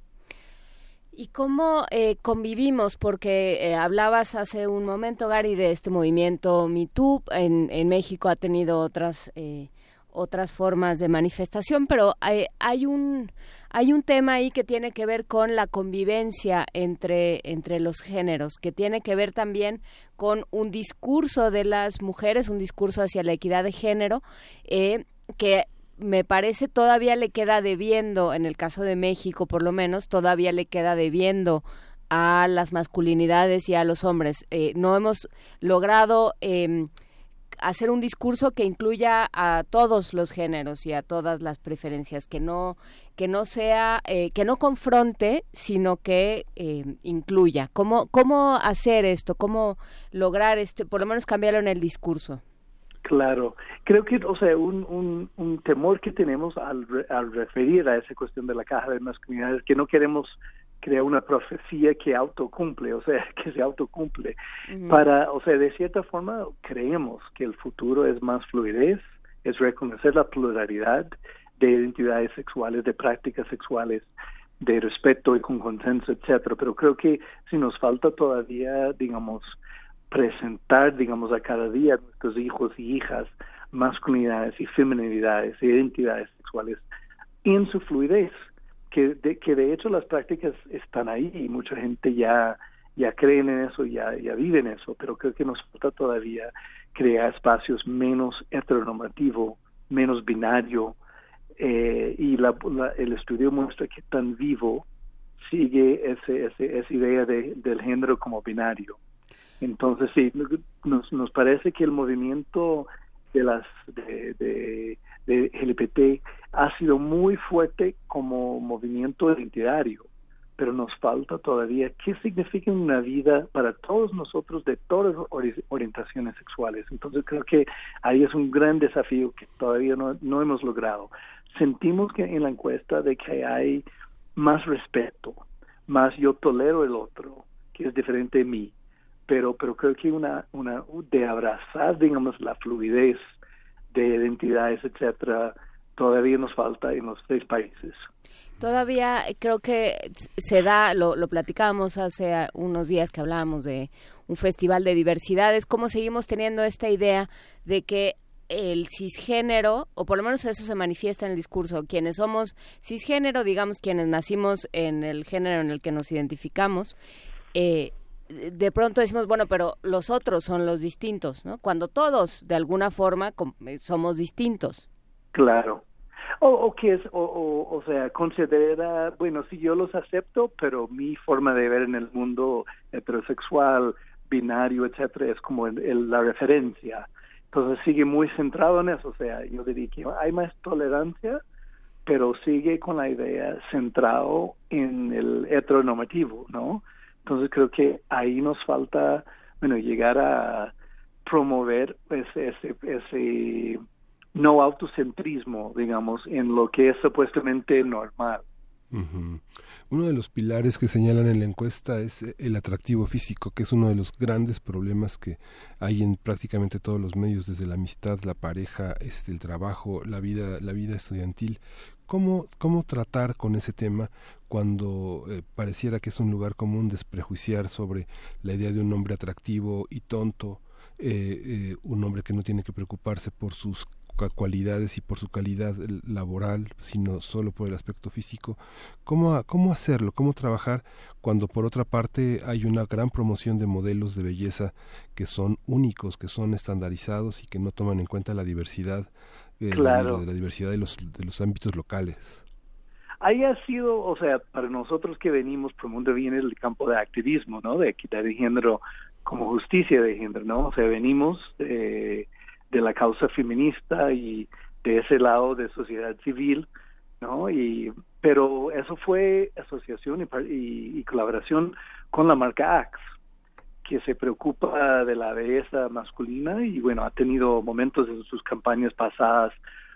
¿Y cómo eh, convivimos? Porque eh, hablabas hace un momento, Gary, de este movimiento Me Too. En, en México ha tenido otras eh, otras formas de manifestación, pero hay, hay un hay un tema ahí que tiene que ver con la convivencia entre entre los géneros, que tiene que ver también con un discurso de las mujeres, un discurso hacia la equidad de género, eh, que me parece todavía le queda debiendo, en el caso de México por lo menos, todavía le queda debiendo a las masculinidades y a los hombres. Eh, no hemos logrado eh, hacer un discurso que incluya a todos los géneros y a todas las preferencias, que no que no sea eh, que no confronte, sino que eh, incluya. ¿Cómo cómo hacer esto? ¿Cómo lograr este, por lo menos cambiarlo en el discurso? Claro, creo que, o sea, un, un, un temor que tenemos al, al referir a esa cuestión de la caja de masculinidad es que no queremos crear una profecía que autocumple, o sea, que se autocumple. Uh-huh. Para, o sea, de cierta forma creemos que el futuro es más fluidez, es reconocer la pluralidad de identidades sexuales, de prácticas sexuales, de respeto y con consenso, etcétera. Pero creo que si nos falta todavía, digamos, presentar, digamos, a cada día a nuestros hijos y hijas masculinidades y feminidades, identidades sexuales en su fluidez, que de, que de hecho las prácticas están ahí y mucha gente ya ya creen en eso, ya ya vive en eso, pero creo que nos falta todavía crear espacios menos heteronormativo, menos binario, eh, y la, la, el estudio muestra que tan vivo sigue ese, ese esa idea de, del género como binario. Entonces sí, nos nos parece que el movimiento de las de, de, de L G B T ha sido muy fuerte como movimiento identitario, pero nos falta todavía qué significa una vida para todos nosotros de todas las orientaciones sexuales. Entonces creo que ahí es un gran desafío que todavía no, no hemos logrado. Sentimos que en la encuesta de que hay más respeto, más yo tolero el otro, que es diferente de mí, pero pero creo que una una de abrazar, digamos, la fluidez de identidades, etcétera, todavía nos falta en los seis países. Todavía creo que se da, lo, lo platicábamos hace unos días que hablábamos de un festival de diversidades, cómo seguimos teniendo esta idea de que el cisgénero, o por lo menos eso se manifiesta en el discurso, quienes somos cisgénero, digamos, quienes nacimos en el género en el que nos identificamos, eh, de pronto decimos, bueno, pero los otros son los distintos, ¿no? Cuando todos, de alguna forma, somos distintos. Claro. O, o que es, o, o, o sea, considera, bueno, sí, yo los acepto, pero mi forma de ver en el mundo heterosexual, binario, etcétera, es como el, el, la referencia. Entonces sigue muy centrado en eso, o sea, yo diría que hay más tolerancia, pero sigue con la idea centrado en el heteronormativo, ¿no? Entonces creo que ahí nos falta, bueno, llegar a promover ese, ese, ese no autocentrismo, digamos, en lo que es supuestamente normal. Uh-huh. Uno de los pilares que señalan en la encuesta es el atractivo físico, que es uno de los grandes problemas que hay en prácticamente todos los medios, desde la amistad, la pareja, este, el trabajo, la vida, la vida estudiantil. ¿Cómo, cómo tratar con ese tema cuando eh, pareciera que es un lugar común desprejuiciar sobre la idea de un hombre atractivo y tonto, eh, eh, un hombre que no tiene que preocuparse por sus cualidades y por su calidad laboral, sino solo por el aspecto físico? ¿Cómo, cómo hacerlo? ¿Cómo trabajar cuando por otra parte hay una gran promoción de modelos de belleza que son únicos, que son estandarizados y que no toman en cuenta la diversidad, eh, claro. la, la diversidad de los, de los ámbitos locales? Ahí ha sido, o sea, para nosotros que venimos promoviendo bien el campo de activismo, ¿no? De equidad de género como justicia de género, ¿no? O sea, venimos eh, de la causa feminista y de ese lado de sociedad civil, ¿no? Y pero eso fue asociación y, y, y colaboración con la marca Axe, que se preocupa de la belleza masculina y bueno, ha tenido momentos en sus campañas pasadas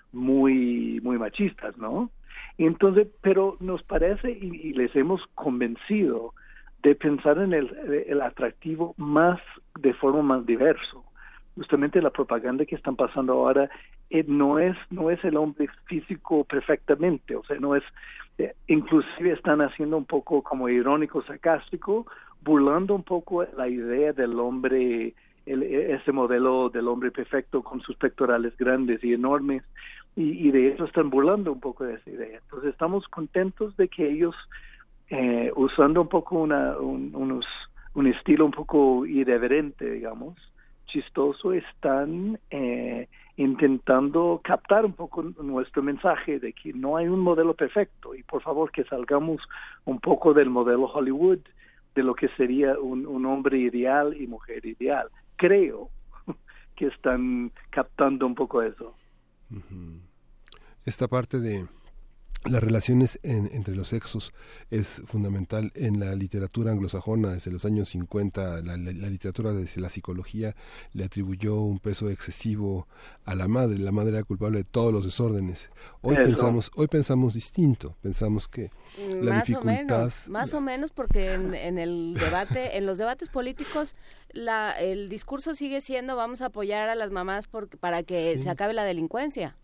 muy muy machistas, ¿no? Y entonces, pero nos parece y, y les hemos convencido de pensar en el, el atractivo más de forma más diverso. Justamente la propaganda que están pasando ahora eh, no es no es el hombre físico perfectamente, o sea, no es, eh, inclusive están haciendo un poco como irónico, sarcástico, burlando un poco la idea del hombre, el, ese modelo del hombre perfecto con sus pectorales grandes y enormes, y, y de eso están burlando un poco de esa idea. Entonces estamos contentos de que ellos, eh, usando un poco una, un, unos, un estilo un poco irreverente, digamos, chistoso, están eh, intentando captar un poco nuestro mensaje de que no hay un modelo perfecto y por favor que salgamos un poco del modelo Hollywood de lo que sería un, un hombre ideal y mujer ideal. Creo que están captando un poco eso. Uh-huh. Esta parte de las relaciones en, entre los sexos es fundamental en la literatura anglosajona. Desde los años cincuenta la, la, la literatura de la psicología le atribuyó un peso excesivo a la madre. La madre era culpable de todos los desórdenes. Hoy Eso. pensamos hoy pensamos distinto, pensamos que la más dificultad... o menos, más o menos porque en, en el debate, en los debates políticos, la, el discurso sigue siendo vamos a apoyar a las mamás por, para que sí. se acabe la delincuencia.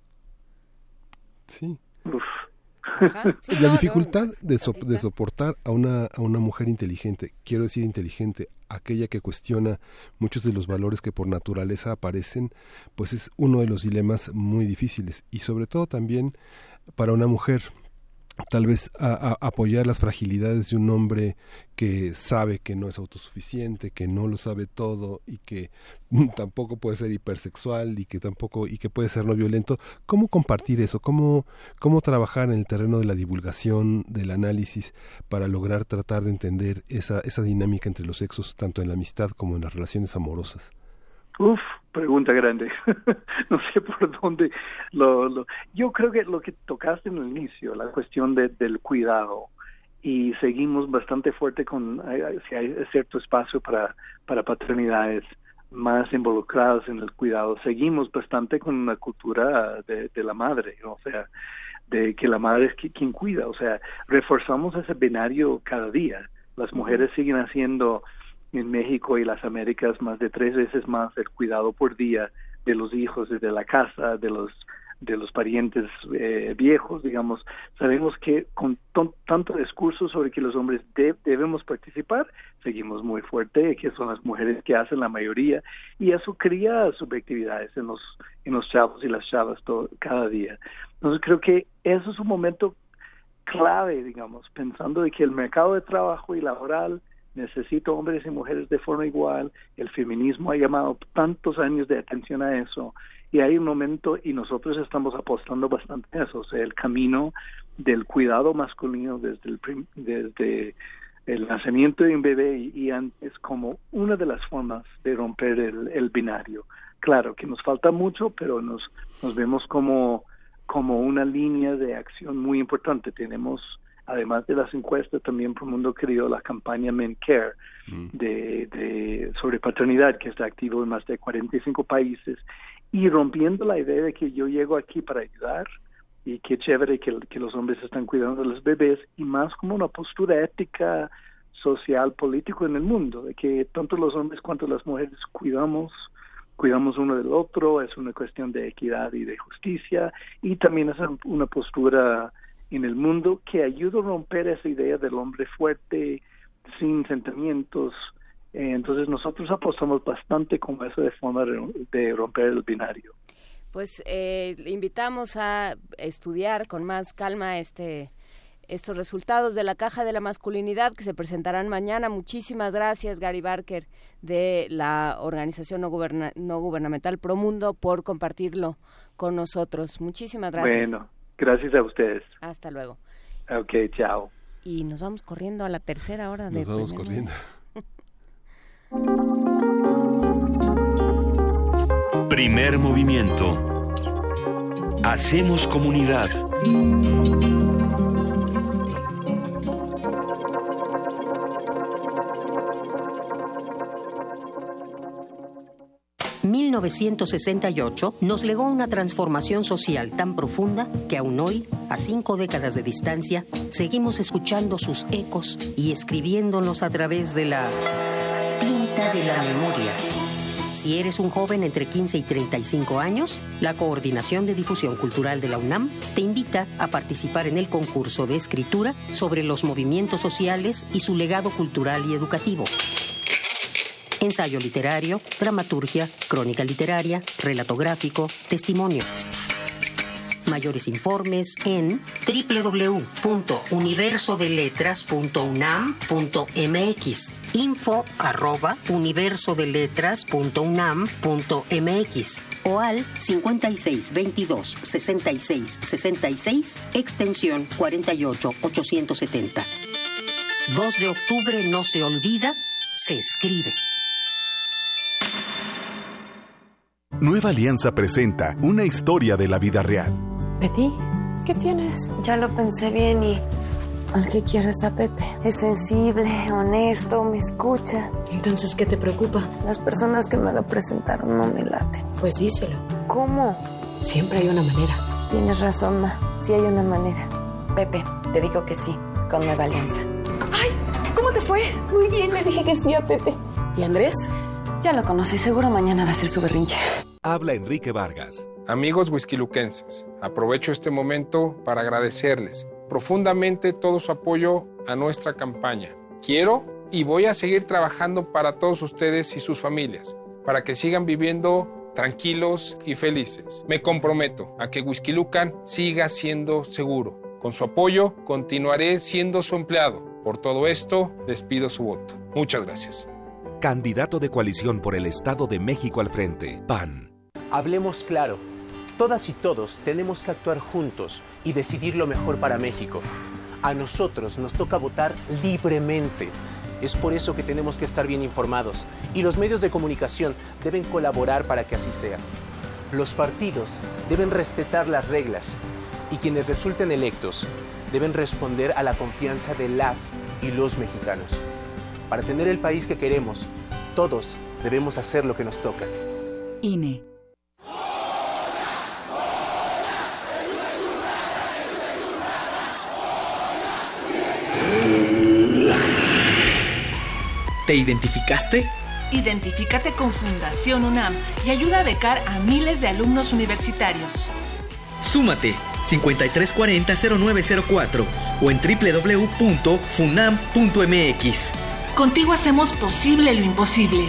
Sí. Uf. Ajá. Sí, la no, dificultad no, de, so, de soportar a una a una mujer inteligente, quiero decir inteligente, aquella que cuestiona muchos de los valores que por naturaleza aparecen, pues es uno de los dilemas muy difíciles. Y sobre todo también para una mujer, tal vez a, a apoyar las fragilidades de un hombre que sabe que no es autosuficiente, que no lo sabe todo y que tampoco puede ser hipersexual y que tampoco y que puede ser no violento. ¿Cómo compartir eso? ¿Cómo cómo trabajar en el terreno de la divulgación, del análisis para lograr tratar de entender esa esa dinámica entre los sexos, tanto en la amistad como en las relaciones amorosas? Uf, pregunta grande. No sé por dónde lo, lo... Yo creo que lo que tocaste en el inicio, la cuestión de, del cuidado, y seguimos bastante fuerte con si hay cierto espacio para para paternidades más involucradas en el cuidado. Seguimos bastante con una cultura de, de la madre, ¿no? O sea, de que la madre es quien cuida. O sea, reforzamos ese binario cada día. Las mujeres siguen haciendo en México y las Américas más de tres veces más el cuidado por día de los hijos, de la casa, de los de los parientes eh, viejos, digamos. Sabemos que con t- tanto discurso sobre que los hombres de- debemos participar, seguimos muy fuerte, que son las mujeres que hacen la mayoría, y eso crea subjetividades en los en los chavos y las chavas todo, cada día. Entonces creo que eso es un momento clave, digamos, pensando de que el mercado de trabajo y laboral necesita hombres y mujeres de forma igual. El feminismo ha llamado tantos años de atención a eso, y hay un momento, y nosotros estamos apostando bastante a eso, o sea, el camino del cuidado masculino desde el prim- desde el nacimiento de un bebé y, y antes, como una de las formas de romper el, el binario. Claro que nos falta mucho, pero nos nos vemos como como una línea de acción muy importante. Tenemos, además de las encuestas, también Promundo creó la campaña Men Care mm. de, de sobre paternidad, que está activo en más de cuarenta y cinco países, y rompiendo la idea de que yo llego aquí para ayudar y qué chévere que, que los hombres están cuidando de los bebés, y más como una postura ética, social, político en el mundo, de que tanto los hombres cuanto las mujeres cuidamos cuidamos uno del otro. Es una cuestión de equidad y de justicia, y también es una postura en el mundo que ayuda a romper esa idea del hombre fuerte, sin sentimientos. Entonces nosotros apostamos bastante con eso de forma de romper el binario. Pues eh, le invitamos a estudiar con más calma este estos resultados de la Caja de la Masculinidad que se presentarán mañana. Muchísimas gracias, Gary Barker, de la organización no, guberna- no gubernamental Promundo, por compartirlo con nosotros. Muchísimas gracias. Bueno, gracias a ustedes. Hasta luego. Ok, chao. Y nos vamos corriendo a la tercera hora. Nos de vamos corriendo. Primer movimiento. Hacemos comunidad. mil novecientos sesenta y ocho nos legó una transformación social tan profunda que aún hoy, a cinco décadas de distancia, seguimos escuchando sus ecos y escribiéndonos a través de la tinta de la memoria. Si eres un joven entre quince y treinta y cinco años, la Coordinación de Difusión Cultural de la UNAM te invita a participar en el concurso de escritura sobre los movimientos sociales y su legado cultural y educativo. Ensayo literario, dramaturgia, crónica literaria, relato gráfico, testimonio. Mayores informes en doble u doble u doble u punto universo de letras punto unam punto m x, info arroba universo de letras punto unam punto m x o al cincuenta y seis veintidós sesenta y seis sesenta y seis, extensión cuarenta y ocho ochocientos setenta. dos de octubre no se olvida, se escribe. Nueva Alianza presenta una historia de la vida real. Betty, ¿Qué tienes? Ya lo pensé bien y al que quiero es a Pepe. Es sensible, honesto, me escucha. Entonces, ¿qué te preocupa? Las personas que me lo presentaron no me laten. Pues díselo. ¿Cómo? Siempre hay una manera. Tienes razón, ma. Sí hay una manera. Pepe, te digo que sí, con Nueva Alianza. ¡Ay! ¿Cómo te fue? Muy bien, le dije que sí a Pepe. ¿Y Andrés? Ya lo conocí, seguro mañana va a ser su berrinche. Habla Enrique Vargas. Amigos huixquiluquenses, aprovecho este momento para agradecerles profundamente todo su apoyo a nuestra campaña. Quiero y voy a seguir trabajando para todos ustedes y sus familias, para que sigan viviendo tranquilos y felices. Me comprometo a que Huixquilucan siga siendo seguro. Con su apoyo, continuaré siendo su empleado. Por todo esto, les pido su voto. Muchas gracias. Candidato de coalición por el Estado de México al frente, P A N. Hablemos claro. Todas y todos tenemos que actuar juntos y decidir lo mejor para México. A nosotros nos toca votar libremente. Es por eso que tenemos que estar bien informados y los medios de comunicación deben colaborar para que así sea. Los partidos deben respetar las reglas y quienes resulten electos deben responder a la confianza de las y los mexicanos. Para tener el país que queremos, todos debemos hacer lo que nos toca. I N E. ¿Te identificaste? Identifícate con Fundación UNAM y ayuda a becar a miles de alumnos universitarios. Súmate cincuenta y tres cuarenta cero nueve cero cuatro o en doble u doble u doble u punto funam punto m x. Contigo hacemos posible lo imposible.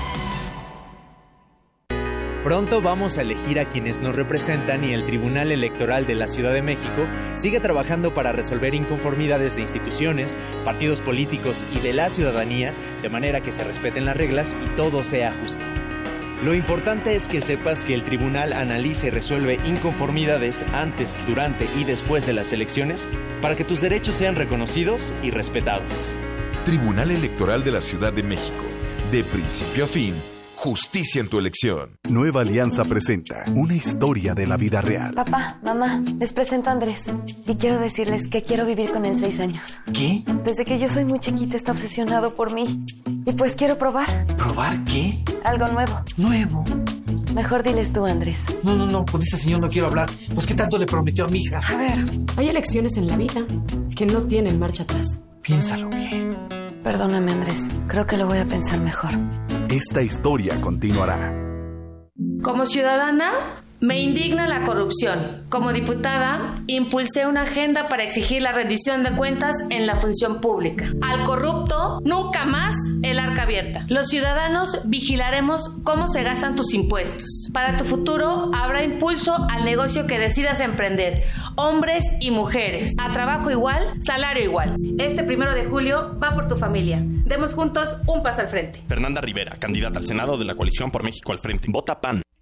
Pronto vamos a elegir a quienes nos representan y el Tribunal Electoral de la Ciudad de México sigue trabajando para resolver inconformidades de instituciones, partidos políticos y de la ciudadanía, de manera que se respeten las reglas y todo sea justo. Lo importante es que sepas que el tribunal analiza y resuelve inconformidades antes, durante y después de las elecciones para que tus derechos sean reconocidos y respetados. Tribunal Electoral de la Ciudad de México. De principio a fin, justicia en tu elección. Nueva Alianza presenta una historia de la vida real. Papá, mamá, les presento a Andrés. Y quiero decirles que quiero vivir con él seis años. ¿Qué? Desde que yo soy muy chiquita está obsesionado por mí. Y pues quiero probar. ¿Probar qué? Algo nuevo. ¿Nuevo? Mejor diles tú, Andrés. No, no, no, con ese señor no quiero hablar. Pues ¿qué tanto le prometió a mi hija? A ver, hay elecciones en la vida que no tienen marcha atrás. Piénsalo bien. Perdóname, Andrés. Creo que lo voy a pensar mejor. Esta historia continuará. Como ciudadana, me indigna la corrupción. Como diputada, impulsé una agenda para exigir la rendición de cuentas en la función pública. Al corrupto, nunca más el arca abierta. Los ciudadanos vigilaremos cómo se gastan tus impuestos. Para tu futuro, habrá impulso al negocio que decidas emprender. Hombres y mujeres. A trabajo igual, salario igual. Este primero de julio va por tu familia. Demos juntos un paso al frente. Fernanda Rivera, candidata al Senado de la Coalición por México al Frente. Vota P A N.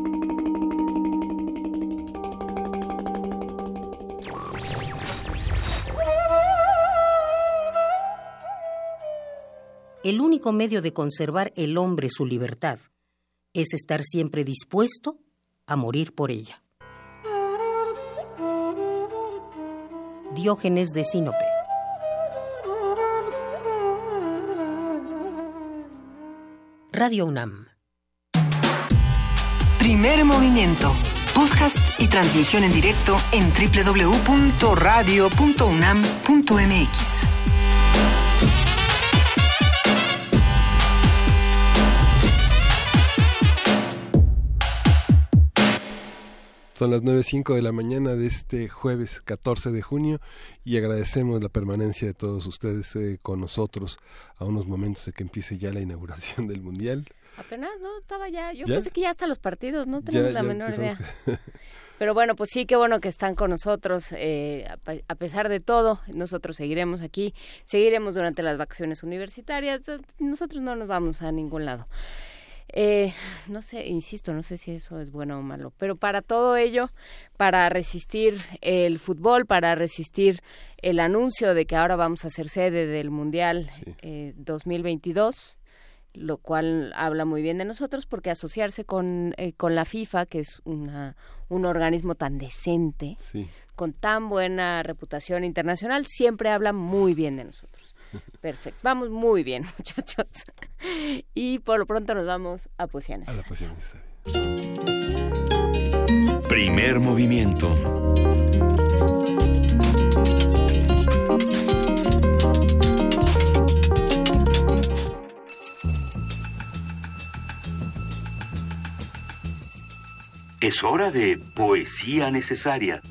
El único medio de conservar el hombre su libertad es estar siempre dispuesto a morir por ella. Diógenes de Sinope. Radio UNAM. Primer movimiento. Podcast y transmisión en directo en doble u doble u doble u punto radio punto unam punto m x. Son las nueve cinco de la mañana de este jueves catorce de junio y agradecemos la permanencia de todos ustedes eh, con nosotros a unos momentos de que empiece ya la inauguración del Mundial. Apenas, ¿no? Estaba ya, yo ¿Ya? pensé que ya hasta los partidos, no tenemos Ya, la ya menor idea. empezamos. Pero bueno, pues sí, qué bueno que están con nosotros, eh, a, pe- a pesar de todo, nosotros seguiremos aquí, seguiremos durante las vacaciones universitarias, nosotros no nos vamos a ningún lado. Eh, no sé, insisto, no sé si eso es bueno o malo, pero para todo ello, para resistir el fútbol, para resistir el anuncio de que ahora vamos a ser sede del Mundial Sí. eh, dos mil veintidós, lo cual habla muy bien de nosotros, porque asociarse con, eh, con la FIFA, que es una, un organismo tan decente, sí, con tan buena reputación internacional, siempre habla muy bien de nosotros. Perfecto, vamos muy bien, muchachos. Y por lo pronto nos vamos a Poesía Necesaria. A la Poesía Necesaria. Primer movimiento. Es hora de Poesía Necesaria.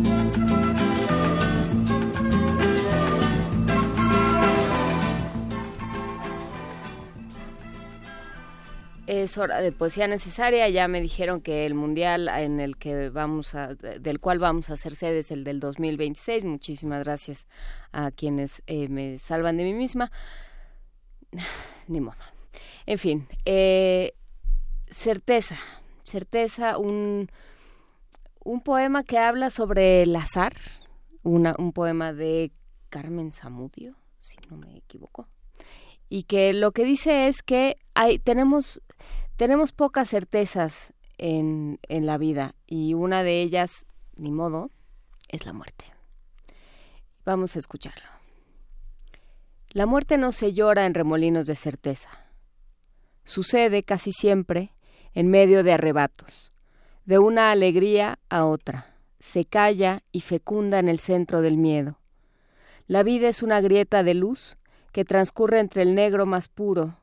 Es hora de Poesía Necesaria. Ya me dijeron que el mundial en el que vamos a, del cual vamos a hacer sede es el del dos mil veintiséis. Muchísimas gracias a quienes eh, me salvan de mí misma. Ni modo. En fin, eh, certeza. Certeza, un, un poema que habla sobre el azar, una, un poema de Carmen Zamudio, si no me equivoco, y que lo que dice es que hay, tenemos, tenemos pocas certezas en, en la vida, y una de ellas, ni modo, es la muerte. Vamos a escucharlo. La muerte no se llora en remolinos de certeza. Sucede casi siempre en medio de arrebatos, de una alegría a otra, se calla y fecunda en el centro del miedo. La vida es una grieta de luz que transcurre entre el negro más puro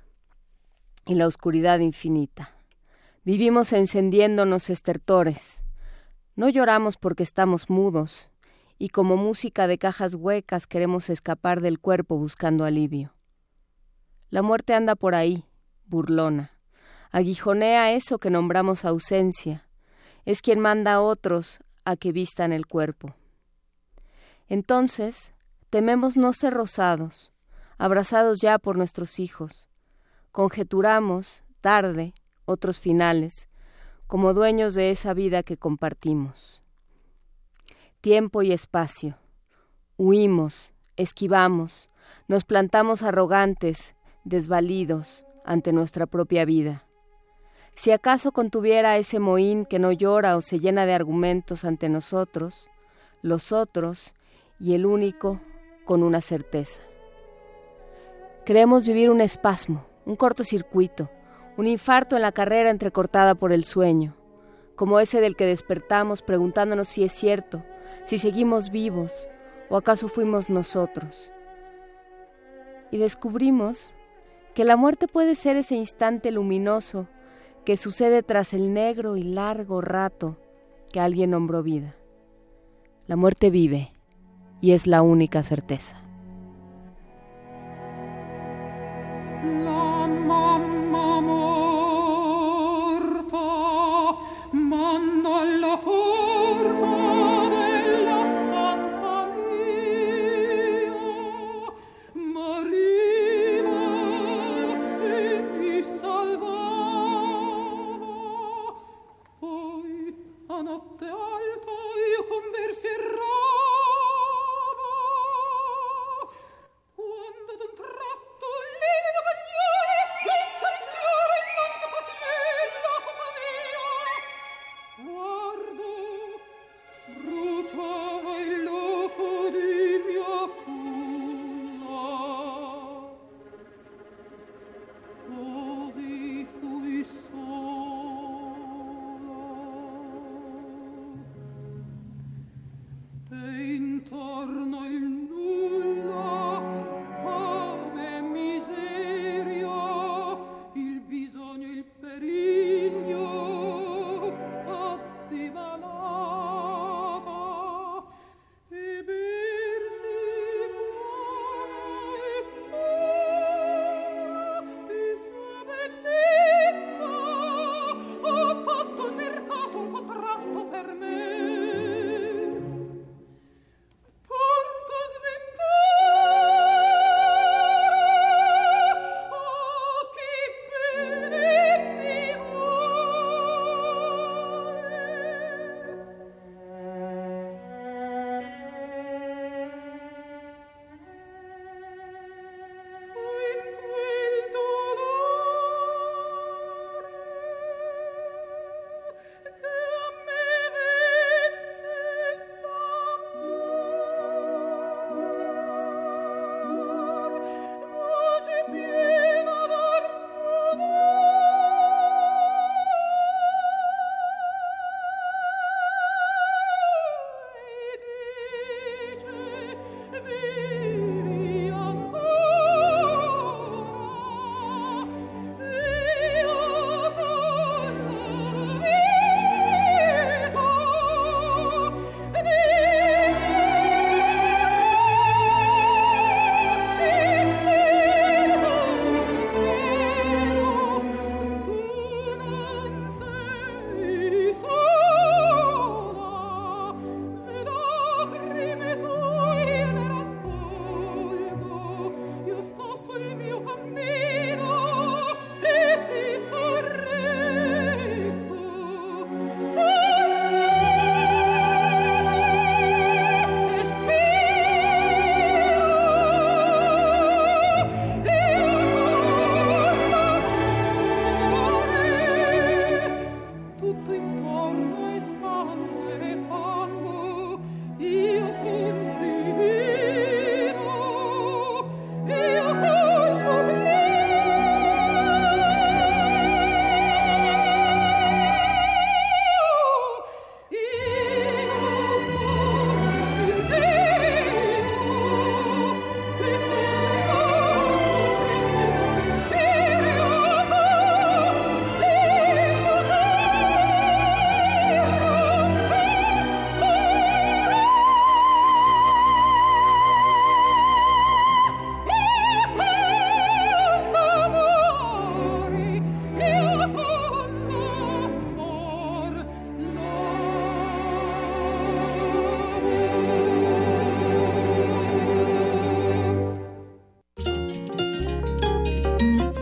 y la oscuridad infinita. Vivimos encendiéndonos estertores. No lloramos porque estamos mudos, y como música de cajas huecas queremos escapar del cuerpo buscando alivio. La muerte anda por ahí, burlona. Aguijonea eso que nombramos ausencia, es quien manda a otros a que vistan el cuerpo. Entonces, tememos no ser rozados, abrazados ya por nuestros hijos. Conjeturamos, tarde, otros finales, como dueños de esa vida que compartimos. Tiempo y espacio. Huimos, esquivamos, nos plantamos arrogantes, desvalidos ante nuestra propia vida. Si acaso contuviera ese mohín que no llora o se llena de argumentos ante nosotros, los otros y el único con una certeza. Queremos vivir un espasmo, un cortocircuito, un infarto en la carrera entrecortada por el sueño, como ese del que despertamos preguntándonos si es cierto, si seguimos vivos o acaso fuimos nosotros. Y descubrimos que la muerte puede ser ese instante luminoso que sucede tras el negro y largo rato que alguien nombró vida. La muerte vive y es la única certeza. La mamma morta manda alla porta della stanza mia, m'arriva e mi salva. Poi a notte alta io conversi errava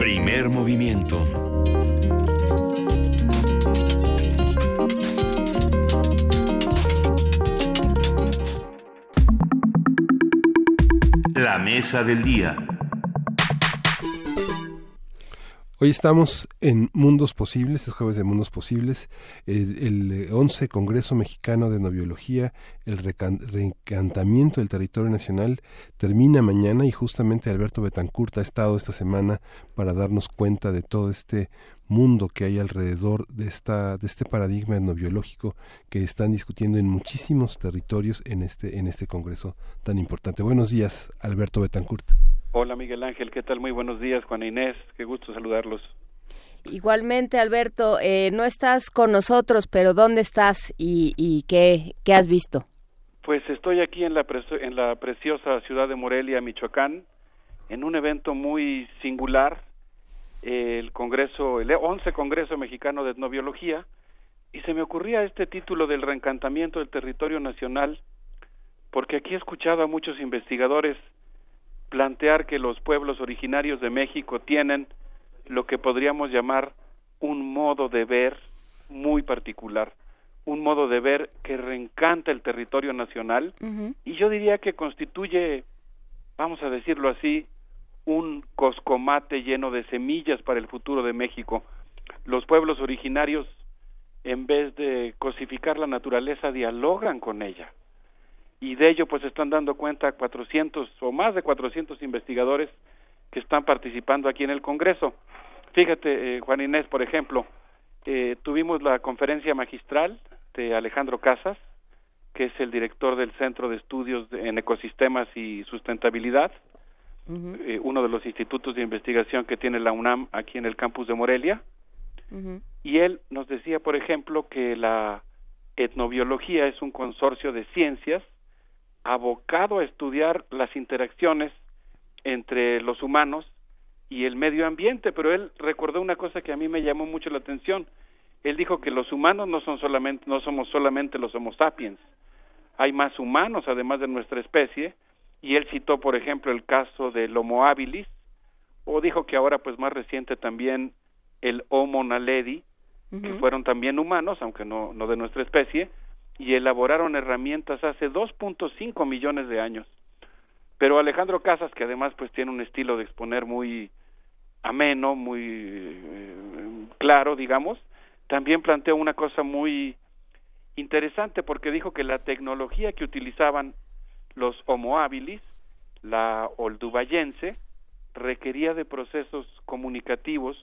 Primer movimiento. La mesa del día. Hoy estamos en Mundos Posibles, es jueves de Mundos Posibles, el, el once Congreso Mexicano de Etnobiología, el recan, reencantamiento del territorio nacional, termina mañana y justamente Alberto Betancourt ha estado esta semana para darnos cuenta de todo este mundo que hay alrededor de esta de este paradigma etnobiológico que están discutiendo en muchísimos territorios en este en este Congreso tan importante. Buenos días, Alberto Betancourt. Hola Miguel Ángel, ¿qué tal? Muy buenos días, Juana Inés, qué gusto saludarlos. Igualmente, Alberto, eh, no estás con nosotros, pero ¿dónde estás y, y qué, qué has visto? Pues estoy aquí en la, pre- en la preciosa ciudad de Morelia, Michoacán, en un evento muy singular, eh, el Congreso, el once Congreso Mexicano de Etnobiología, y se me ocurría este título del reencantamiento del territorio nacional, porque aquí he escuchado a muchos investigadores plantear que los pueblos originarios de México tienen lo que podríamos llamar un modo de ver muy particular, un modo de ver que reencanta el territorio nacional, uh-huh. y yo diría que constituye, vamos a decirlo así, un coscomate lleno de semillas para el futuro de México. Los pueblos originarios, en vez de cosificar la naturaleza, dialogan con ella. Y de ello pues están dando cuenta cuatrocientos o más de cuatrocientos investigadores que están participando aquí en el Congreso. Fíjate, eh, Juan Inés, por ejemplo, eh, tuvimos la conferencia magistral de Alejandro Casas, que es el director del Centro de Estudios de, en Ecosistemas y Sustentabilidad, uh-huh. eh, uno de los institutos de investigación que tiene la UNAM aquí en el campus de Morelia, uh-huh. y él nos decía, por ejemplo, que la etnobiología es un consorcio de ciencias abocado a estudiar las interacciones entre los humanos y el medio ambiente, pero él recordó una cosa que a mí me llamó mucho la atención. Él dijo que los humanos no son solamente, no somos solamente los Homo sapiens, hay más humanos además de nuestra especie, y él citó, por ejemplo, el caso del Homo habilis, o dijo que ahora, pues más reciente también, el Homo naledi, uh-huh. que fueron también humanos, aunque no, no de nuestra especie, y elaboraron herramientas hace dos punto cinco millones de años. Pero Alejandro Casas, que además pues tiene un estilo de exponer muy ameno, muy eh, claro, digamos, también planteó una cosa muy interesante, porque dijo que la tecnología que utilizaban los Homo habilis, la oldubayense, requería de procesos comunicativos,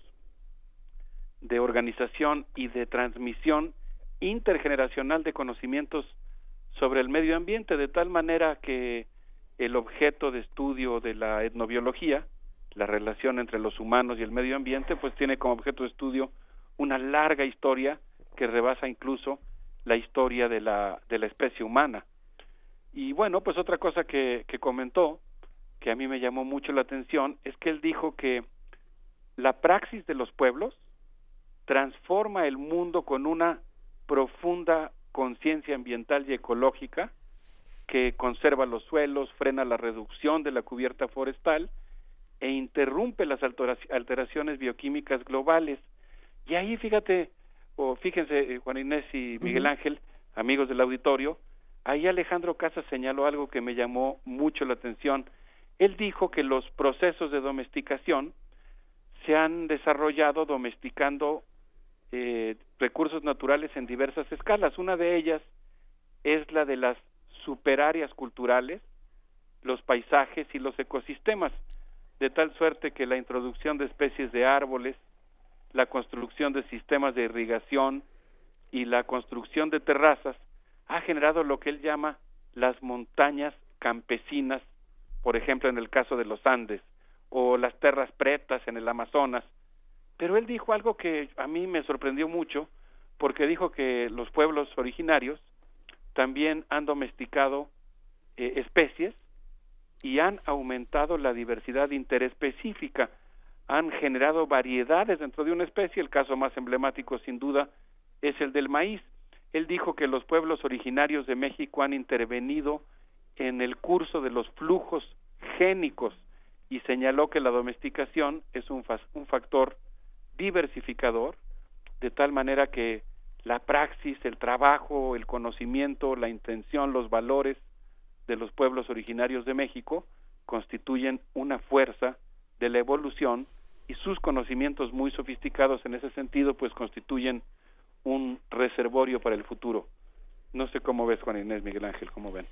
de organización y de transmisión intergeneracional de conocimientos sobre el medio ambiente, de tal manera que el objeto de estudio de la etnobiología, la relación entre los humanos y el medio ambiente, pues tiene como objeto de estudio una larga historia que rebasa incluso la historia de la de la especie humana. Y bueno, pues otra cosa que, que comentó, que a mí me llamó mucho la atención, es que él dijo que la praxis de los pueblos transforma el mundo con una profunda conciencia ambiental y ecológica que conserva los suelos, frena la reducción de la cubierta forestal e interrumpe las alteraciones bioquímicas globales. Y ahí fíjate, o fíjense, Juan Inés y Miguel uh-huh. Ángel, amigos del auditorio, ahí Alejandro Casas señaló algo que me llamó mucho la atención. Él dijo que los procesos de domesticación se han desarrollado domesticando Eh, recursos naturales en diversas escalas. Una de ellas es la de las superáreas culturales, los paisajes y los ecosistemas, de tal suerte que la introducción de especies de árboles, la construcción de sistemas de irrigación y la construcción de terrazas ha generado lo que él llama las montañas campesinas, por ejemplo en el caso de los Andes, o las terras pretas en el Amazonas. Pero él dijo algo que a mí me sorprendió mucho, porque dijo que los pueblos originarios también han domesticado eh, especies y han aumentado la diversidad interespecífica, han generado variedades dentro de una especie. El caso más emblemático, sin duda, es el del maíz. Él dijo que los pueblos originarios de México han intervenido en el curso de los flujos génicos y señaló que la domesticación es un, fa- un factor diversificador, de tal manera que la praxis, el trabajo, el conocimiento, la intención, los valores de los pueblos originarios de México constituyen una fuerza de la evolución, y sus conocimientos muy sofisticados en ese sentido pues constituyen un reservorio para el futuro. No sé cómo ves, Juan Inés, Miguel Ángel, ¿cómo ven?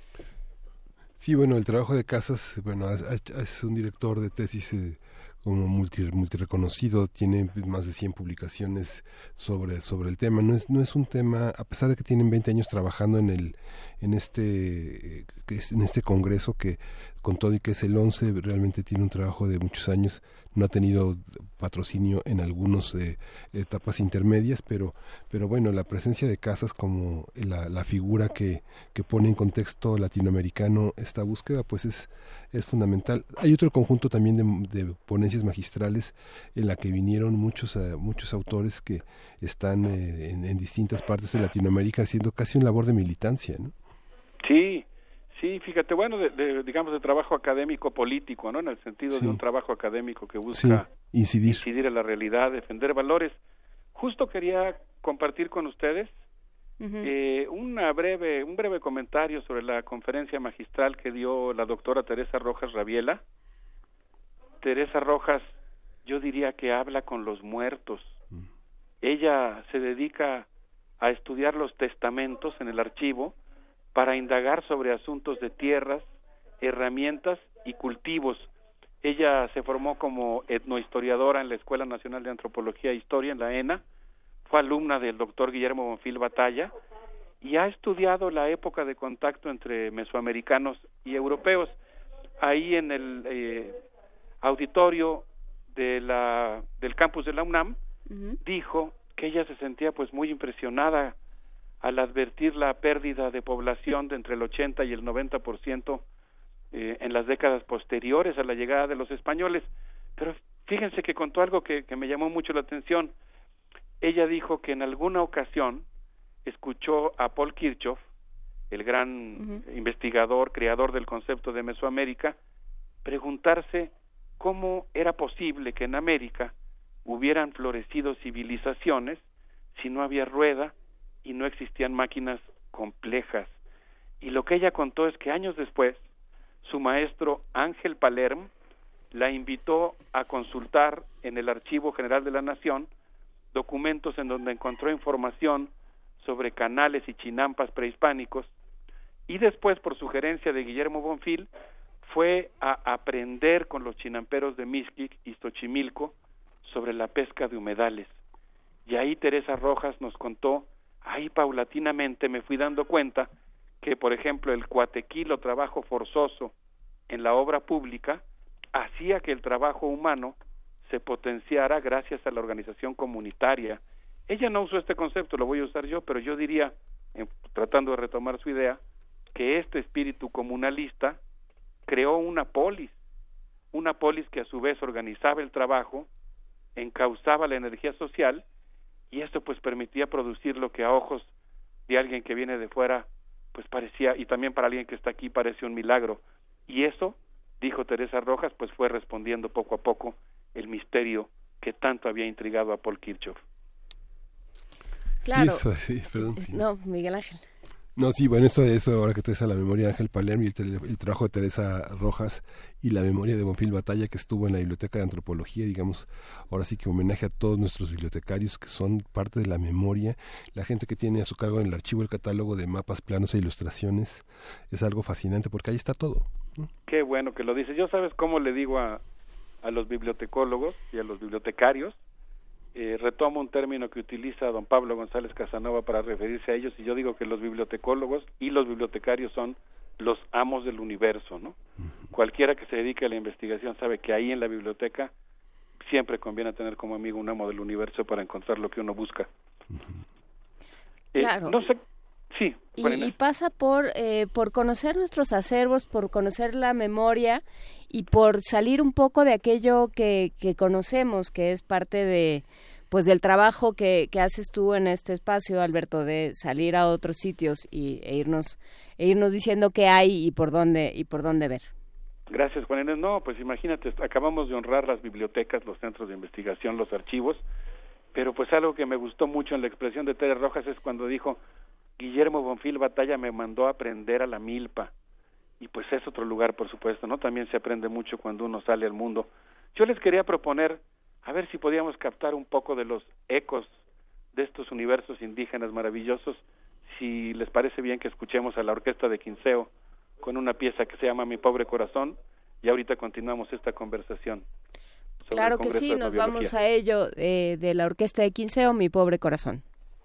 Sí, bueno, el trabajo de Casas, bueno, es un director de tesis eh, como multi, multi reconocido, tiene más de cien publicaciones sobre sobre el tema. No es no es un tema, a pesar de que tienen veinte años trabajando en el en este en este congreso, que con todo y que es el once, realmente tiene un trabajo de muchos años. No ha tenido patrocinio en algunas eh, etapas intermedias, pero pero bueno, la presencia de Casas como la, la figura que, que pone en contexto latinoamericano esta búsqueda, pues es es fundamental. Hay otro conjunto también de, de ponencias magistrales en la que vinieron muchos uh, muchos autores que están eh, en, en distintas partes de Latinoamérica haciendo casi una labor de militancia, ¿no? Sí. Sí, fíjate, bueno, de, de, digamos de trabajo académico político, ¿no? En el sentido sí. de un trabajo académico que busca sí, incidir. incidir en la realidad, defender valores. Justo quería compartir con ustedes uh-huh. eh, una breve, un breve comentario sobre la conferencia magistral que dio la doctora Teresa Rojas Rabiela. Teresa Rojas, yo diría que habla con los muertos. Uh-huh. Ella se dedica a estudiar los testamentos en el archivo para indagar sobre asuntos de tierras, herramientas y cultivos. Ella se formó como etnohistoriadora en la Escuela Nacional de Antropología e Historia, en la ENA, fue alumna del doctor Guillermo Bonfil Batalla y ha estudiado la época de contacto entre mesoamericanos y europeos. Ahí en el eh, auditorio de la, del campus de la UNAM, uh-huh. dijo que ella se sentía pues muy impresionada al advertir la pérdida de población de entre el ochenta y el noventa por ciento eh, en las décadas posteriores a la llegada de los españoles. Pero fíjense que contó algo que, que me llamó mucho la atención. Ella dijo que en alguna ocasión escuchó a Paul Kirchhoff, el gran uh-huh. investigador, creador del concepto de Mesoamérica, preguntarse cómo era posible que en América hubieran florecido civilizaciones si no había rueda y no existían máquinas complejas. Y lo que ella contó es que años después, su maestro Ángel Palerm la invitó a consultar en el Archivo General de la Nación documentos en donde encontró información sobre canales y chinampas prehispánicos, y después, por sugerencia de Guillermo Bonfil, fue a aprender con los chinamperos de Mixquic y Xochimilco sobre la pesca de humedales. Y ahí Teresa Rojas nos contó, ahí paulatinamente me fui dando cuenta que, por ejemplo, el cuatequil o trabajo forzoso en la obra pública hacía que el trabajo humano se potenciara gracias a la organización comunitaria. Ella no usó este concepto, lo voy a usar yo, pero yo diría, eh, tratando de retomar su idea, que este espíritu comunalista creó una polis, una polis que a su vez organizaba el trabajo, encauzaba la energía social, y esto pues permitía producir lo que a ojos de alguien que viene de fuera pues parecía, y también para alguien que está aquí parece un milagro. Y eso, dijo Teresa Rojas, pues fue respondiendo poco a poco el misterio que tanto había intrigado a Paul Kirchhoff. Claro. Sí, eso, sí, perdón, sí. No, Miguel Ángel. No, sí, bueno, esto de eso, ahora que traes a la memoria de Ángel Palermo y el, el trabajo de Teresa Rojas y la memoria de Bonfil Batalla, que estuvo en la Biblioteca de Antropología, digamos, ahora sí que homenaje a todos nuestros bibliotecarios que son parte de la memoria, la gente que tiene a su cargo en el archivo el catálogo de mapas, planos e ilustraciones, es algo fascinante porque ahí está todo. Qué bueno que lo dices. Yo, ¿sabes cómo le digo a, a los bibliotecólogos y a los bibliotecarios? Eh, retomo un término que utiliza don Pablo González Casanova para referirse a ellos, y yo digo que los bibliotecólogos y los bibliotecarios son los amos del universo, ¿no? Uh-huh. Cualquiera que se dedique a la investigación sabe que ahí en la biblioteca siempre conviene tener como amigo un amo del universo para encontrar lo que uno busca. Uh-huh. Eh, claro. No sé, sí. Y, y pasa por eh, por conocer nuestros acervos, por conocer la memoria y por salir un poco de aquello que, que conocemos, que es parte de pues del trabajo que, que haces tú en este espacio, Alberto, de salir a otros sitios y e irnos e irnos diciendo qué hay y por dónde y por dónde ver. Gracias, Juan Inés. No, pues imagínate, acabamos de honrar las bibliotecas, los centros de investigación, los archivos, pero pues algo que me gustó mucho en la expresión de Tere Rojas es cuando dijo, Guillermo Bonfil Batalla me mandó a aprender a la milpa, y pues es otro lugar, por supuesto, ¿no? También se aprende mucho cuando uno sale al mundo. Yo les quería proponer, a ver si podíamos captar un poco de los ecos de estos universos indígenas maravillosos, si les parece bien que escuchemos a la Orquesta de Quinceo con una pieza que se llama Mi Pobre Corazón, y ahorita continuamos esta conversación. Claro que sí, nos vamos a ello, eh, de la Orquesta de Quinceo, Mi Pobre Corazón.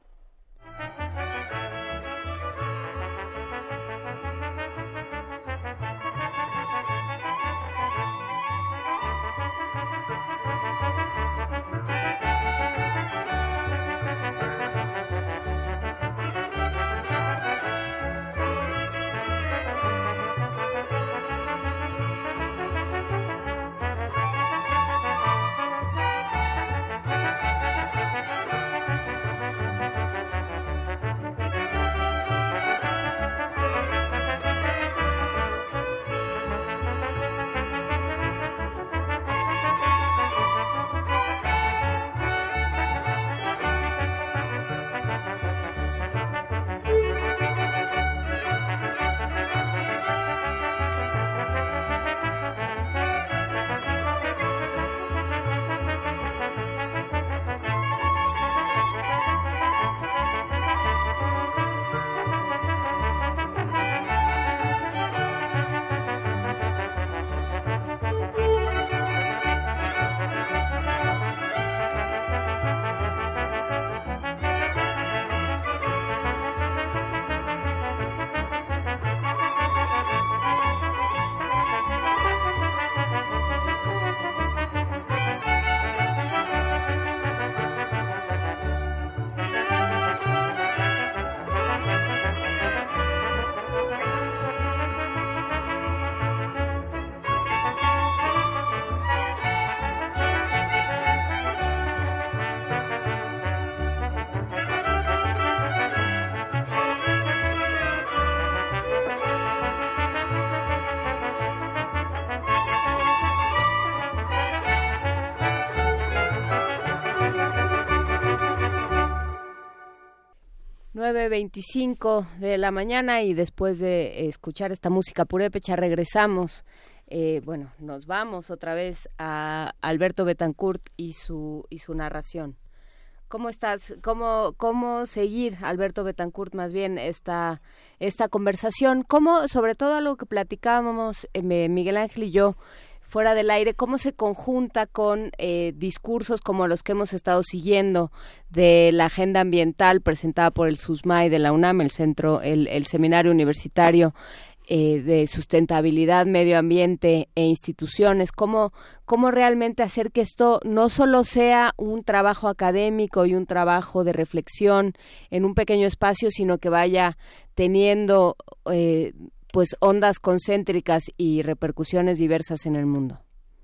nueve veinticinco de la mañana, y después de escuchar esta música purépecha regresamos, eh, bueno, nos vamos otra vez a Alberto Betancourt y su y su narración. ¿Cómo estás? ¿Cómo cómo seguir, Alberto Betancourt, más bien esta esta conversación? ¿Cómo, sobre todo algo que platicábamos eh, Miguel Ángel y yo fuera del aire, cómo se conjunta con eh, discursos como los que hemos estado siguiendo de la agenda ambiental presentada por el SUSMAI de la UNAM, el centro, el, el seminario universitario eh, de sustentabilidad, medio ambiente e instituciones? ¿Cómo, cómo realmente hacer que esto no solo sea un trabajo académico y un trabajo de reflexión en un pequeño espacio, sino que vaya teniendo eh, pues ondas concéntricas y repercusiones diversas en el mundo?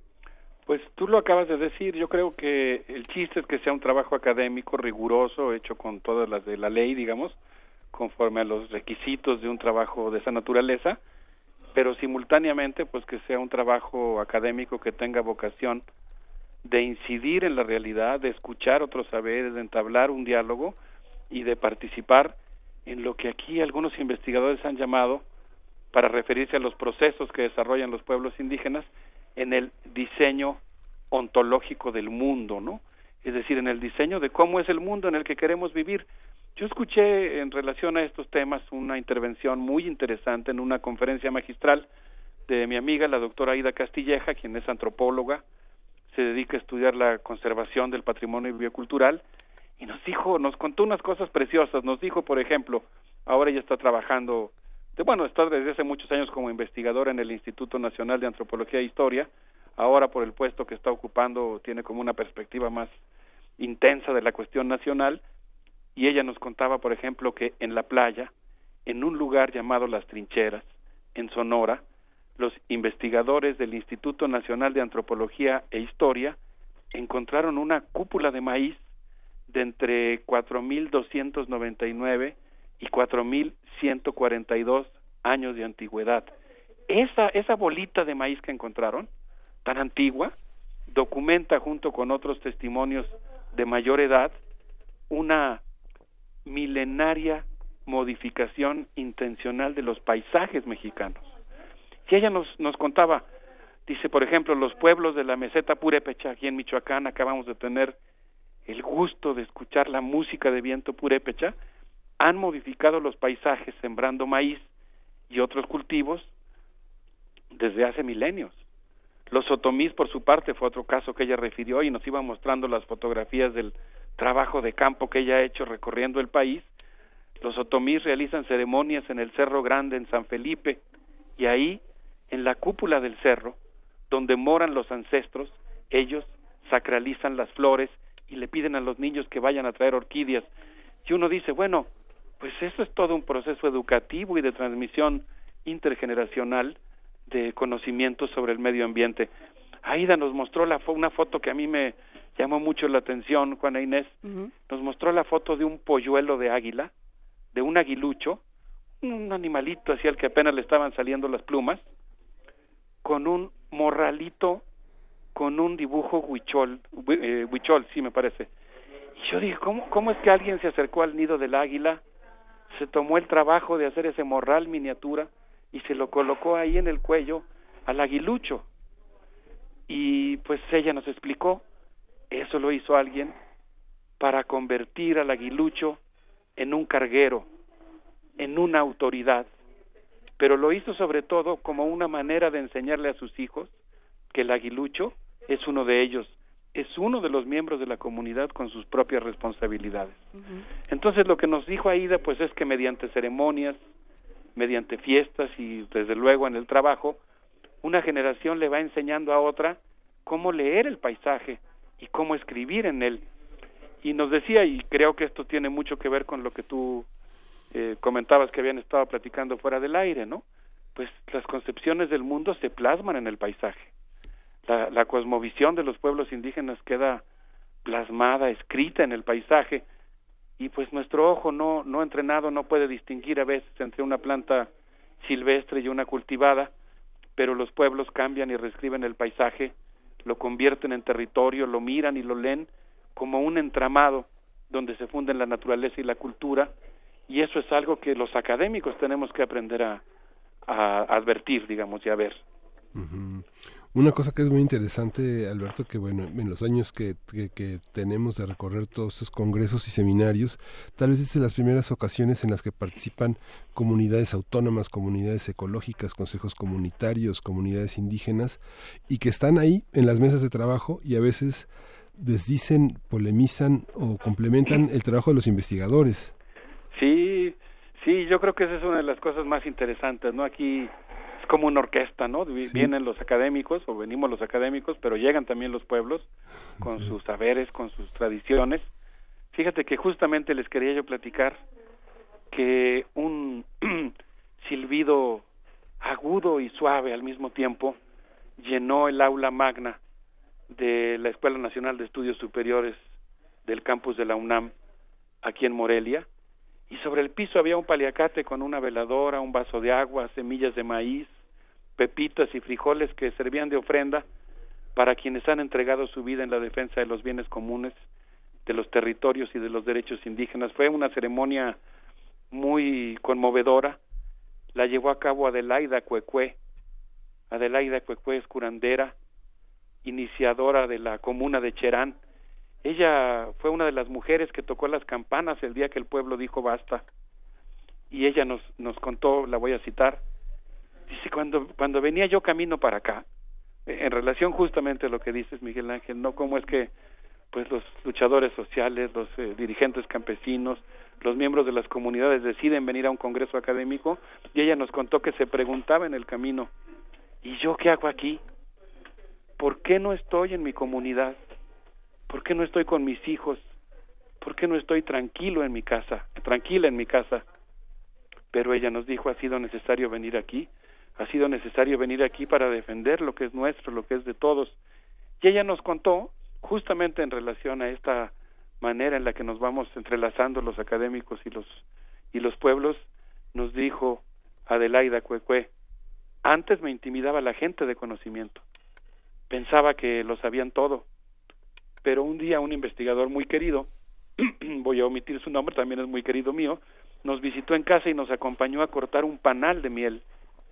Pues tú lo acabas de decir. Yo creo que el chiste es que sea un trabajo académico riguroso, hecho con todas las de la ley, digamos, conforme a los requisitos de un trabajo de esa naturaleza, pero simultáneamente pues que sea un trabajo académico que tenga vocación de incidir en la realidad, de escuchar otros saberes, de entablar un diálogo y de participar en lo que aquí algunos investigadores han llamado, para referirse a los procesos que desarrollan los pueblos indígenas, en el diseño ontológico del mundo, ¿no? Es decir, en el diseño de cómo es el mundo en el que queremos vivir. Yo escuché en relación a estos temas una intervención muy interesante en una conferencia magistral de mi amiga, la doctora Aida Castilleja, quien es antropóloga, se dedica a estudiar la conservación del patrimonio biocultural, y nos dijo, nos contó unas cosas preciosas. Nos dijo, por ejemplo, ahora ella está trabajando, de, bueno, está desde hace muchos años como investigadora en el Instituto Nacional de Antropología e Historia. Ahora, por el puesto que está ocupando, tiene como una perspectiva más intensa de la cuestión nacional, y ella nos contaba, por ejemplo, que en la playa, en un lugar llamado Las Trincheras, en Sonora, los investigadores del Instituto Nacional de Antropología e Historia encontraron una cúpula de maíz de entre cuatro mil doscientos noventa y nueve y cuatro mil ciento cuarenta y dos años de antigüedad. esa, esa bolita de maíz que encontraron, tan antigua, documenta junto con otros testimonios de mayor edad una milenaria modificación intencional de los paisajes mexicanos. Y ella nos, nos contaba, dice, por ejemplo, los pueblos de la meseta purépecha, aquí en Michoacán, acabamos de tener el gusto de escuchar la música de viento purépecha, han modificado los paisajes sembrando maíz y otros cultivos desde hace milenios. Los otomís, por su parte, fue otro caso que ella refirió y nos iba mostrando las fotografías del trabajo de campo que ella ha hecho recorriendo el país. Los otomís realizan ceremonias en el Cerro Grande, en San Felipe, y ahí, en la cúpula del cerro, donde moran los ancestros, ellos sacralizan las flores y le piden a los niños que vayan a traer orquídeas. Y uno dice, bueno, pues eso es todo un proceso educativo y de transmisión intergeneracional de conocimientos sobre el medio ambiente. Aida nos mostró la fo- una foto que a mí me llamó mucho la atención, Juana Inés. Uh-huh. Nos mostró la foto de un polluelo de águila, de un aguilucho, un animalito así al que apenas le estaban saliendo las plumas, con un morralito, con un dibujo huichol, eh, huichol, sí me parece. Y yo dije, ¿cómo, ¿cómo es que alguien se acercó al nido del águila, se tomó el trabajo de hacer ese morral miniatura y se lo colocó ahí en el cuello al aguilucho? Y pues ella nos explicó, eso lo hizo alguien para convertir al aguilucho en un carguero, en una autoridad, pero lo hizo sobre todo como una manera de enseñarle a sus hijos que el aguilucho es uno de ellos, es uno de los miembros de la comunidad con sus propias responsabilidades. Uh-huh. Entonces lo que nos dijo Aida pues es que mediante ceremonias, mediante fiestas y desde luego en el trabajo, una generación le va enseñando a otra cómo leer el paisaje y cómo escribir en él. Y nos decía, y creo que esto tiene mucho que ver con lo que tú eh, comentabas que habían estado platicando fuera del aire, ¿no? Pues las concepciones del mundo se plasman en el paisaje. La, la cosmovisión de los pueblos indígenas queda plasmada, escrita en el paisaje, y pues nuestro ojo no, no entrenado no puede distinguir a veces entre una planta silvestre y una cultivada, pero los pueblos cambian y reescriben el paisaje, lo convierten en territorio, lo miran y lo leen como un entramado donde se funden la naturaleza y la cultura, y eso es algo que los académicos tenemos que aprender a, a advertir, digamos, y a ver. Uh-huh. Una cosa que es muy interesante, Alberto, que bueno, en los años que, que, que tenemos de recorrer todos estos congresos y seminarios, tal vez es de las primeras ocasiones en las que participan comunidades autónomas, comunidades ecológicas, consejos comunitarios, comunidades indígenas, y que están ahí en las mesas de trabajo y a veces desdicen, polemizan o complementan el trabajo de los investigadores. Sí, sí, yo creo que esa es una de las cosas más interesantes, ¿no? Aquí es como una orquesta, ¿no? Sí. Vienen los académicos, o venimos los académicos, pero llegan también los pueblos con sí. sus saberes, con sus tradiciones. Fíjate que justamente les quería yo platicar que un silbido agudo y suave al mismo tiempo llenó el aula magna de la Escuela Nacional de Estudios Superiores del campus de la UNAM, aquí en Morelia, y sobre el piso había un paliacate con una veladora, un vaso de agua, semillas de maíz, pepitas y frijoles que servían de ofrenda para quienes han entregado su vida en la defensa de los bienes comunes, de los territorios y de los derechos indígenas. Fue una ceremonia muy conmovedora, la llevó a cabo Adelaida Cuecue. Adelaida Cuecue es curandera, iniciadora de la comuna de Cherán. Ella fue una de las mujeres que tocó las campanas el día que el pueblo dijo basta, y ella nos nos contó, la voy a citar, dice, cuando cuando venía yo camino para acá, en relación justamente a lo que dices, Miguel Ángel, no cómo es que pues los luchadores sociales, los eh, dirigentes campesinos, los miembros de las comunidades deciden venir a un congreso académico, y ella nos contó que se preguntaba en el camino, ¿y yo qué hago aquí? ¿Por qué no estoy en mi comunidad? ¿Por qué no estoy con mis hijos? ¿Por qué no estoy tranquilo en mi casa, tranquila en mi casa? Pero ella nos dijo, ha sido necesario venir aquí, ha sido necesario venir aquí para defender lo que es nuestro, lo que es de todos. Y ella nos contó, justamente en relación a esta manera en la que nos vamos entrelazando los académicos y los y los pueblos, nos dijo Adelaida Cuecue, Antes me intimidaba la gente de conocimiento. Pensaba que lo sabían todo. Pero un día un investigador muy querido, voy a omitir su nombre, también es muy querido mío, nos visitó en casa y nos acompañó a cortar un panal de miel.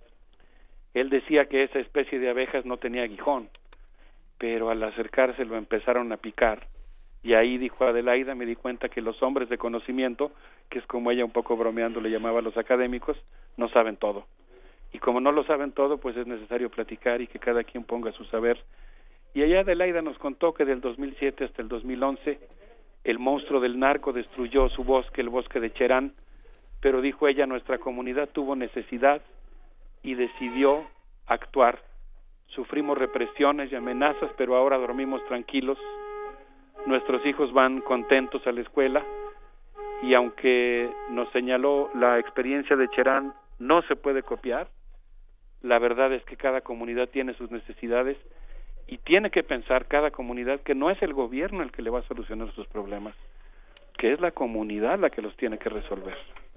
Él decía que esa especie de abejas no tenía aguijón, pero al acercarse lo empezaron a picar. Y ahí, dijo Adelaida, me di cuenta que los hombres de conocimiento, que es como ella un poco bromeando le llamaba a los académicos, no saben todo. Y como no lo saben todo, pues es necesario platicar y que cada quien ponga su saber. Y allá Adelaida nos contó que del dos mil siete hasta el dos mil once, el monstruo del narco destruyó su bosque, el bosque de Cherán, pero dijo ella, nuestra comunidad tuvo necesidad y decidió actuar. Sufrimos represiones y amenazas, pero ahora dormimos tranquilos. Nuestros hijos van contentos a la escuela y aunque nos señaló la experiencia de Cherán no se puede copiar, la verdad es que cada comunidad tiene sus necesidades y tiene que pensar cada comunidad que no es el gobierno el que le va a solucionar sus problemas, que es la comunidad la que los tiene que resolver.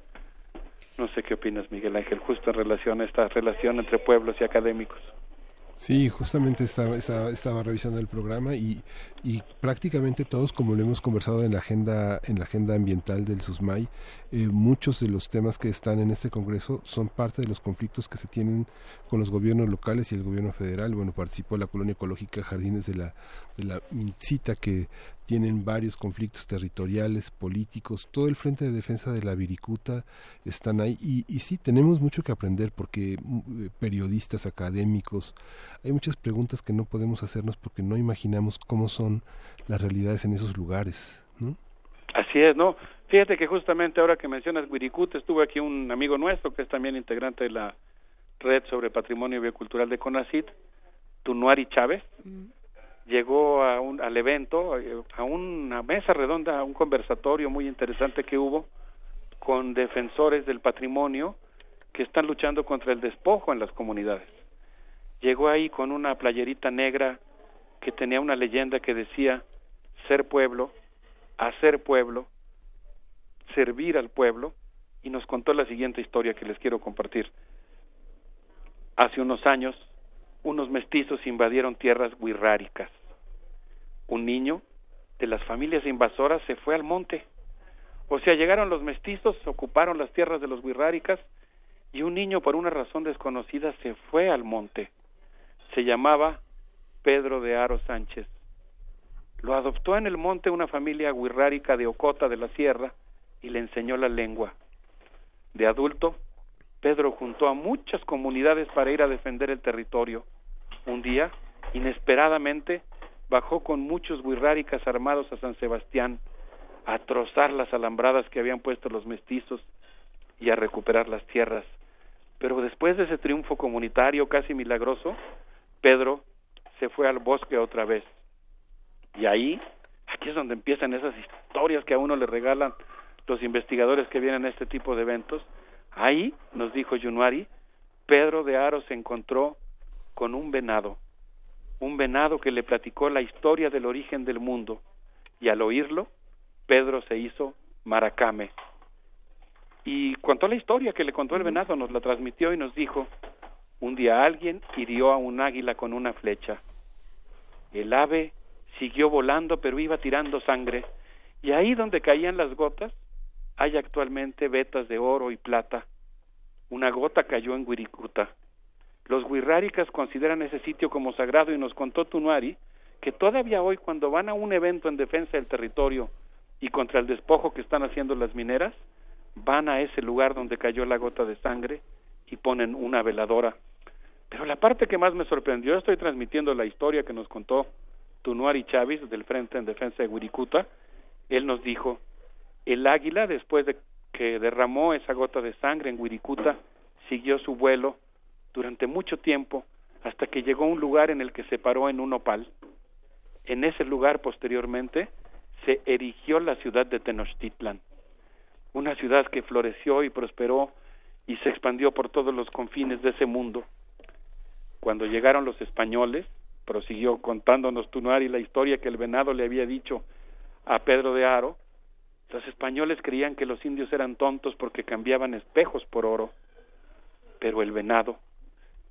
No sé qué opinas, Miguel Ángel, justo en relación a esta relación entre pueblos y académicos. Sí, justamente estaba, estaba, estaba revisando el programa y, y prácticamente todos, como lo hemos conversado en la agenda en la agenda ambiental del SUSMAI, eh, muchos de los temas que están en este congreso son parte de los conflictos que se tienen con los gobiernos locales y el gobierno federal. Bueno, participó la Colonia Ecológica Jardines de la de la Mintzita, que tienen varios conflictos territoriales, políticos, todo el Frente de Defensa de la Viricuta están ahí y, y sí, tenemos mucho que aprender porque eh, periodistas, académicos, hay muchas preguntas que no podemos hacernos porque no imaginamos cómo son las realidades en esos lugares, ¿no? Así es, ¿no? Fíjate que justamente ahora que mencionas Wirikuta, estuvo aquí un amigo nuestro que es también integrante de la Red sobre Patrimonio Biocultural de CONACYT, Tunuari Chávez, mm. llegó a un, al evento, a una mesa redonda, a un conversatorio muy interesante que hubo con defensores del patrimonio que están luchando contra el despojo en las comunidades. Llegó ahí con una playerita negra que tenía una leyenda que decía ser pueblo, hacer pueblo, servir al pueblo, y nos contó la siguiente historia que les quiero compartir. Hace unos años, unos mestizos invadieron tierras wixárikas. Un niño de las familias invasoras se fue al monte. O sea, llegaron los mestizos, ocuparon las tierras de los wixárikas, y un niño, por una razón desconocida, se fue al monte. Se llamaba Pedro de Haro Sánchez. Lo adoptó en el monte una familia wixárika de Ocota de la Sierra y le enseñó la lengua. De adulto, Pedro juntó a muchas comunidades para ir a defender el territorio. Un día, inesperadamente, bajó con muchos wixárikas armados a San Sebastián a trozar las alambradas que habían puesto los mestizos y a recuperar las tierras. Pero después de ese triunfo comunitario casi milagroso, Pedro se fue al bosque otra vez. Y ahí, aquí es donde empiezan esas historias que a uno le regalan los investigadores que vienen a este tipo de eventos. Ahí, nos dijo Yunuari, Pedro de Haro se encontró con un venado, un venado que le platicó la historia del origen del mundo, y al oírlo, Pedro se hizo maracame. Y contó la historia que le contó el venado, nos la transmitió y nos dijo, un día alguien hirió a un águila con una flecha. El ave siguió volando, pero iba tirando sangre, y ahí donde caían las gotas, hay actualmente vetas de oro y plata. Una gota cayó en Wirikuta. Los wixárikas consideran ese sitio como sagrado y nos contó Tunuari que todavía hoy cuando van a un evento en defensa del territorio y contra el despojo que están haciendo las mineras, van a ese lugar donde cayó la gota de sangre y ponen una veladora. Pero la parte que más me sorprendió, estoy transmitiendo la historia que nos contó Tunuari Chávez del Frente en Defensa de Wirikuta. Él nos dijo, el águila, después de que derramó esa gota de sangre en Wirikuta, siguió su vuelo durante mucho tiempo hasta que llegó a un lugar en el que se paró en un nopal. En ese lugar, posteriormente, se erigió la ciudad de Tenochtitlan, una ciudad que floreció y prosperó y se expandió por todos los confines de ese mundo. Cuando llegaron los españoles, prosiguió contándonos Tunuari la historia que el venado le había dicho a Pedro de Haro, los españoles creían que los indios eran tontos porque cambiaban espejos por oro, pero el venado,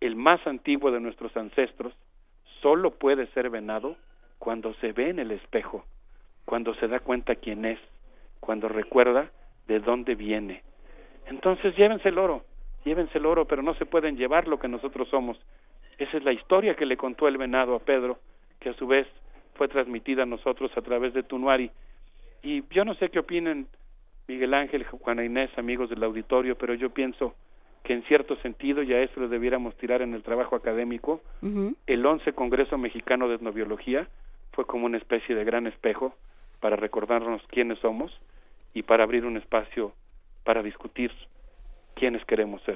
el más antiguo de nuestros ancestros, solo puede ser venado cuando se ve en el espejo, cuando se da cuenta quién es, cuando recuerda de dónde viene. Entonces llévense el oro, llévense el oro, pero no se pueden llevar lo que nosotros somos. Esa es la historia que le contó el venado a Pedro, que a su vez fue transmitida a nosotros a través de Tunuari. Y yo no sé qué opinen Miguel Ángel, Juana Inés, amigos del auditorio, pero yo pienso que en cierto sentido, y a eso lo debiéramos tirar en el trabajo académico, uh-huh. el once Congreso Mexicano de Etnobiología fue como una especie de gran espejo para recordarnos quiénes somos y para abrir un espacio para discutir quiénes queremos ser.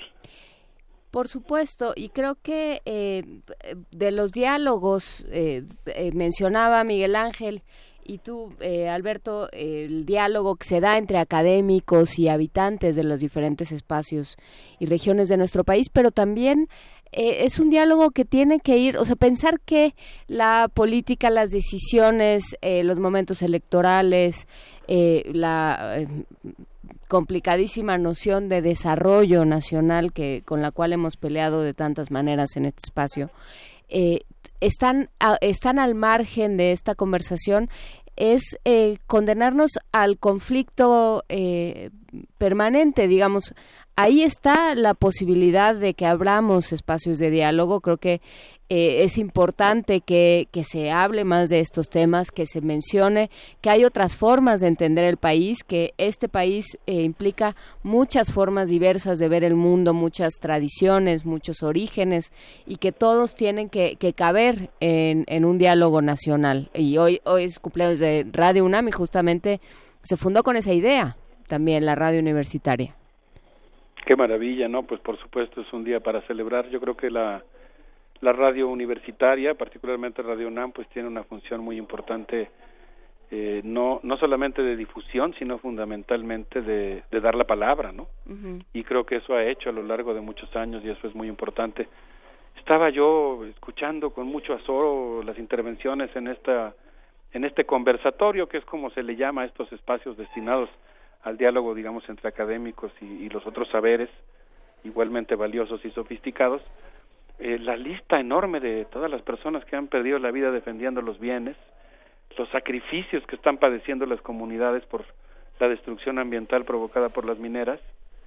Por supuesto, y creo que eh, de los diálogos, eh, eh, mencionaba Miguel Ángel y tú, eh, Alberto, eh, el diálogo que se da entre académicos y habitantes de los diferentes espacios y regiones de nuestro país, pero también eh, es un diálogo que tiene que ir, o sea, pensar que la política, las decisiones, eh, los momentos electorales, eh, la eh, complicadísima noción de desarrollo nacional que con la cual hemos peleado de tantas maneras en este espacio, eh, están a, están al margen de esta conversación, es eh, condenarnos al conflicto eh, permanente, digamos. Ahí está la posibilidad de que abramos espacios de diálogo. Creo que eh, es importante que, que se hable más de estos temas, que se mencione que hay otras formas de entender el país, que este país eh, implica muchas formas diversas de ver el mundo, muchas tradiciones, muchos orígenes, y que todos tienen que, que caber en, en un diálogo nacional. Y hoy, hoy es cumpleaños de Radio UNAM y justamente se fundó con esa idea también la radio universitaria. Qué maravilla, ¿no? Pues por supuesto es un día para celebrar. Yo creo que la, la radio universitaria, particularmente Radio UNAM, pues tiene una función muy importante, eh, no no solamente de difusión, sino fundamentalmente de, de dar la palabra, ¿no? Uh-huh. Y creo que eso ha hecho a lo largo de muchos años y eso es muy importante. Estaba yo escuchando con mucho azoro las intervenciones en esta en este conversatorio, que es como se le llama a estos espacios destinados al diálogo, digamos, entre académicos y, y los otros saberes, igualmente valiosos y sofisticados, eh, la lista enorme de todas las personas que han perdido la vida defendiendo los bienes, los sacrificios que están padeciendo las comunidades por la destrucción ambiental provocada por las mineras,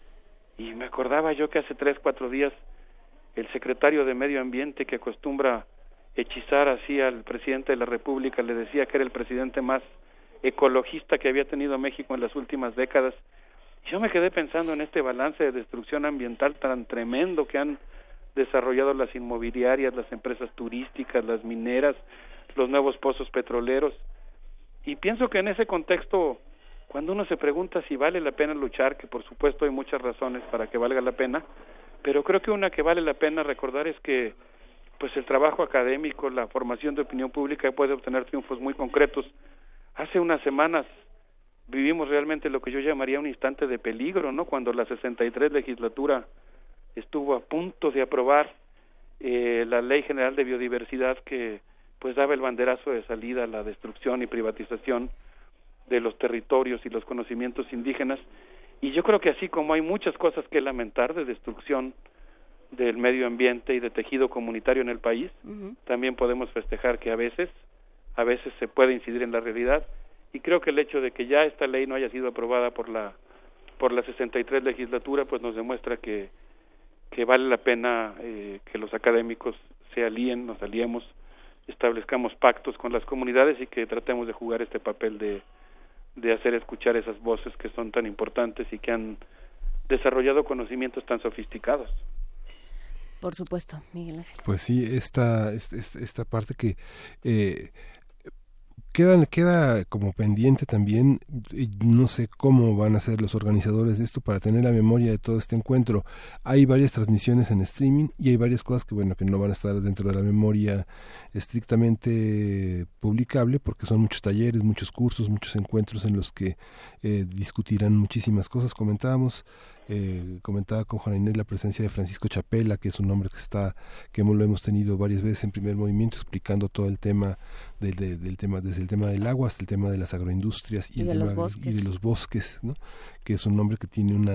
y me acordaba yo que hace tres, cuatro días el secretario de Medio Ambiente, que acostumbra hechizar así al presidente de la República, le decía que era el presidente más ecologista que había tenido México en las últimas décadas. Yo me quedé pensando en este balance de destrucción ambiental tan tremendo que han desarrollado las inmobiliarias, las empresas turísticas, las mineras, los nuevos pozos petroleros, y pienso que en ese contexto, cuando uno se pregunta si vale la pena luchar, que por supuesto hay muchas razones para que valga la pena, pero creo que una que vale la pena recordar es que pues el trabajo académico, la formación de opinión pública puede obtener triunfos muy concretos. Hace unas semanas vivimos realmente lo que yo llamaría un instante de peligro, ¿no? Cuando la sesenta y tres legislatura estuvo a punto de aprobar eh, la Ley General de Biodiversidad, que pues daba el banderazo de salida a la destrucción y privatización de los territorios y los conocimientos indígenas. Y yo creo que así como hay muchas cosas que lamentar de destrucción del medio ambiente y de tejido comunitario en el país, uh-huh. también podemos festejar que a veces a veces se puede incidir en la realidad, y creo que el hecho de que ya esta ley no haya sido aprobada por la por la sesenta y tres legislatura pues nos demuestra que que vale la pena eh, que los académicos se alíen, nos aliemos, establezcamos pactos con las comunidades y que tratemos de jugar este papel de de hacer escuchar esas voces que son tan importantes y que han desarrollado conocimientos tan sofisticados. Por supuesto, Miguel Ángel. Pues sí, esta esta, esta parte que eh, Queda, queda como pendiente también, no sé cómo van a ser los organizadores de esto para tener la memoria de todo este encuentro. Hay varias transmisiones en streaming y hay varias cosas que bueno que no van a estar dentro de la memoria estrictamente publicable, porque son muchos talleres, muchos cursos, muchos encuentros en los que eh, discutirán muchísimas cosas. Comentábamos Eh, comentaba con Juana Inés la presencia de Francisco Chapela, que es un hombre que está que hemos, lo hemos tenido varias veces en Primer Movimiento, explicando todo el tema del, de, del tema desde el tema del agua hasta el tema de las agroindustrias y, y, el de, tema, los bosques. y de los bosques, ¿no? Que es un hombre que tiene una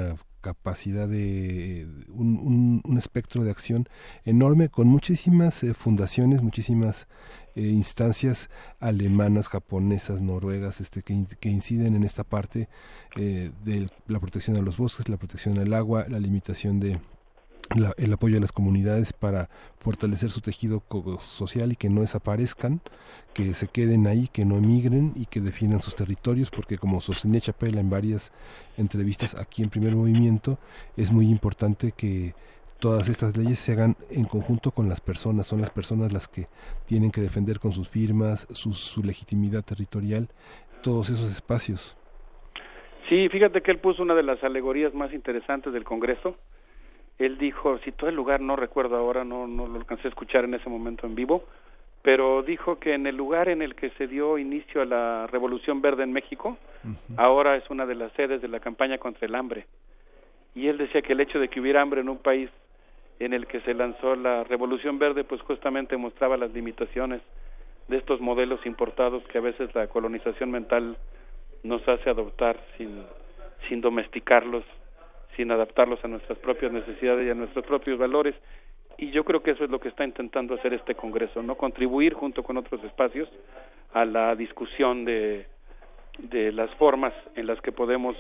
capacidad de un, un, un espectro de acción enorme, con muchísimas eh, fundaciones, muchísimas eh, instancias alemanas, japonesas, noruegas, este, que, que inciden en esta parte eh, de la protección de los bosques, la protección del agua, la limitación de La, el apoyo a las comunidades para fortalecer su tejido social y que no desaparezcan, que se queden ahí, que no emigren y que defiendan sus territorios, porque como sostenía Chapela en varias entrevistas aquí en Primer Movimiento, es muy importante que todas estas leyes se hagan en conjunto con las personas, son las personas las que tienen que defender con sus firmas, su, su legitimidad territorial, todos esos espacios. Sí, fíjate que él puso una de las alegorías más interesantes del Congreso. Él dijo, citó el lugar, no recuerdo ahora, no, no lo alcancé a escuchar en ese momento en vivo, pero dijo que en el lugar en el que se dio inicio a la Revolución Verde en México, uh-huh. ahora es una de las sedes de la campaña contra el hambre. Y él decía que el hecho de que hubiera hambre en un país en el que se lanzó la Revolución Verde, pues justamente mostraba las limitaciones de estos modelos importados que a veces la colonización mental nos hace adoptar sin, sin domesticarlos, sin adaptarlos a nuestras propias necesidades y a nuestros propios valores, y yo creo que eso es lo que está intentando hacer este Congreso, ¿no? Contribuir junto con otros espacios a la discusión de, de las formas en las que podemos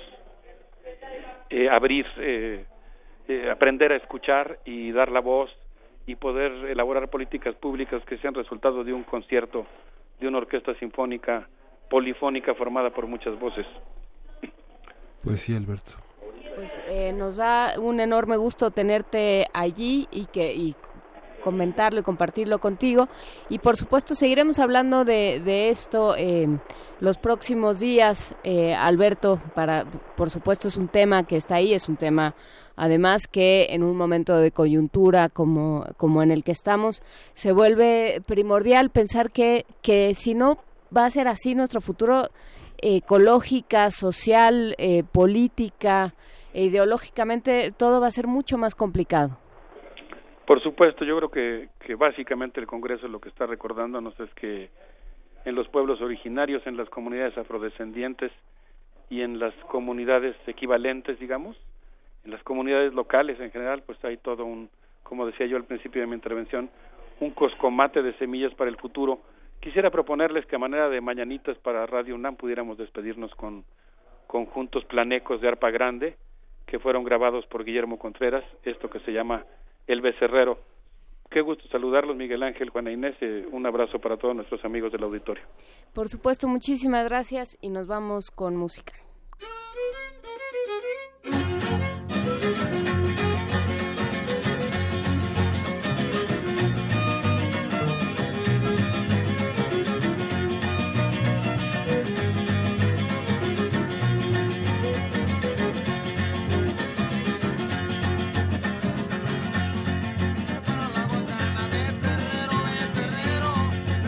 eh, abrir, eh, eh, aprender a escuchar y dar la voz y poder elaborar políticas públicas que sean resultado de un concierto, de una orquesta sinfónica, polifónica formada por muchas voces. Pues sí, Alberto. Pues eh, nos da un enorme gusto tenerte allí y que y comentarlo y compartirlo contigo, y por supuesto seguiremos hablando de, de esto eh, los próximos días, eh, Alberto. Para por supuesto es un tema que está ahí, es un tema además que en un momento de coyuntura como como en el que estamos se vuelve primordial pensar que que si no va a ser así nuestro futuro, ecológica, social, eh, política, e ideológicamente todo va a ser mucho más complicado. Por supuesto, yo creo que, que básicamente el Congreso lo que está recordándonos es que en los pueblos originarios, en las comunidades afrodescendientes y en las comunidades equivalentes, digamos, en las comunidades locales en general, pues hay todo un, como decía yo al principio de mi intervención, un coscomate de semillas para el futuro. Quisiera proponerles que a manera de mañanitas para Radio UNAM pudiéramos despedirnos con conjuntos planecos de arpa grande, que fueron grabados por Guillermo Contreras, esto que se llama El Becerrero. Qué gusto saludarlos, Miguel Ángel, Juana Inés, eh, un abrazo para todos nuestros amigos del auditorio. Por supuesto, muchísimas gracias y nos vamos con música.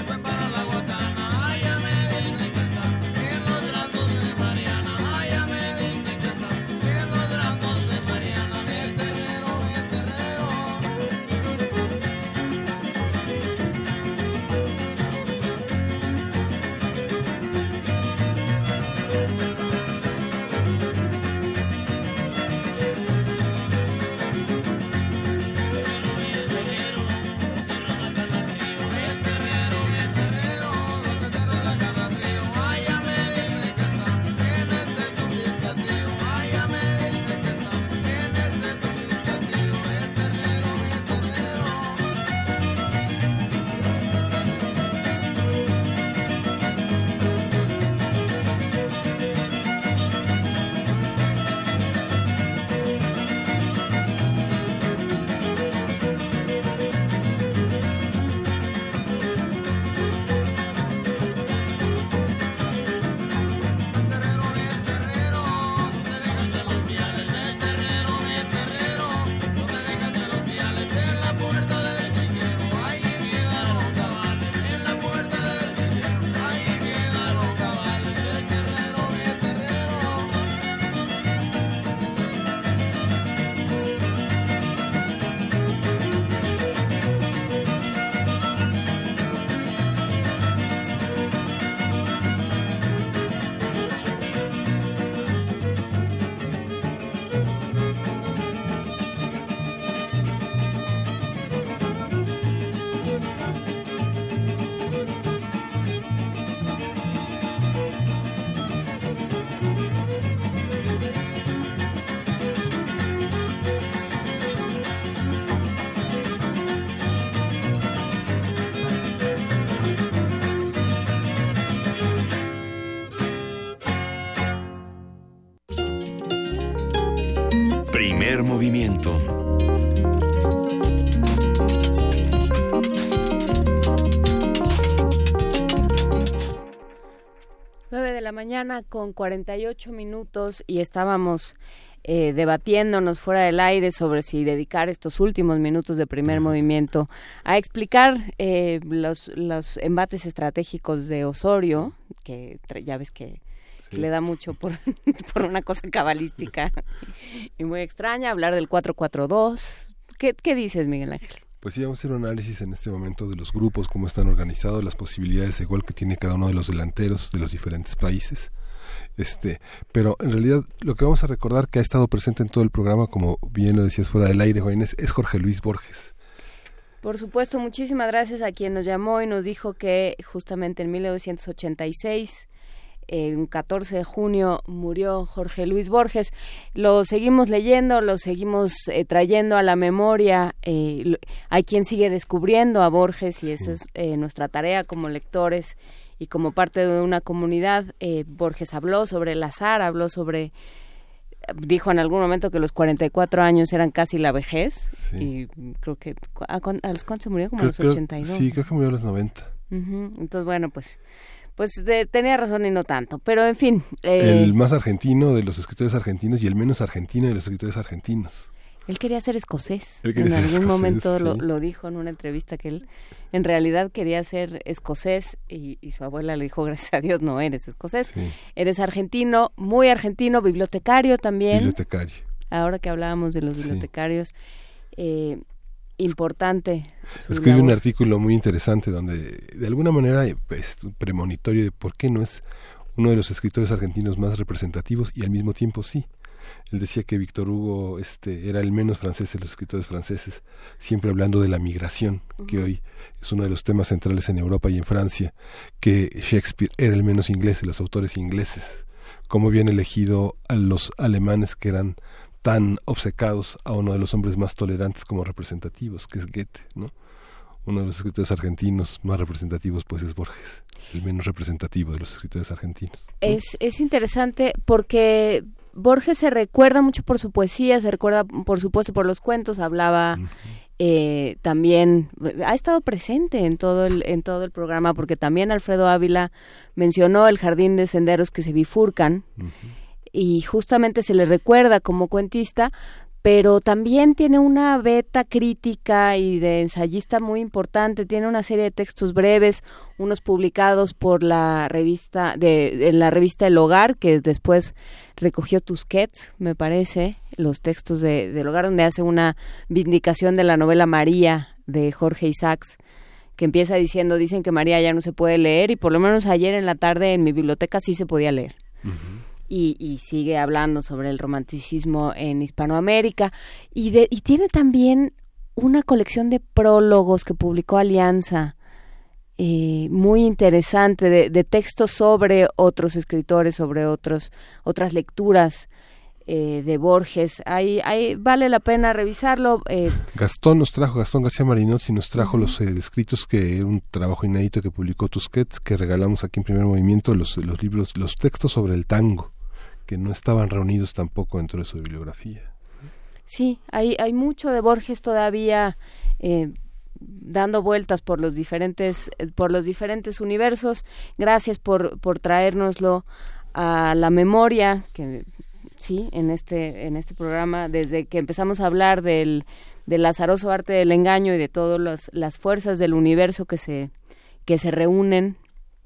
Ay, Primer movimiento. nueve de la mañana con cuarenta y ocho minutos y estábamos eh, debatiéndonos fuera del aire sobre si dedicar estos últimos minutos de primer movimiento a explicar eh, los, los embates estratégicos de Osorio, que ya ves que sí. le da mucho por, por una cosa cabalística y muy extraña, hablar del cuatro cuatro dos. ¿Qué, qué dices, Miguel Ángel? Pues sí, vamos a hacer un análisis en este momento de los grupos, cómo están organizados, las posibilidades de gol que tiene cada uno de los delanteros de los diferentes países. Este, pero en realidad lo que vamos a recordar que ha estado presente en todo el programa, como bien lo decías fuera del aire, Juanes, es Jorge Luis Borges. Por supuesto, muchísimas gracias a quien nos llamó y nos dijo que justamente en mil novecientos ochenta y seis, el catorce de junio, murió Jorge Luis Borges. Lo seguimos leyendo, lo seguimos eh, trayendo a la memoria. Eh, lo, hay quien sigue descubriendo a Borges y esa es eh, nuestra tarea como lectores y como parte de una comunidad. eh, Borges habló sobre el azar, habló sobre, dijo en algún momento que los cuarenta y cuatro años eran casi la vejez, sí. y creo que ¿a, a los cuántos se murió? Como creo, a los ochenta y dos. Sí, creo que murió a los noventa. Uh-huh. Entonces, bueno, pues pues de, tenía razón y no tanto, pero en fin. Eh, el más argentino de los escritores argentinos y el menos argentino de los escritores argentinos. Él quería ser escocés. Él en algún escocés, momento sí. lo, lo dijo en una entrevista que él en realidad quería ser escocés y, y su abuela le dijo, gracias a Dios no eres escocés, sí. eres argentino, muy argentino, bibliotecario también. Bibliotecario. Ahora que hablábamos de los bibliotecarios, sí. eh, importante. Escribe labor. Un artículo muy interesante donde de alguna manera es premonitorio de por qué no es uno de los escritores argentinos más representativos y al mismo tiempo sí. Él decía que Víctor Hugo este, era el menos francés de los escritores franceses, siempre hablando de la migración, uh-huh. que hoy es uno de los temas centrales en Europa y en Francia, que Shakespeare era el menos inglés de los autores ingleses, cómo habían elegido a los alemanes que eran tan obcecados a uno de los hombres más tolerantes como representativos, que es Goethe, ¿no? Uno de los escritores argentinos más representativos pues es Borges, el menos representativo de los escritores argentinos, ¿no? Es, es interesante porque Borges se recuerda mucho por su poesía, se recuerda por supuesto por los cuentos, hablaba uh-huh. eh, también, ha estado presente en todo el en todo el programa porque también Alfredo Ávila mencionó el jardín de senderos que se bifurcan uh-huh. y justamente se le recuerda como cuentista, pero también tiene una veta crítica y de ensayista muy importante, tiene una serie de textos breves, unos publicados por la revista de en la revista El Hogar, que después recogió Tusquets, me parece, los textos de del Hogar, donde hace una vindicación de la novela María de Jorge Isaacs, que empieza diciendo, dicen que María ya no se puede leer, y por lo menos ayer en la tarde en mi biblioteca sí se podía leer. Uh-huh. Y, y sigue hablando sobre el romanticismo en Hispanoamérica y, de, y tiene también una colección de prólogos que publicó Alianza, eh, muy interesante, de, de textos sobre otros escritores, sobre otros otras lecturas eh, de Borges. Ahí, ahí vale la pena revisarlo. Eh. Gastón nos trajo, Gastón García Marinozzi nos trajo uh-huh. los eh, escritos, que era un trabajo inédito que publicó Tusquets, que regalamos aquí en Primer Movimiento, los, los libros, los textos sobre el tango, que no estaban reunidos tampoco dentro de su bibliografía. Sí, hay hay mucho de Borges todavía eh, dando vueltas por los diferentes por los diferentes universos. Gracias por por traérnoslo a la memoria, que sí, en este en este programa, desde que empezamos a hablar del del azaroso arte del engaño y de todas las las fuerzas del universo que se que se reúnen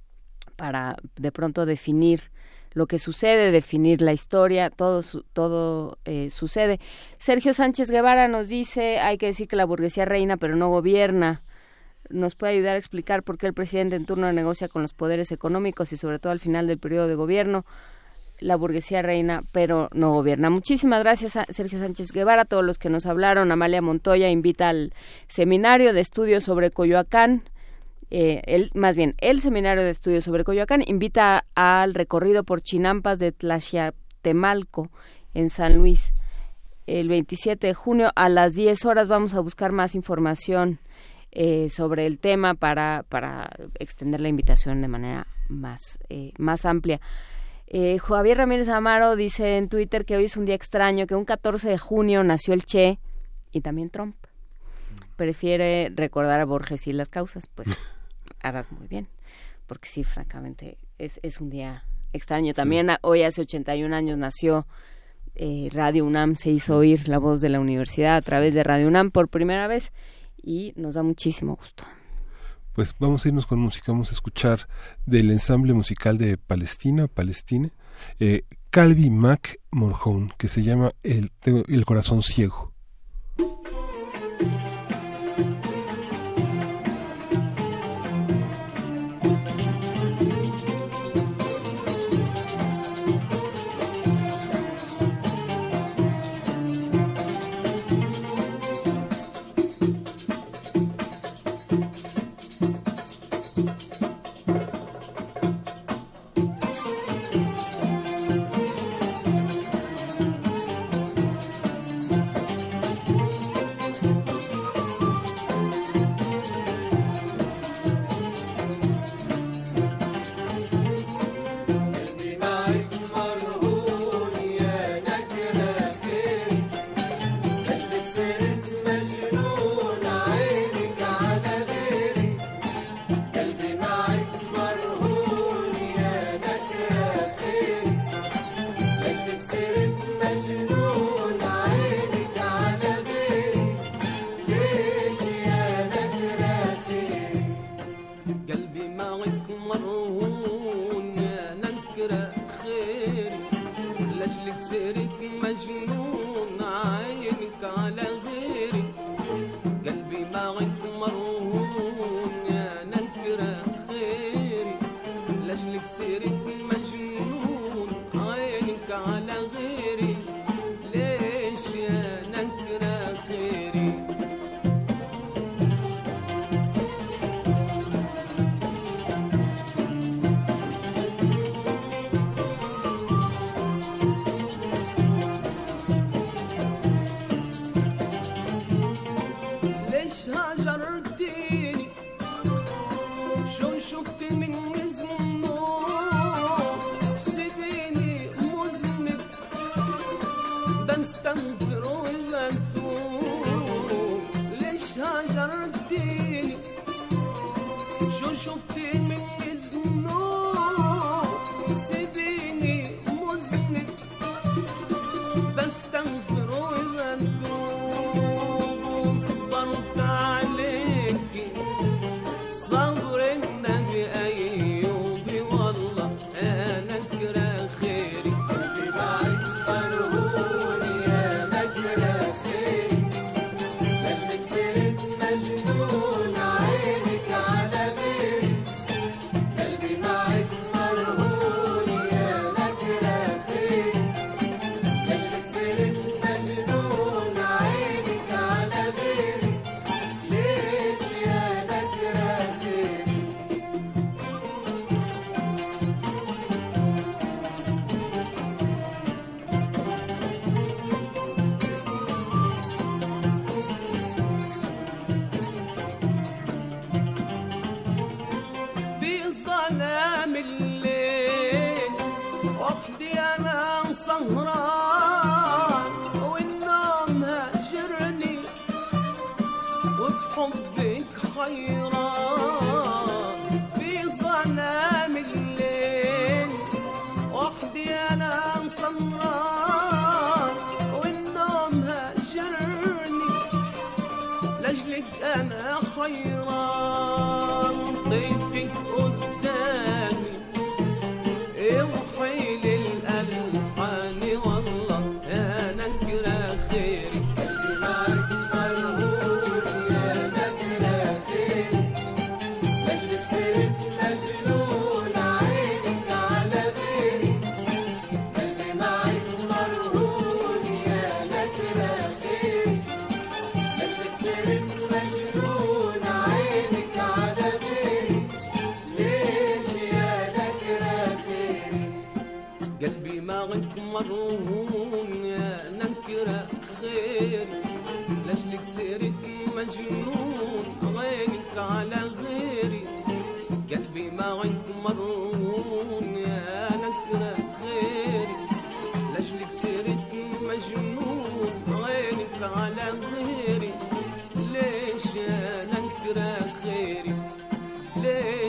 para de pronto definir lo que sucede, definir la historia, todo todo eh, sucede. Sergio Sánchez Guevara nos dice, hay que decir que la burguesía reina pero no gobierna. ¿Nos puede ayudar a explicar por qué el presidente en turno negocia con los poderes económicos y sobre todo al final del periodo de gobierno? La burguesía reina pero no gobierna. Muchísimas gracias a Sergio Sánchez Guevara, a todos los que nos hablaron. Amalia Montoya invita al seminario de estudios sobre Coyoacán. Eh, el, más bien, el Seminario de Estudios sobre Coyoacán invita al recorrido por Chinampas de Tlaxiatemalco en San Luis. El veintisiete de junio a las diez horas vamos a buscar más información eh, sobre el tema para, para extender la invitación de manera más, eh, más amplia. Eh, Javier Ramírez Amaro dice en Twitter que hoy es un día extraño, que un catorce de junio nació el Che y también Trump. Prefiere recordar a Borges y las causas. Pues harás muy bien, porque sí, francamente, es, es un día extraño. También sí. Hoy hace ochenta y un años nació eh, Radio UNAM, se hizo oír la voz de la universidad a través de Radio UNAM por primera vez y nos da muchísimo gusto. Pues vamos a irnos con música, vamos a escuchar del ensamble musical de Palestina, Palestina, eh, Calvi Mac Morhone, que se llama El, el corazón ciego.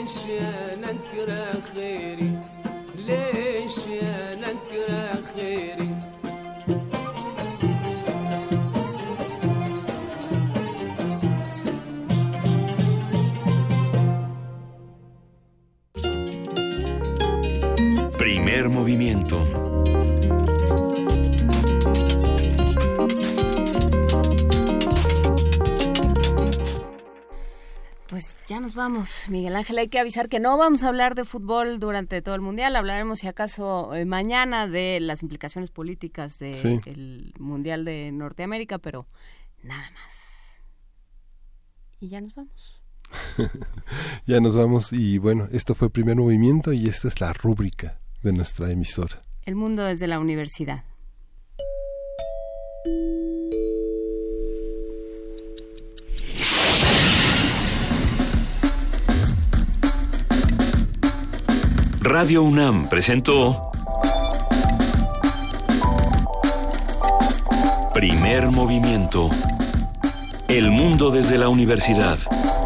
ليش أنا أكره غيري ليش أنا أكره غيري Primer movimiento. Pues ya nos vamos, Miguel Ángel. Hay que avisar que no vamos a hablar de fútbol durante todo el Mundial. Hablaremos, si acaso, eh, mañana de las implicaciones políticas del sí. Mundial de Norteamérica, pero nada más. Y ya nos vamos. Ya nos vamos y bueno, esto fue Primer Movimiento y esta es la rúbrica de nuestra emisora. El mundo desde la universidad. Radio UNAM presentó Primer Movimiento. El mundo desde la universidad.